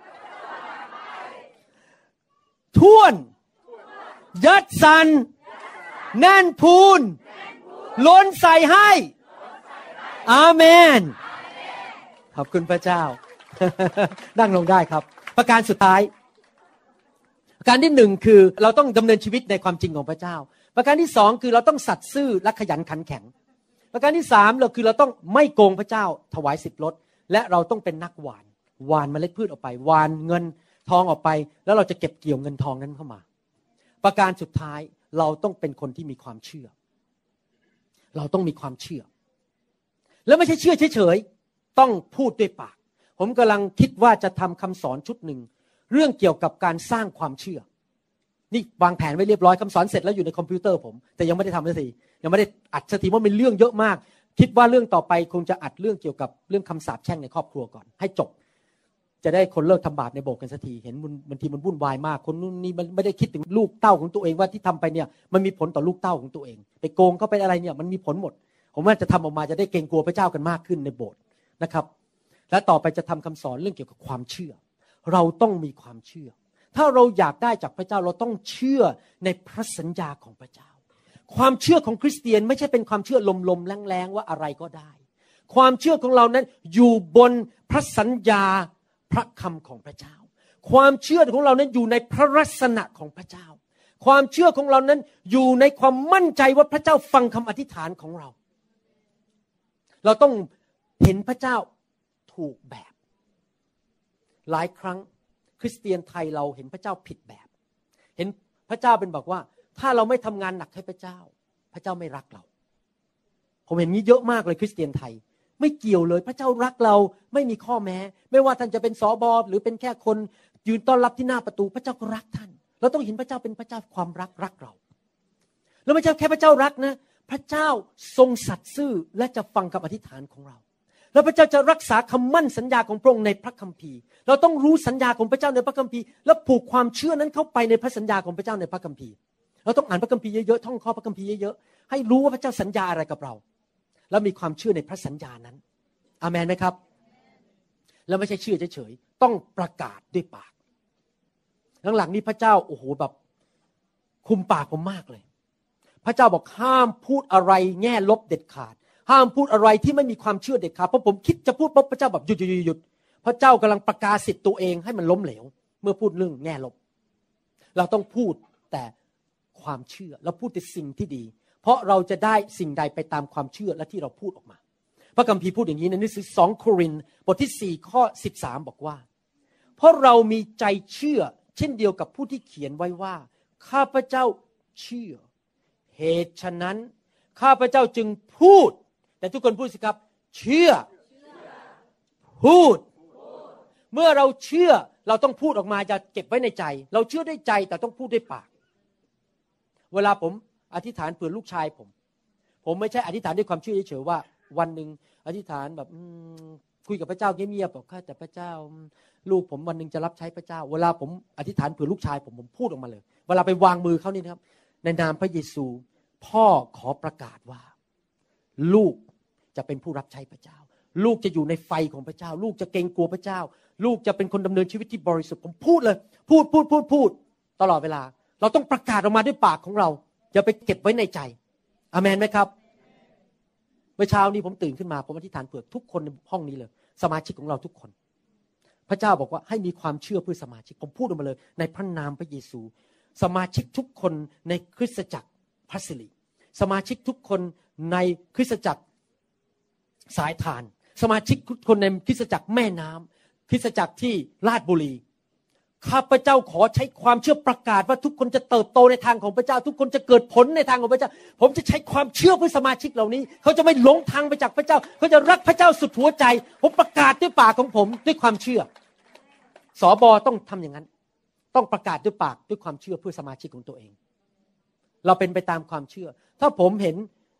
ท่วนยัดสันแน่นพูนล้นใส่ให้อาเมนขอบคุณพระเจ้า นั่งลงได้ครับประการสุดท้ายประการที่หนึ่งคือเราต้องดำเนินชีวิตในความจริงของพระเจ้าประการที่สองคือเราต้องสัตย์ซื่อและขยันขันแข็งประการที่สามเราคือเราต้องไม่โกงพระเจ้าถวายสิบลดและเราต้องเป็นนักหว่านหว่านเมล็ดพืชออกไปหว่านเงินทองออกไปแล้วเราจะเก็บเกี่ยวเงินทองนั้นเข้ามาประการสุดท้ายเราต้องเป็นคนที่มีความเชื่อเราต้องมีความเชื่อแล้วไม่ใช่เชื่อเฉยๆต้องพูดด้วยปากผมกำลังคิดว่าจะทำคำสอนชุดหนึ่งเรื่องเกี่ยวกับการสร้างความเชื่อนี่วางแผนไว้เรียบร้อยคำสอนเสร็จแล้วอยู่ในคอมพิวเตอร์ผมแต่ยังไม่ได้ทำสักทียังไม่ได้อัดสักทีเพราะเป็นเรื่องเยอะมากคิดว่าเรื่องต่อไปคงจะอัดเรื่องเกี่ยวกับเรื่องคำสาปแช่งในครอบครัวก่อนให้จบจะได้คนเลิกทำบาปในโบสถ์กันสักทีเห็นบางทีมันวุ่นวายมากคนนู้นนี่มันไม่ได้คิดถึงลูกเต้าของตัวเองว่าที่ทำไปเนี่ยมันมีผลต่อลูกเต้าของตัวเองไปโกงเขาไปอะไรเนี่ยมันมีผลหมดผมว่าจะทำออกมาจะได้เกรงกลัวพระเจ้ากันมากขึ้นในโบสถ์นะครับและต่อไปจะทำคำสอนเรื่องเกี่ยวกับความเชื่อเราต้องมีความเชื่อถ้าเราอยากได้จากพระเจ้าเราต้องเชื่อในพระสัญญาของพระเจ้าความเชื่อของคริสเตียนไม่ใช่เป็นความเชื่อลมๆแรงๆว่าอะไรก็ได้ความเชื่อของเรานั้นอยู่บนพระสัญญาพระคำของพระเจ้าความเชื่อของเรานั้นอยู่ในพระลักษณะของพระเจ้าความเชื่อของเรานั้นอยู่ในความมั่นใจว่าพระเจ้าฟังคำอธิษฐานของเราเราต้องเห็นพระเจ้าถูกแบบหลายครั้งคริสเตียนไทยเราเห็นพระเจ้าผิดแบบเห็นพระเจ้าเป็นบอกว่าถ้าเราไม่ทำงานหนักให้พระเจ้าพระเจ้าไม่รักเราผมเห็นนี้เยอะมากเลยคริสเตียนไทยไม่เกี่ยวเลยพระเจ้ารักเราไม่มีข้อแม้ไม่ว่าท่านจะเป็นสบหรือเป็นแค่คนยืนต้อนรับที่หน้าประตูพระเจ้าก็รักท่านเราต้องเห็นพระเจ้าเป็นพระเจ้าความรักรักเราแล้วไม่ใช่แค่พระเจ้ารักนะพระเจ้าทรงสัตย์ซื่อและจะฟังคำอธิษฐานของเราแล้วพระเจ้าจะรักษาคำมั่นสัญญาของพระองค์ในพระคัมภีร์เราต้องรู้สัญญาของพระเจ้าในพระคัมภีร์แล้วผูกความเชื่อนั้นเข้าไปในพระสัญญาของพระเจ้าในพระคัมภีร์เราต้องอ่านพระคัมภีร์เยอะๆท่องข้อพระคัมภีร์เยอะๆให้รู้ว่าพระเจ้าสัญญาอะไรกับเราแล้วมีความเชื่อในพระสัญญานั้นอาเมนไหมครับแล้วไม่ใช่เชื่อเฉยๆต้องประกาศด้วยปากหลังๆนี้พระเจ้าโอ้โหแบบคุมปากผมมากเลยพระเจ้าบอกห้ามพูดอะไรแง่ลบเด็ดขาดห้ามพูดอะไรที่ไม่มีความเชื่อเด็ดขาดเพราะผมคิดจะพูดปุ๊บพระเจ้าแบบหยุดหยุดหยุดพระเจ้ากำลังประกาศสิทธิ์ตัวเองให้มันล้มเหลวเมื่อพูดเรื่องแง่ลบเราต้องพูดแต่ความเชื่อเราพูดแต่สิ่งที่ดีเพราะเราจะได้สิ่งใดไปตามความเชื่อและที่เราพูดออกมาพระคัมภีร์พูดอย่างนี้ในหนังสือสองโครินธ์บทที่สี่ข้อสิบสามบอกว่าเพราะเรามีใจเชื่อเช่นเดียวกับผู้ที่เขียนไว้ว่าข้าพเจ้าเชื่อเหตุฉะนั้นข้าพเจ้าจึงพูดแต่ทุกคนพูดสิครับเชื่อพูดเมื่อเราเชื่อเราต้องพูดออกมาจะเก็บไว้ในใจเราเชื่อด้วยใจแต่ต้องพูดด้วยปากเวลาผมอธิษฐานเผื่อลูกชายผมผมไม่ใช่อธิษฐานด้วยความเชื่อเฉยๆว่าวันหนึ่งอธิษฐานแบบคุยกับพระเจ้าเงียบๆบอกข้าแต่พระเจ้าลูกผมวันหนึ่งจะรับใช้พระเจ้าเวลาผมอธิษฐานเผื่อลูกชายผมผมพูดออกมาเลยเวลาไปวางมือเขานี่นะครับในนามพระเยซูพ่อขอประกาศว่าลูกจะเป็นผู้รับใช้พระเจ้าลูกจะอยู่ในไฟของพระเจ้าลูกจะเกรงกลัวพระเจ้าลูกจะเป็นคนดำเนินชีวิตที่บริสุทธิ์ผมพูดเลยพูดพูดพูดพูดตลอดเวลาเราต้องประกาศออกมาด้วยปากของเราอย่าไปเก็บไว้ในใจอาเมนไหมครับเมื่อเช้านี้ผมตื่นขึ้นมาผมอธิษฐานเผื่อทุกคนในห้องนี้เลยสมาชิกของเราทุกคนพระเจ้าบอกว่าให้มีความเชื่อเพื่อสมาชิกผมพูดออกมาเลยในพระนามพระเยซูสมาชิกทุกคนในคริสตจักรพระสิริสมาชิกทุกคนในคริสตจักรสายทานสมาชิกทุกคนในคริสตจักรแม่น้ำคริสตจักรที่ลาดบุรีข้าพเจ้าขอใช้ความเชื่อประกาศว่าทุกคนจะเติบโตในทางของพระเจ้าทุกคนจะเกิดผลในทางของพระเจ้าผมจะใช้ความเชื่อเพื่อสมาชิกเหล่านี้เขาจะไม่หลงทางไปจากพระเจ้าเขาจะรักพระเจ้าสุดหัวใจผมประกาศด้วยปากของผมด้วยความเชื่อสบต้องทำอย่างนั้นต้องประกาศด้วยปากด้วยความเชื่อเพื่อสมาชิกของตัวเองเราเป็นไปตามความเชื่อถ้าผมเห็น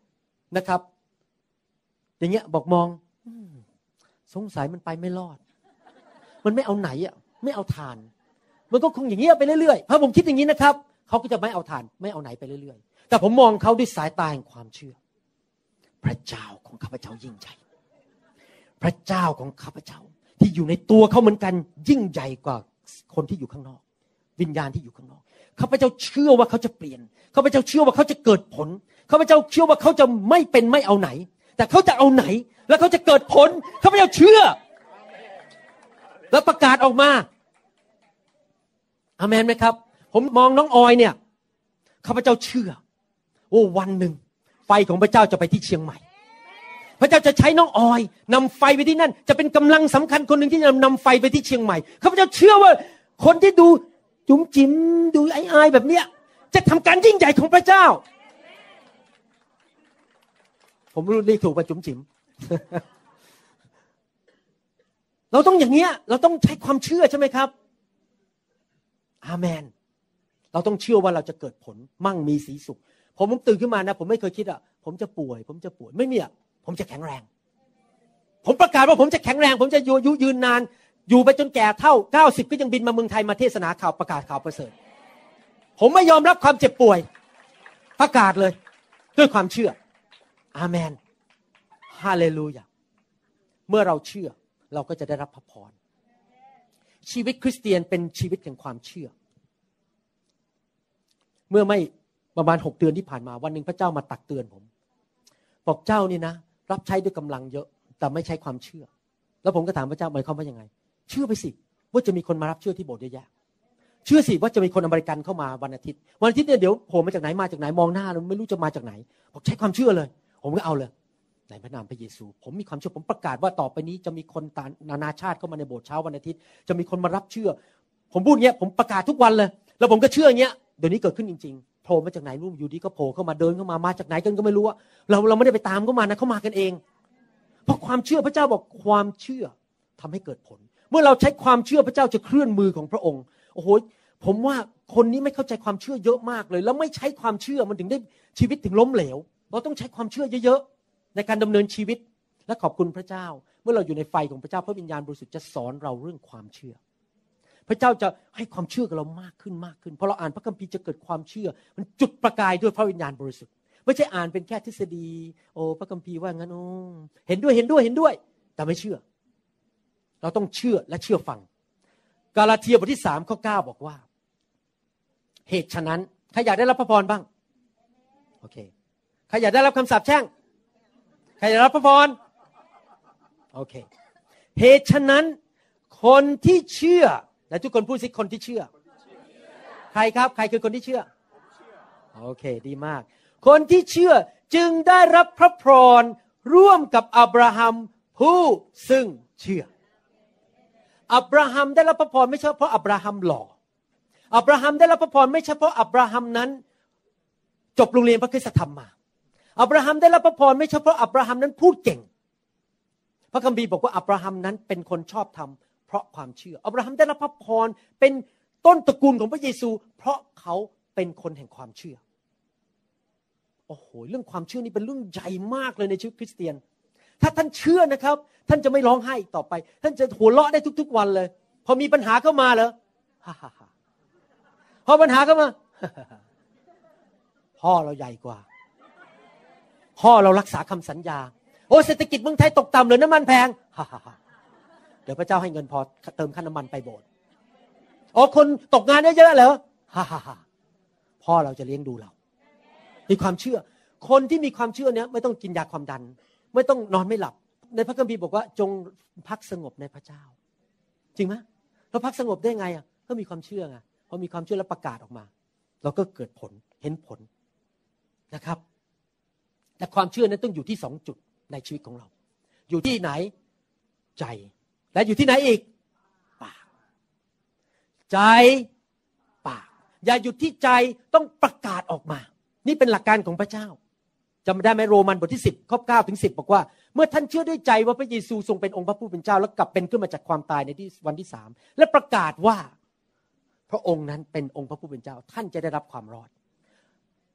นะครับอย่างเงี้ยบอกมองสงสัยมันไปไม่รอดมันไม่เอาไหนอ่ะไม่เอาทานมันก็คงอย่างเงี้ยไปเรื่อยๆพอผมคิดอย่างนี้นะครับเขาก็จะไม่เอาทานไม่เอาไหนไปเรื่อยๆแต่ผมมองเขาด้วยสายตาแห่งความเชื่อพระเจ้าของข้าพเจ้ายิ่งใหญ่พระเจ้าของข้าพเจ้าที่อยู่ในตัวเขาเหมือนกันยิ่งใหญ่กว่าคนที่อยู่ข้างนอกวิญญาณที่อยู่ข้างนอกข้าพเจ้าเชื่อว่าเขาจะเปลี่ยนข้าพเจ้าเชื่อว่าเขาจะเกิดผลข้าพเจ้าเชื่อว่าเขาจะไม่เป็นไม่เอาไหนแต่เขาจะเอาไหนแล้วเขาจะเกิดผลข้าพเจ้าเชื่อแล้วประกาศออกมาอาเมนไหมครับผมมองน้องออยเนี่ยข้าพเจ้าเชื่อโอ้วันหนึ่งไฟของพระเจ้าจะไปที่เชียงใหม่พระเจ้าจะใช้น้องออยนำไฟไปที่นั่นจะเป็นกำลังสำคัญคนหนึ่งที่จะนำไฟไปที่เชียงใหม่ข้าพเจ้าเชื่อว่าคนที่ดูจุ๋มจิ๋มดูไอ้อายแบบเนี้ยจะทำการยิ่งใหญ่ของพระเจ้าผมรู้เรียกถูกป่ะจุ๋มจิ๋ม เราต้องอย่างเงี้ยเราต้องใช้ความเชื่อใช่ไหมครับอาเมนเราต้องเชื่อว่าเราจะเกิดผลมั่งมีสีสุขผมผมตื่นขึ้นมานะผมไม่เคยคิดอ่ะผมจะป่วยผมจะป่วยไม่มีอ่ะผมจะแข็งแรงผมประกาศว่าผมจะแข็งแรงผมจะอยู่ยืนนานอยู่ไปจนแก่เท่าเก้าสิบก็ยังบินมาเมืองไทยมาเทศนาข่าวประกาศข่าวประเสริฐผมไม่ยอมรับความเจ็บป่วยประกาศเลยด้วยความเชื่ออาเมนฮาเลลูยาเมื่อเราเชื่อเราก็จะได้รับพระพรชีวิตคริสเตียนเป็นชีวิตแห่งความเชื่อเมื่อไม่ประมาณหกเดือนที่ผ่านมาวันหนึ่งพระเจ้ามาตักเตือนผมบอกเจ้านี่นะรับใช้ด้วยกำลังเยอะแต่ไม่ใช้ความเชื่อแล้วผมก็ถามพระเจ้าหมายความว่ายังไงเชื่อไปสิว่าจะมีคนมารับเชื่อที่โบสถ์เยอะแยะเชื่อสิว่าจะมีคนอเมริกันเข้ามาวันอาทิตย์วันอาทิตย์เนี่ยเดี๋ยวโผล่มาจากไหนมาจากไหนมองหน้าเราไม่รู้จะมาจากไหนบอกใช้ความเชื่อเลยผมก็เอาเลยในพระนามพระเยซูผมมีความเชื่อผมประกาศว่าต่อไปนี้จะมีคนนานาชาติเข้ามาในโบสถ์เช้าวันอาทิตย์จะมีคนมารับเชื่อผมพูดเงี้ยผมประกาศทุกวันเลยแล้วผมก็เชื่ออย่างเงี้ยเดี๋ยวนี้เกิดขึ้นจริงๆโผล่มาจากไหนรู้อยู่ดีก็โผล่เข้ามาเดินเข้ามามาจากไหนกันก็ไม่รู้ว่าเราเราไม่ได้ไปตามเขามานะเขามากันเองเพราะความเชื่อพระเจ้าบอกความเชื่อทำให้เกิดผลเมื่อเราใช้ความเชื่อพระเจ้าจะเคลื่อนมือของพระองค์โอ้โหผมว่าคนนี้ไม่เข้าใจความเชื่อเยอะมากเลยแล้วไม่ใช้ความเชื่อมันถึงได้ชีวิตถึงล้มเหลวเราต้องใช้ความเชื่อเยอะๆในการดำเนินชีวิตและขอบคุณพระเจ้าเมื่อเราอยู่ในไฟของพระเจ้าพระวิญญาณบริสุทธิ์จะสอนเราเรื่องความเชื่อพระเจ้าจะให้ความเชื่อกับเรามากขึ้นมากขึ้นพอเราอ่านพระคัมภีร์จะเกิดความเชื่อมันจุดประกายด้วยพระวิญญาณบริสุทธิ์ไม่ใช่อ่านเป็นแค่ทฤษฎีโอ้พระคัมภีร์ว่างั้นโอ้เห็นด้วยเห็นด้วยเห็นด้วยแต่ไม่เชื่อเราต้องเชื่อและเชื่อฟังกาลาเทียบทที่สามข้อเก้าบอกว่าเหตุฉะนั้นใครอยากได้รับพระพรบ้างโอเคใครอยากได้รับคำสาปแช่งใครอยากรับพระพรโอเคเหตุฉะนั้นคนที่เชื่อและทุกคนพูดสิคนที่เชื่อใครครับใครคือคนที่เชื่อโอเคดีมากคนที่เชื่อจึงได้รับพระพรร่วมกับอับราฮัมผู้ซึ่งเชื่ออับราฮัมได้รับพระพรไม่ใช่เพราะอับราฮัมหล่ออับราฮัมได้รับพระพรไม่ใช่เพราะอับราฮัมนั้นจบโรงเรียนพระคริสตธรรมมาอับราฮัมได้รับพระพรไม่ใช่เพราะอับราฮัมนั้นพูดเก่งพระคัมภีร์บอกว่าอับราฮัมนั้นเป็นคนชอบธรรมเพราะความเชื่ออับราฮัมได้รับพระพรเป็นต้นตระกูลของพระเยซูเพราะเขาเป็นคนแห่งความเชื่อโอ้โหเรื่องความเชื่อนี่เป็นเรื่องใหญ่มากเลยในชีวิตคริสเตียนถ้าท่านเชื่อนะครับท่านจะไม่ร้องไห้อีกต่อไปท่านจะหัวเราะได้ทุกๆวันเลยพอมีปัญหาเข้ามาเหรอฮ่าฮ่าฮ่าพอปัญหาเข้ามา พ่อเราใหญ่กว่าพ่อเรารักษาคำสัญญาโอ้เศรษฐกิจเมืองไทยตกต่ำเลยน้ำมันแพงฮ่าฮ่าฮ่าเดี๋ยวพระเจ้าให้เงินพอเติมค่าน้ำมันไปโบสถ์โอ้คนตกงานเยอะๆเหรอฮ่าฮ่าฮ่าพ่อเราจะเลี้ยงดูเรามีความเชื่อคนที่มีความเชื่อเนี้ยไม่ต้องกินยาความดันไม่ต้องนอนไม่หลับในพระคัมภีร์บอกว่าจงพักสงบในพระเจ้าจริงไหมเราพักสงบได้ไงอ่ะก็มีความเชื่อไงพอมีความเชื่อแล้วประกาศออกมาเราก็เกิดผลเห็นผลนะครับแต่ความเชื่อนั้นต้องอยู่ที่สองจุดในชีวิตของเราอยู่ที่ไหนใจและอยู่ที่ไหนอีกปากใจปากอย่าหยุดที่ใจต้องประกาศออกมานี่เป็นหลักการของพระเจ้าจำได้ไหมโรมันบทที่สิบข้อเก้าถึงสิบบอกว่าเมื่อท่านเชื่อด้วยใจว่าพระเยซูทรงเป็นองค์พระผู้เป็นเจ้าแล้วกลับเป็นขึ้นมาจากความตายในที่วันที่สามและประกาศว่าพระองค์นั้นเป็นองค์พระผู้เป็นเจ้าท่านจะได้รับความรอด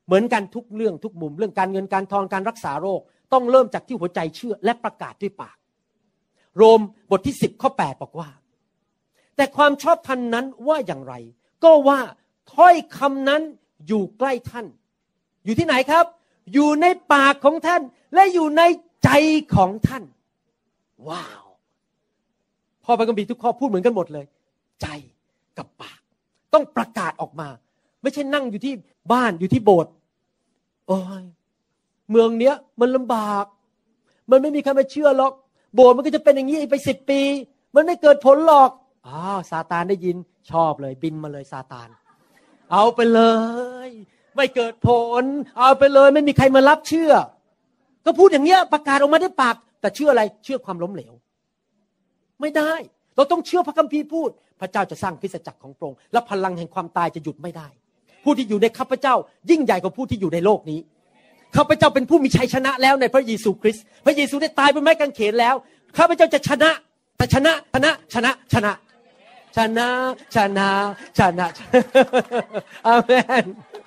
เหมือนกันทุกเรื่องทุกมุมเรื่องการเงินการทองการรักษาโรคต้องเริ่มจากที่หัวใจเชื่อและประกาศด้วยปากโรมบทที่สิบข้อแปดบอกว่าแต่ความชอบธรรมนั้นว่าอย่างไรก็ว่าถ้อยคำนั้นอยู่ใกล้ท่านอยู่ที่ไหนครับอยู่ในปากของท่านและอยู่ในใจของท่านว้าวพอพระคัมภีร์ทุกข้อพูดเหมือนกันหมดเลยใจกับปากต้องประกาศออกมาไม่ใช่นั่งอยู่ที่บ้านอยู่ที่โบสถ์โอ้ยเมืองเนี้ยมันลำบากมันไม่มีใครมาเชื่อหรอกโบสถ์มันก็จะเป็นอย่างนี้ไปสิบปีมันไม่เกิดผลหรอกอ้าวซาตานได้ยินชอบเลยบินมาเลยซาตานเอาไปเลยไม่เกิดผลเอาไปเลยไม่มีใครมารับเชื่อก็พูดอย่างเงี้ยประกาศออกมาด้วยปากแต่เชื่ออะไรเชื่อความล้มเหลวไม่ได้เราต้องเชื่อพระคัมภีร์พูดพระเจ้าจะสร้างคริสตจักรของพระองค์และพลังแห่งความตายจะหยุดไม่ได้ผู้ที่อยู่ในข้าพเจ้ายิ่งใหญ่กว่าผู้ที่อยู่ในโลกนี้ข้าพเจ้าเป็นผู้มีชัยชนะแล้วในพระเยซูคริสต์พระเยซูได้ตายบนไม้กางเขนแล้วข้าพเจ้าจะชนะแต่ชนะชนะชนะชนะชนะชนะชนะอาเมน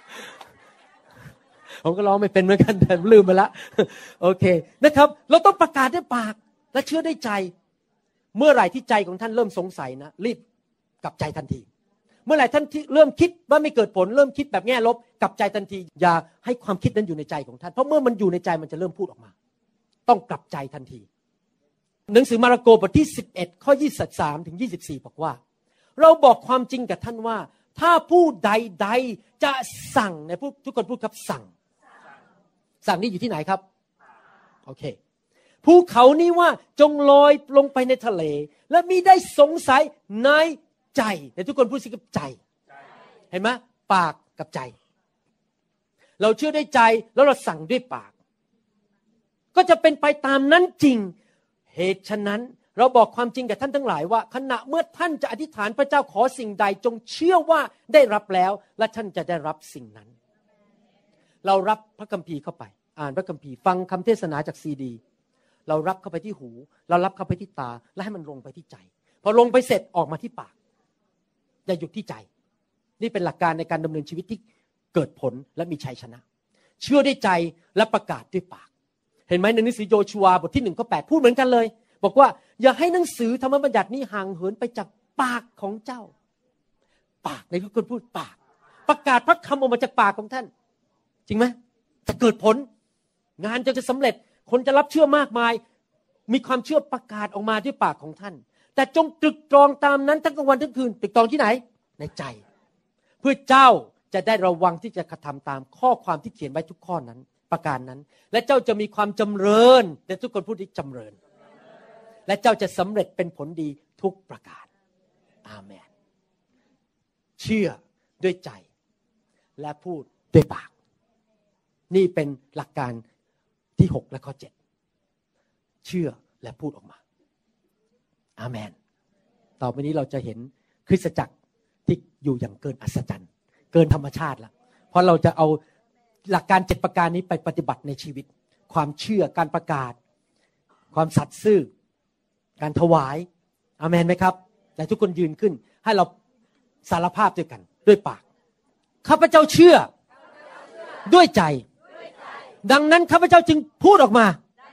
ผมก็ร้องไม่เป็นเหมือนกันแต่ลืมไปละโอเคนะครับเราต้องประกาศด้วยปากและเชื่อด้วยใจเมื่อไหร่ที่ใจของท่านเริ่มสงสัยนะรีบกลับใจทันทีเมื่อไหร่ท่านที่เริ่มคิดว่าไม่เกิดผลเริ่มคิดแบบแง่ลบกลับใจทันทีอย่าให้ความคิดนั้นอยู่ในใจของท่านเพราะเมื่อมันอยู่ในใจมันจะเริ่มพูดออกมาต้องกลับใจทันทีหนังสือมาระโกบทที่สิบเอ็ดข้อยี่สิบสามถึงยี่สิบสี่บอกว่าเราบอกความจริงกับท่านว่าถ้าผู้ใดๆจะสั่งในผู้ทุกคนพูดครับสั่งสั่งนี่อยู่ที่ไหนครับโอเคภูเขานี้ว่าจงลอยลงไปในทะเลและมิได้สงสัยในใจในทุกคนพูดสิกับใจเห็นไหมปากกับใจเราเชื่อด้วยใจแล้วเราสั่งด้วยปากก็จะเป็นไปตามนั้นจริงเหตุฉะนั้นเราบอกความจริงกับท่านทั้งหลายว่าขณะเมื่อท่านจะอธิษฐานพระเจ้าขอสิ่งใดจงเชื่อว่าได้รับแล้วและท่านจะได้รับสิ่งนั้นเรารับพระคัมภีร์เข้าไปอ่านพระคัมภีร์ฟังคำเทศนาจากซีดีเรารับเข้าไปที่หูเรารับเข้าไปที่ตาและให้มันลงไปที่ใจพอลงไปเสร็จออกมาที่ปากอย่าหยุดที่ใจนี่เป็นหลักการในการดำเนินชีวิตที่เกิดผลและมีชัยชนะเชื่อด้วยใจและประกาศด้วยปากเห็นไหมในหนังสือโยชูวาบทที่หนึ่งข้อแปดพูดเหมือนกันเลยบอกว่าอย่าให้หนังสือธรรมบัญญัตินี้ห่างเหินไปจากปากของเจ้าปากในทุกคนพูดปากประกาศพระคำออกมาจากปากของท่านจริงไหมจะเกิดผลงานจะจะสำเร็จคนจะรับเชื่อมากมายมีความเชื่อประกาศออกมาด้วยปากของท่านแต่จงตรึกตรองตามนั้นทั้งกลางวันทั้งคืนตรึกตรองที่ไหนในใจเพื่อเจ้าจะได้ระวังที่จะกระทำตามข้อความที่เขียนไว้ทุกข้อนั้นประการนั้นและเจ้าจะมีความจำเริญแต่ทุกคนพูดที่จำเริญและเจ้าจะสำเร็จเป็นผลดีทุกประการอาเมนเชื่อด้วยใจและพูดด้วยปากนี่เป็นหลักการที่หกและข้อเจ็ดเชื่อและพูดออกมาอาเมนต่อไปนี้เราจะเห็นคริสตจักรที่อยู่อย่างเกินอัศจรรย์เกินธรรมชาติแล้วเพราะเราจะเอาหลักการเจ็ดประการนี้ไปปฏิบัติในชีวิตความเชื่อการประกาศความสัตย์ซื่อการถวายอาเมนไหมครับแต่ทุกคนยืนขึ้นให้เราสารภาพด้วยกันด้วยปากข้าพเจ้าเชื่อด้วยใจดังนั้นข้าพเจ้าจึงพูดออกมา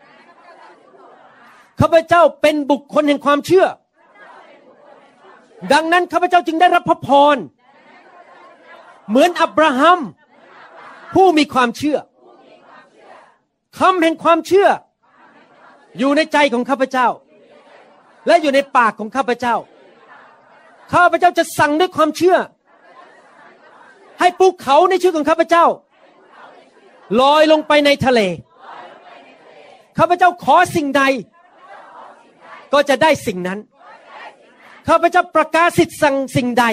ข้าพเจ้าเป็นบุคคลแห่งความเชื่อดังนั้นข้าพเจ้าจึงได้รับพระพรเหมือนอับราฮัมผู้มีความเชื่อคำแห่งความเชื่ออยู่ในใจของข้าพเจ้าและอยู่ในปากของข้าพเจ้าข้าพเจ้าจะสั่งด้วยความเชื่อให้ภูเขาในชื่อของข้าพเจ้าลอยลงไปในทะเลข้าพเจ้าขอสิ่งใดก็จะได้สิ่งนั้นข้าพเจ้าประกาศสิทธิ์สั่งสิ่งใด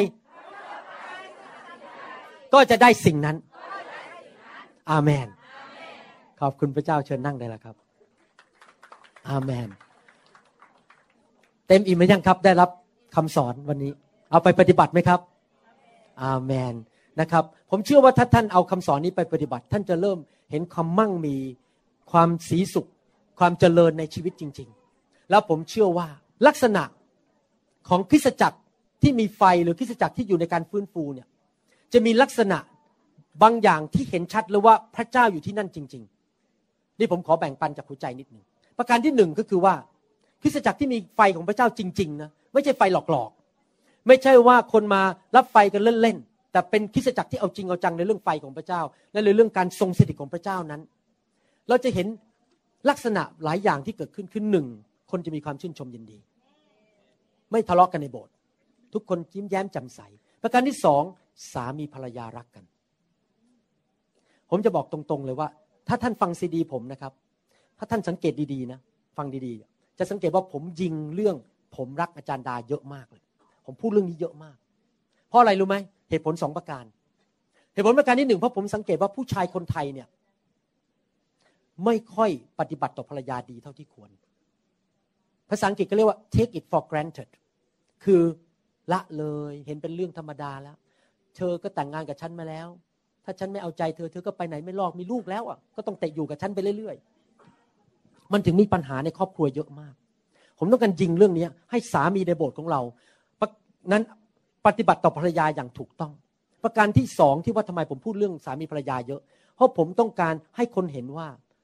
ก็จะได้สิ่งนั้นอาเมนขอบคุณพระเจ้าเชิญนั่งได้แล้วครับอาเมนเต็มอิ่มหรือยังครับได้รับคำสอนวันนี้เอาไปปฏิบัติไหมครับอาเมนนะครับผมเชื่อว่าถ้าท่านเอาคำสอนนี้ไปปฏิบัติท่านจะเริ่มเห็นความมั่งมีความสีสุขความเจริญในชีวิตจริงๆแล้วผมเชื่อว่าลักษณะของคริสตจักรที่มีไฟหรือคริสตจักรที่อยู่ในการฟื้นฟูเนี่ยจะมีลักษณะบางอย่างที่เห็นชัดเลยว่าพระเจ้าอยู่ที่นั่นจริงๆนี่ผมขอแบ่งปันจากหัวใจนิดนึงประการที่หนึ่งก็คือว่าคริสตจักรที่มีไฟของพระเจ้าจริงๆนะไม่ใช่ไฟหลอกๆไม่ใช่ว่าคนมารับไฟกันเล่นๆแต่เป็นคริสตจักรที่เอาจริงเอาจังในเรื่องไฟของพระเจ้าและในเรื่องการทรงสถิตของพระเจ้านั้นเราจะเห็นลักษณะหลายอย่างที่เกิดขึ้นคือหนึ่งคนจะมีความชื่นชมยินดีไม่ทะเลาะกันในโบสถ์ทุกคนยิ้มแย้มแจ่มใสประการที่สองสามีภรรยารักกันผมจะบอกตรงๆเลยว่าถ้าท่านฟังซีดีผมนะครับถ้าท่านสังเกตดีๆนะฟังดีๆจะสังเกตว่าผมยิงเรื่องผมรักอาจารย์ดาเยอะมากเลยผมพูดเรื่องนี้เยอะมากเพราะอะไรรู้ไหมเหตุผลสองประการเหตุผลประการที่หนึ่งเพราะผมสังเกตว่าผู้ชายคนไทยเนี่ยไม่ค่อยปฏิบัติต่อภรรยาดีเท่าที่ควรภาษาอังกฤษก็เรียกว่า take it for granted คือละเลยเห็นเป็นเรื่องธรรมดาแล้วเธอก็แต่งงานกับฉันมาแล้วถ้าฉันไม่เอาใจเธอเธอก็ไปไหนไม่รอดมีลูกแล้วอ่ะก็ต้องเตะอยู่กับฉันไปเรื่อยๆมันถึงมีปัญหาในครอบครัวเยอะมากผมต้องการยิงเรื่องนี้ให้สามีในโบสถ์ของเรานั้นปฏิบัติต่อภรรยาอย่างถูกต้องประการที่สองที่ว่าทำไมผมพูดเรื่องสามีภรรยาเยอะเพราะผมต้องการให้คนเห็นว่า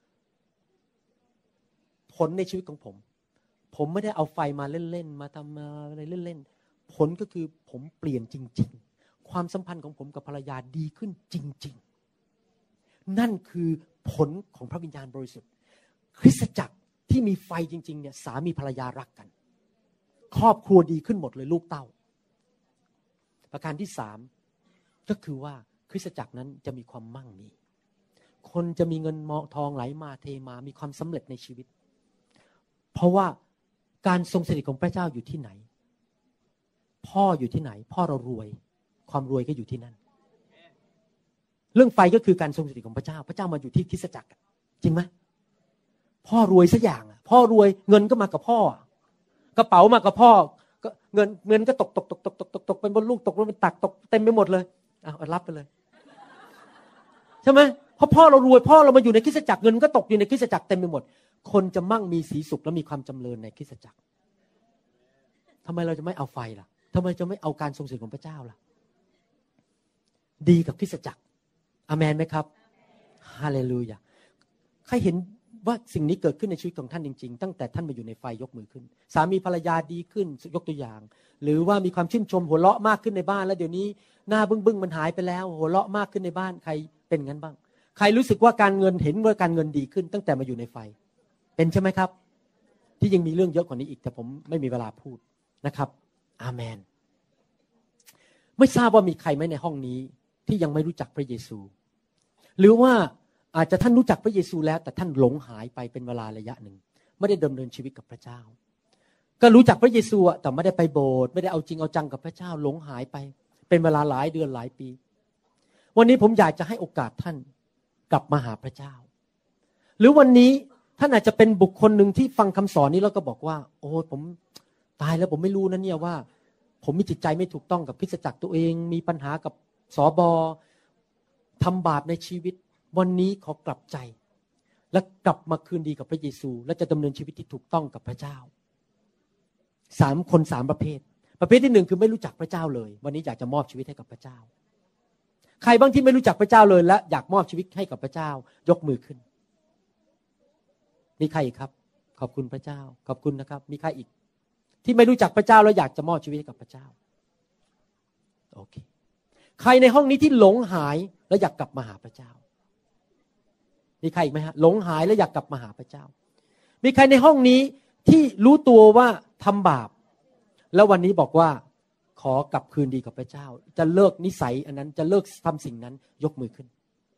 ผลในชีวิตของผมผมไม่ได้เอาไฟมาเล่นๆมาทำอะไรเล่นๆผลก็คือผมเปลี่ยนจริงๆความสัมพันธ์ของผมกับภรรยาดีขึ้นจริงๆนั่นคือผลของพระวิญญาณบริสุทธิ์คริสตจักรที่มีไฟจริงๆเนี่ยสามีภรรยารักกันครอบครัวดีขึ้นหมดเลยลูกเต้าประการที่สามก็คือว่าคริสตจักรนั้นจะมีความมั่งมีคนจะมีเงินทองไหลมาเทมามีความสำเร็จในชีวิตเพราะว่าการทรงสถิตของพระเจ้าอยู่ที่ไหนพ่ออยู่ที่ไหนพ่อเรารวยความรวยก็อยู่ที่นั่นเรื่องไฟก็คือการทรงสถิตของพระเจ้าพระเจ้ามาอยู่ที่คริสตจักรจริงไหมพ่อรวยสักอย่างพ่อรวยเงินก็มากับพ่อกระเป๋ามากับพ่อก็เงินเงินก็ตกตกตกตกตกตกตกเป็นบนลูกตกเป็นตักตกเต็มไปหมดเลยเอารับไปเลยใช่ไหมเพราะพ่อเรารวยพ่อเรามาอยู่ในคริสตจักรเงินก็ตกอยู่ในคริสตจักรเต็มไปหมดคนจะมั่งมีสีสุขและมีความจำเริญในคริสตจักรทำไมเราจะไม่เอาไฟล่ะทำไมจะไม่เอาการทรงสถิตของพระเจ้าล่ะดีกับคริสตจักรอาเมนไหมครับฮาเลลูยาใครเห็นว่าสิ่งนี้เกิดขึ้นในชีวิตของท่านจริงๆตั้งแต่ท่านมาอยู่ในไฟยกมือขึ้นสามีภรรยาดีขึ้นยกตัวอย่างหรือว่ามีความชื่นชมหัวเราะมากขึ้นในบ้านแล้วเดี๋ยวนี้หน้าบึ้งๆมันหายไปแล้วหัวเราะมากขึ้นในบ้านใครเป็นงั้นบ้างใครรู้สึกว่าการเงินเห็นว่าการเงินดีขึ้นตั้งแต่มาอยู่ในไฟเป็นใช่ไหมครับที่ยังมีเรื่องเยอะกว่านี้อีกแต่ผมไม่มีเวลาพูดนะครับอาเมนไม่ทราบว่ามีใครไหมในห้องนี้ที่ยังไม่รู้จักพระเยซูหรือว่าอาจจะท่านรู้จักพระเยซูแล้วแต่ท่านหลงหายไปเป็นเวลาระยะหนึ่งไม่ได้ดำเนินชีวิตกับพระเจ้าก็รู้จักพระเยซูแต่ไม่ได้ไปโบสถ์ไม่ได้เอาจริงเอาจังกับพระเจ้าหลงหายไปเป็นเวลาหลายเดือนหลายปีวันนี้ผมอยากจะให้โอกาสท่านกลับมาหาพระเจ้าหรือวันนี้ท่านอาจจะเป็นบุคคลหนึ่งที่ฟังคำสอนนี้แล้วก็บอกว่าโอ้ผมตายแล้วผมไม่รู้นะเนี่ยว่าผมมีจิตใจไม่ถูกต้องกับคริสตจักรตัวเองมีปัญหากับสบทำบาปในชีวิตวันนี้ขอกลับใจและกลับมาคืนดีกับพระเยซูและจะดำเนินชีวิตที่ถูกต้องกับพระเจ้าสามคนสามประเภทประเภทที่หนึ่งคือไม่รู้จักพระเจ้าเลยวันนี้อยากจะมอบชีวิตให้กับพระเจ้าใครบ้างที่ไม่รู้จักพระเจ้าเลยและอยากมอบชีวิตให้กับพระเจ้ายกมือขึ้นมีใครอีกครับขอบคุณพระเจ้าขอบคุณนะครับมีใครอีกที่ไม่รู้จักพระเจ้าแล้วอยากจะมอบชีวิตให้กับพระเจ้าโอเคใครในห้องนี้ที่หลงหายแล้วอยากกลับมาหาพระเจ้ามีใครอีกไหมฮะหลงหายแล้วอยากกลับมาหาพระเจ้ามีใครในห้องนี้ที่รู้ตัวว่าทำบาปแล้ววันนี้บอกว่าขอกลับคืนดีกับพระเจ้าจะเลิกนิสัยอันนั้นจะเลิกทำสิ่งนั้นยกมือขึ้น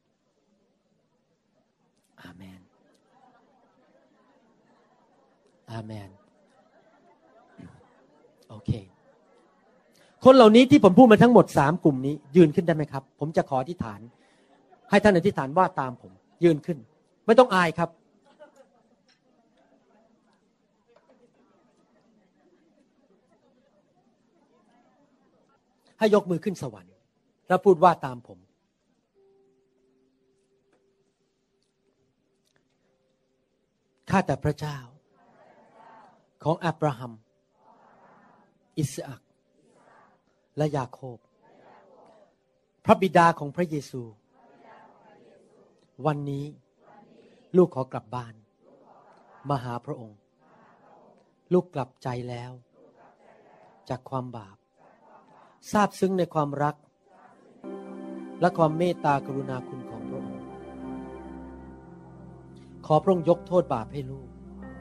อาเมนอาเมนโอเคคนเหล่านี้ที่ผมพูดมาทั้งหมดสามกลุ่มนี้ยืนขึ้นได้ไหมครับผมจะขออธิษฐานให้ท่านอธิษฐานว่าตามผมยืนขึ้นไม่ต้องอายครับให้ยกมือขึ้นสวรรค์แล้วพูดว่าตามผมข้าแต่พระเจ้าของอับราฮัมอิสอัคและยาโคบพระบิดาของพระเยซูวันนี้ลูกขอกลับบ้านมาหาพระองค์ลูกกลับใจแล้วจากความบาปซาบซึ้งในความรักและความเมตตากรุณาคุณของพระองค์ขอพระองค์ยกโทษบาปให้ลูก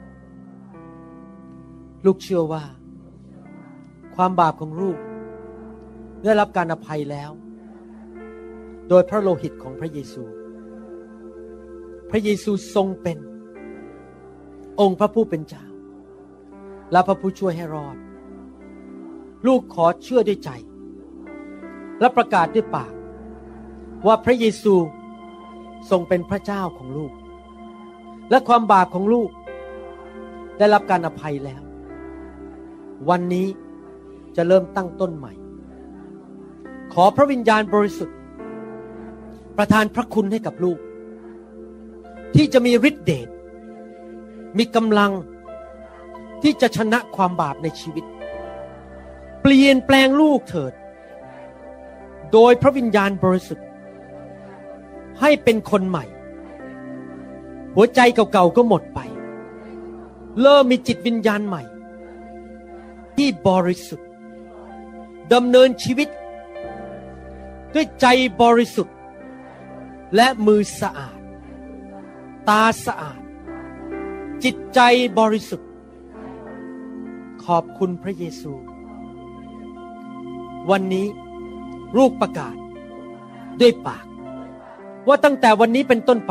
ลูกเชื่อว่าความบาปของลูกได้รับการอภัยแล้วโดยพระโลหิตของพระเยซูพระเยซูทรงเป็นองค์พระผู้เป็นเจ้าและพระผู้ช่วยให้รอดลูกขอเชื่อด้วยใจและประกาศด้วยปากว่าพระเยซูทรงเป็นพระเจ้าของลูกและความบาปของลูกได้รับการอภัยแล้ววันนี้จะเริ่มตั้งต้นใหม่ขอพระวิญญาณบริสุทธิ์ประทานพระคุณให้กับลูกที่จะมีฤทธิ์เดชมีกำลังที่จะชนะความบาปในชีวิตเปลี่ยนแปลงลูกเถิดโดยพระวิญญาณบริสุทธิ์ให้เป็นคนใหม่หัวใจเก่าๆก็หมดไปเริ่มมีจิตวิญญาณใหม่ที่บริสุทธิ์ดำเนินชีวิตด้วยใจบริสุทธิ์และมือสะอาดตาสะอาดจิตใจบริสุทธิ์ขอบคุณพระเยซูวันนี้ลูกประกาศด้วยปากว่าตั้งแต่วันนี้เป็นต้นไป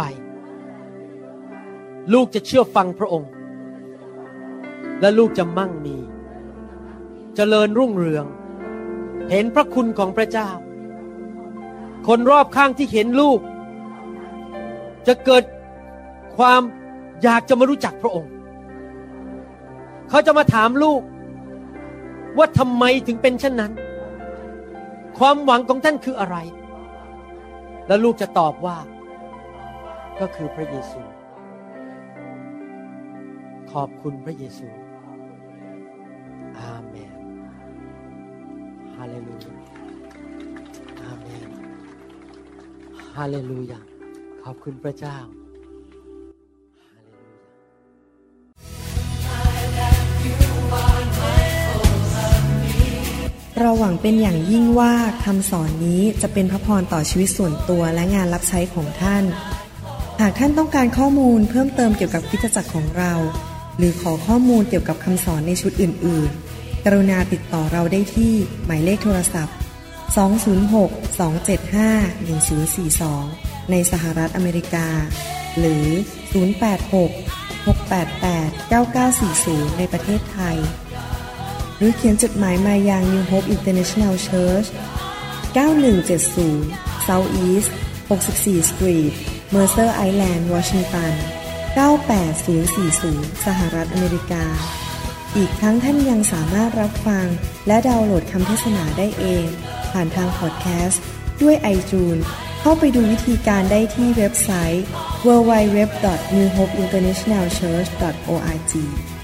ลูกจะเชื่อฟังพระองค์และลูกจะมั่งมีเจริญรุ่งเรืองเห็นพระคุณของพระเจ้าคนรอบข้างที่เห็นลูกจะเกิดความอยากจะมารู้จักพระองค์เขาจะมาถามลูกว่าทำไมถึงเป็นเช่นนั้นความหวังของท่านคืออะไรและลูกจะตอบว่าก็คือพระเยซูขอบคุณพระเยซูอาเมนฮาเลลูยาอาเมนฮาเลลูยาขอบคุณพระเจ้าเราหวังเป็นอย่างยิ่งว่าคำสอนนี้จะเป็นพระพรต่อชีวิตส่วนตัวและงานรับใช้ของท่านหากท่านต้องการข้อมูลเพิ่มเติมเกี่ยวกับคริสตจักรของเราหรือขอข้อมูลเกี่ยวกับคำสอนในชุดอื่นๆกรุณาติดต่อเราได้ที่หมายเลขโทรศัพท์สอง ศูนย์ หก สอง เจ็ด ห้า หนึ่ง ศูนย์ สี่ สองในสหรัฐอเมริกาหรือศูนย์ แปด หก หก แปด แปด เก้า เก้า สี่ ศูนย์ในประเทศไทยหรือเขียนจดหมายมายัง New Hope International Church เก้าหนึ่งเจ็ดศูนย์ South East หกสิบสี่ Street Mercer Island Washington เก้าแปดศูนย์สี่ศูนย์สหรัฐอเมริกาอีกทั้งท่านยังสามารถรับฟังและดาวน์โหลดคำเทศนาได้เองผ่านทางพอดแคสต์ด้วย iTunes เข้าไปดูวิธีการได้ที่เว็บไซต์ ดับเบิลยู ดับเบิลยู ดับเบิลยู ดอท นิว โฮป อินเตอร์เนชั่นแนล เชิร์ช ดอท โอ อาร์ จี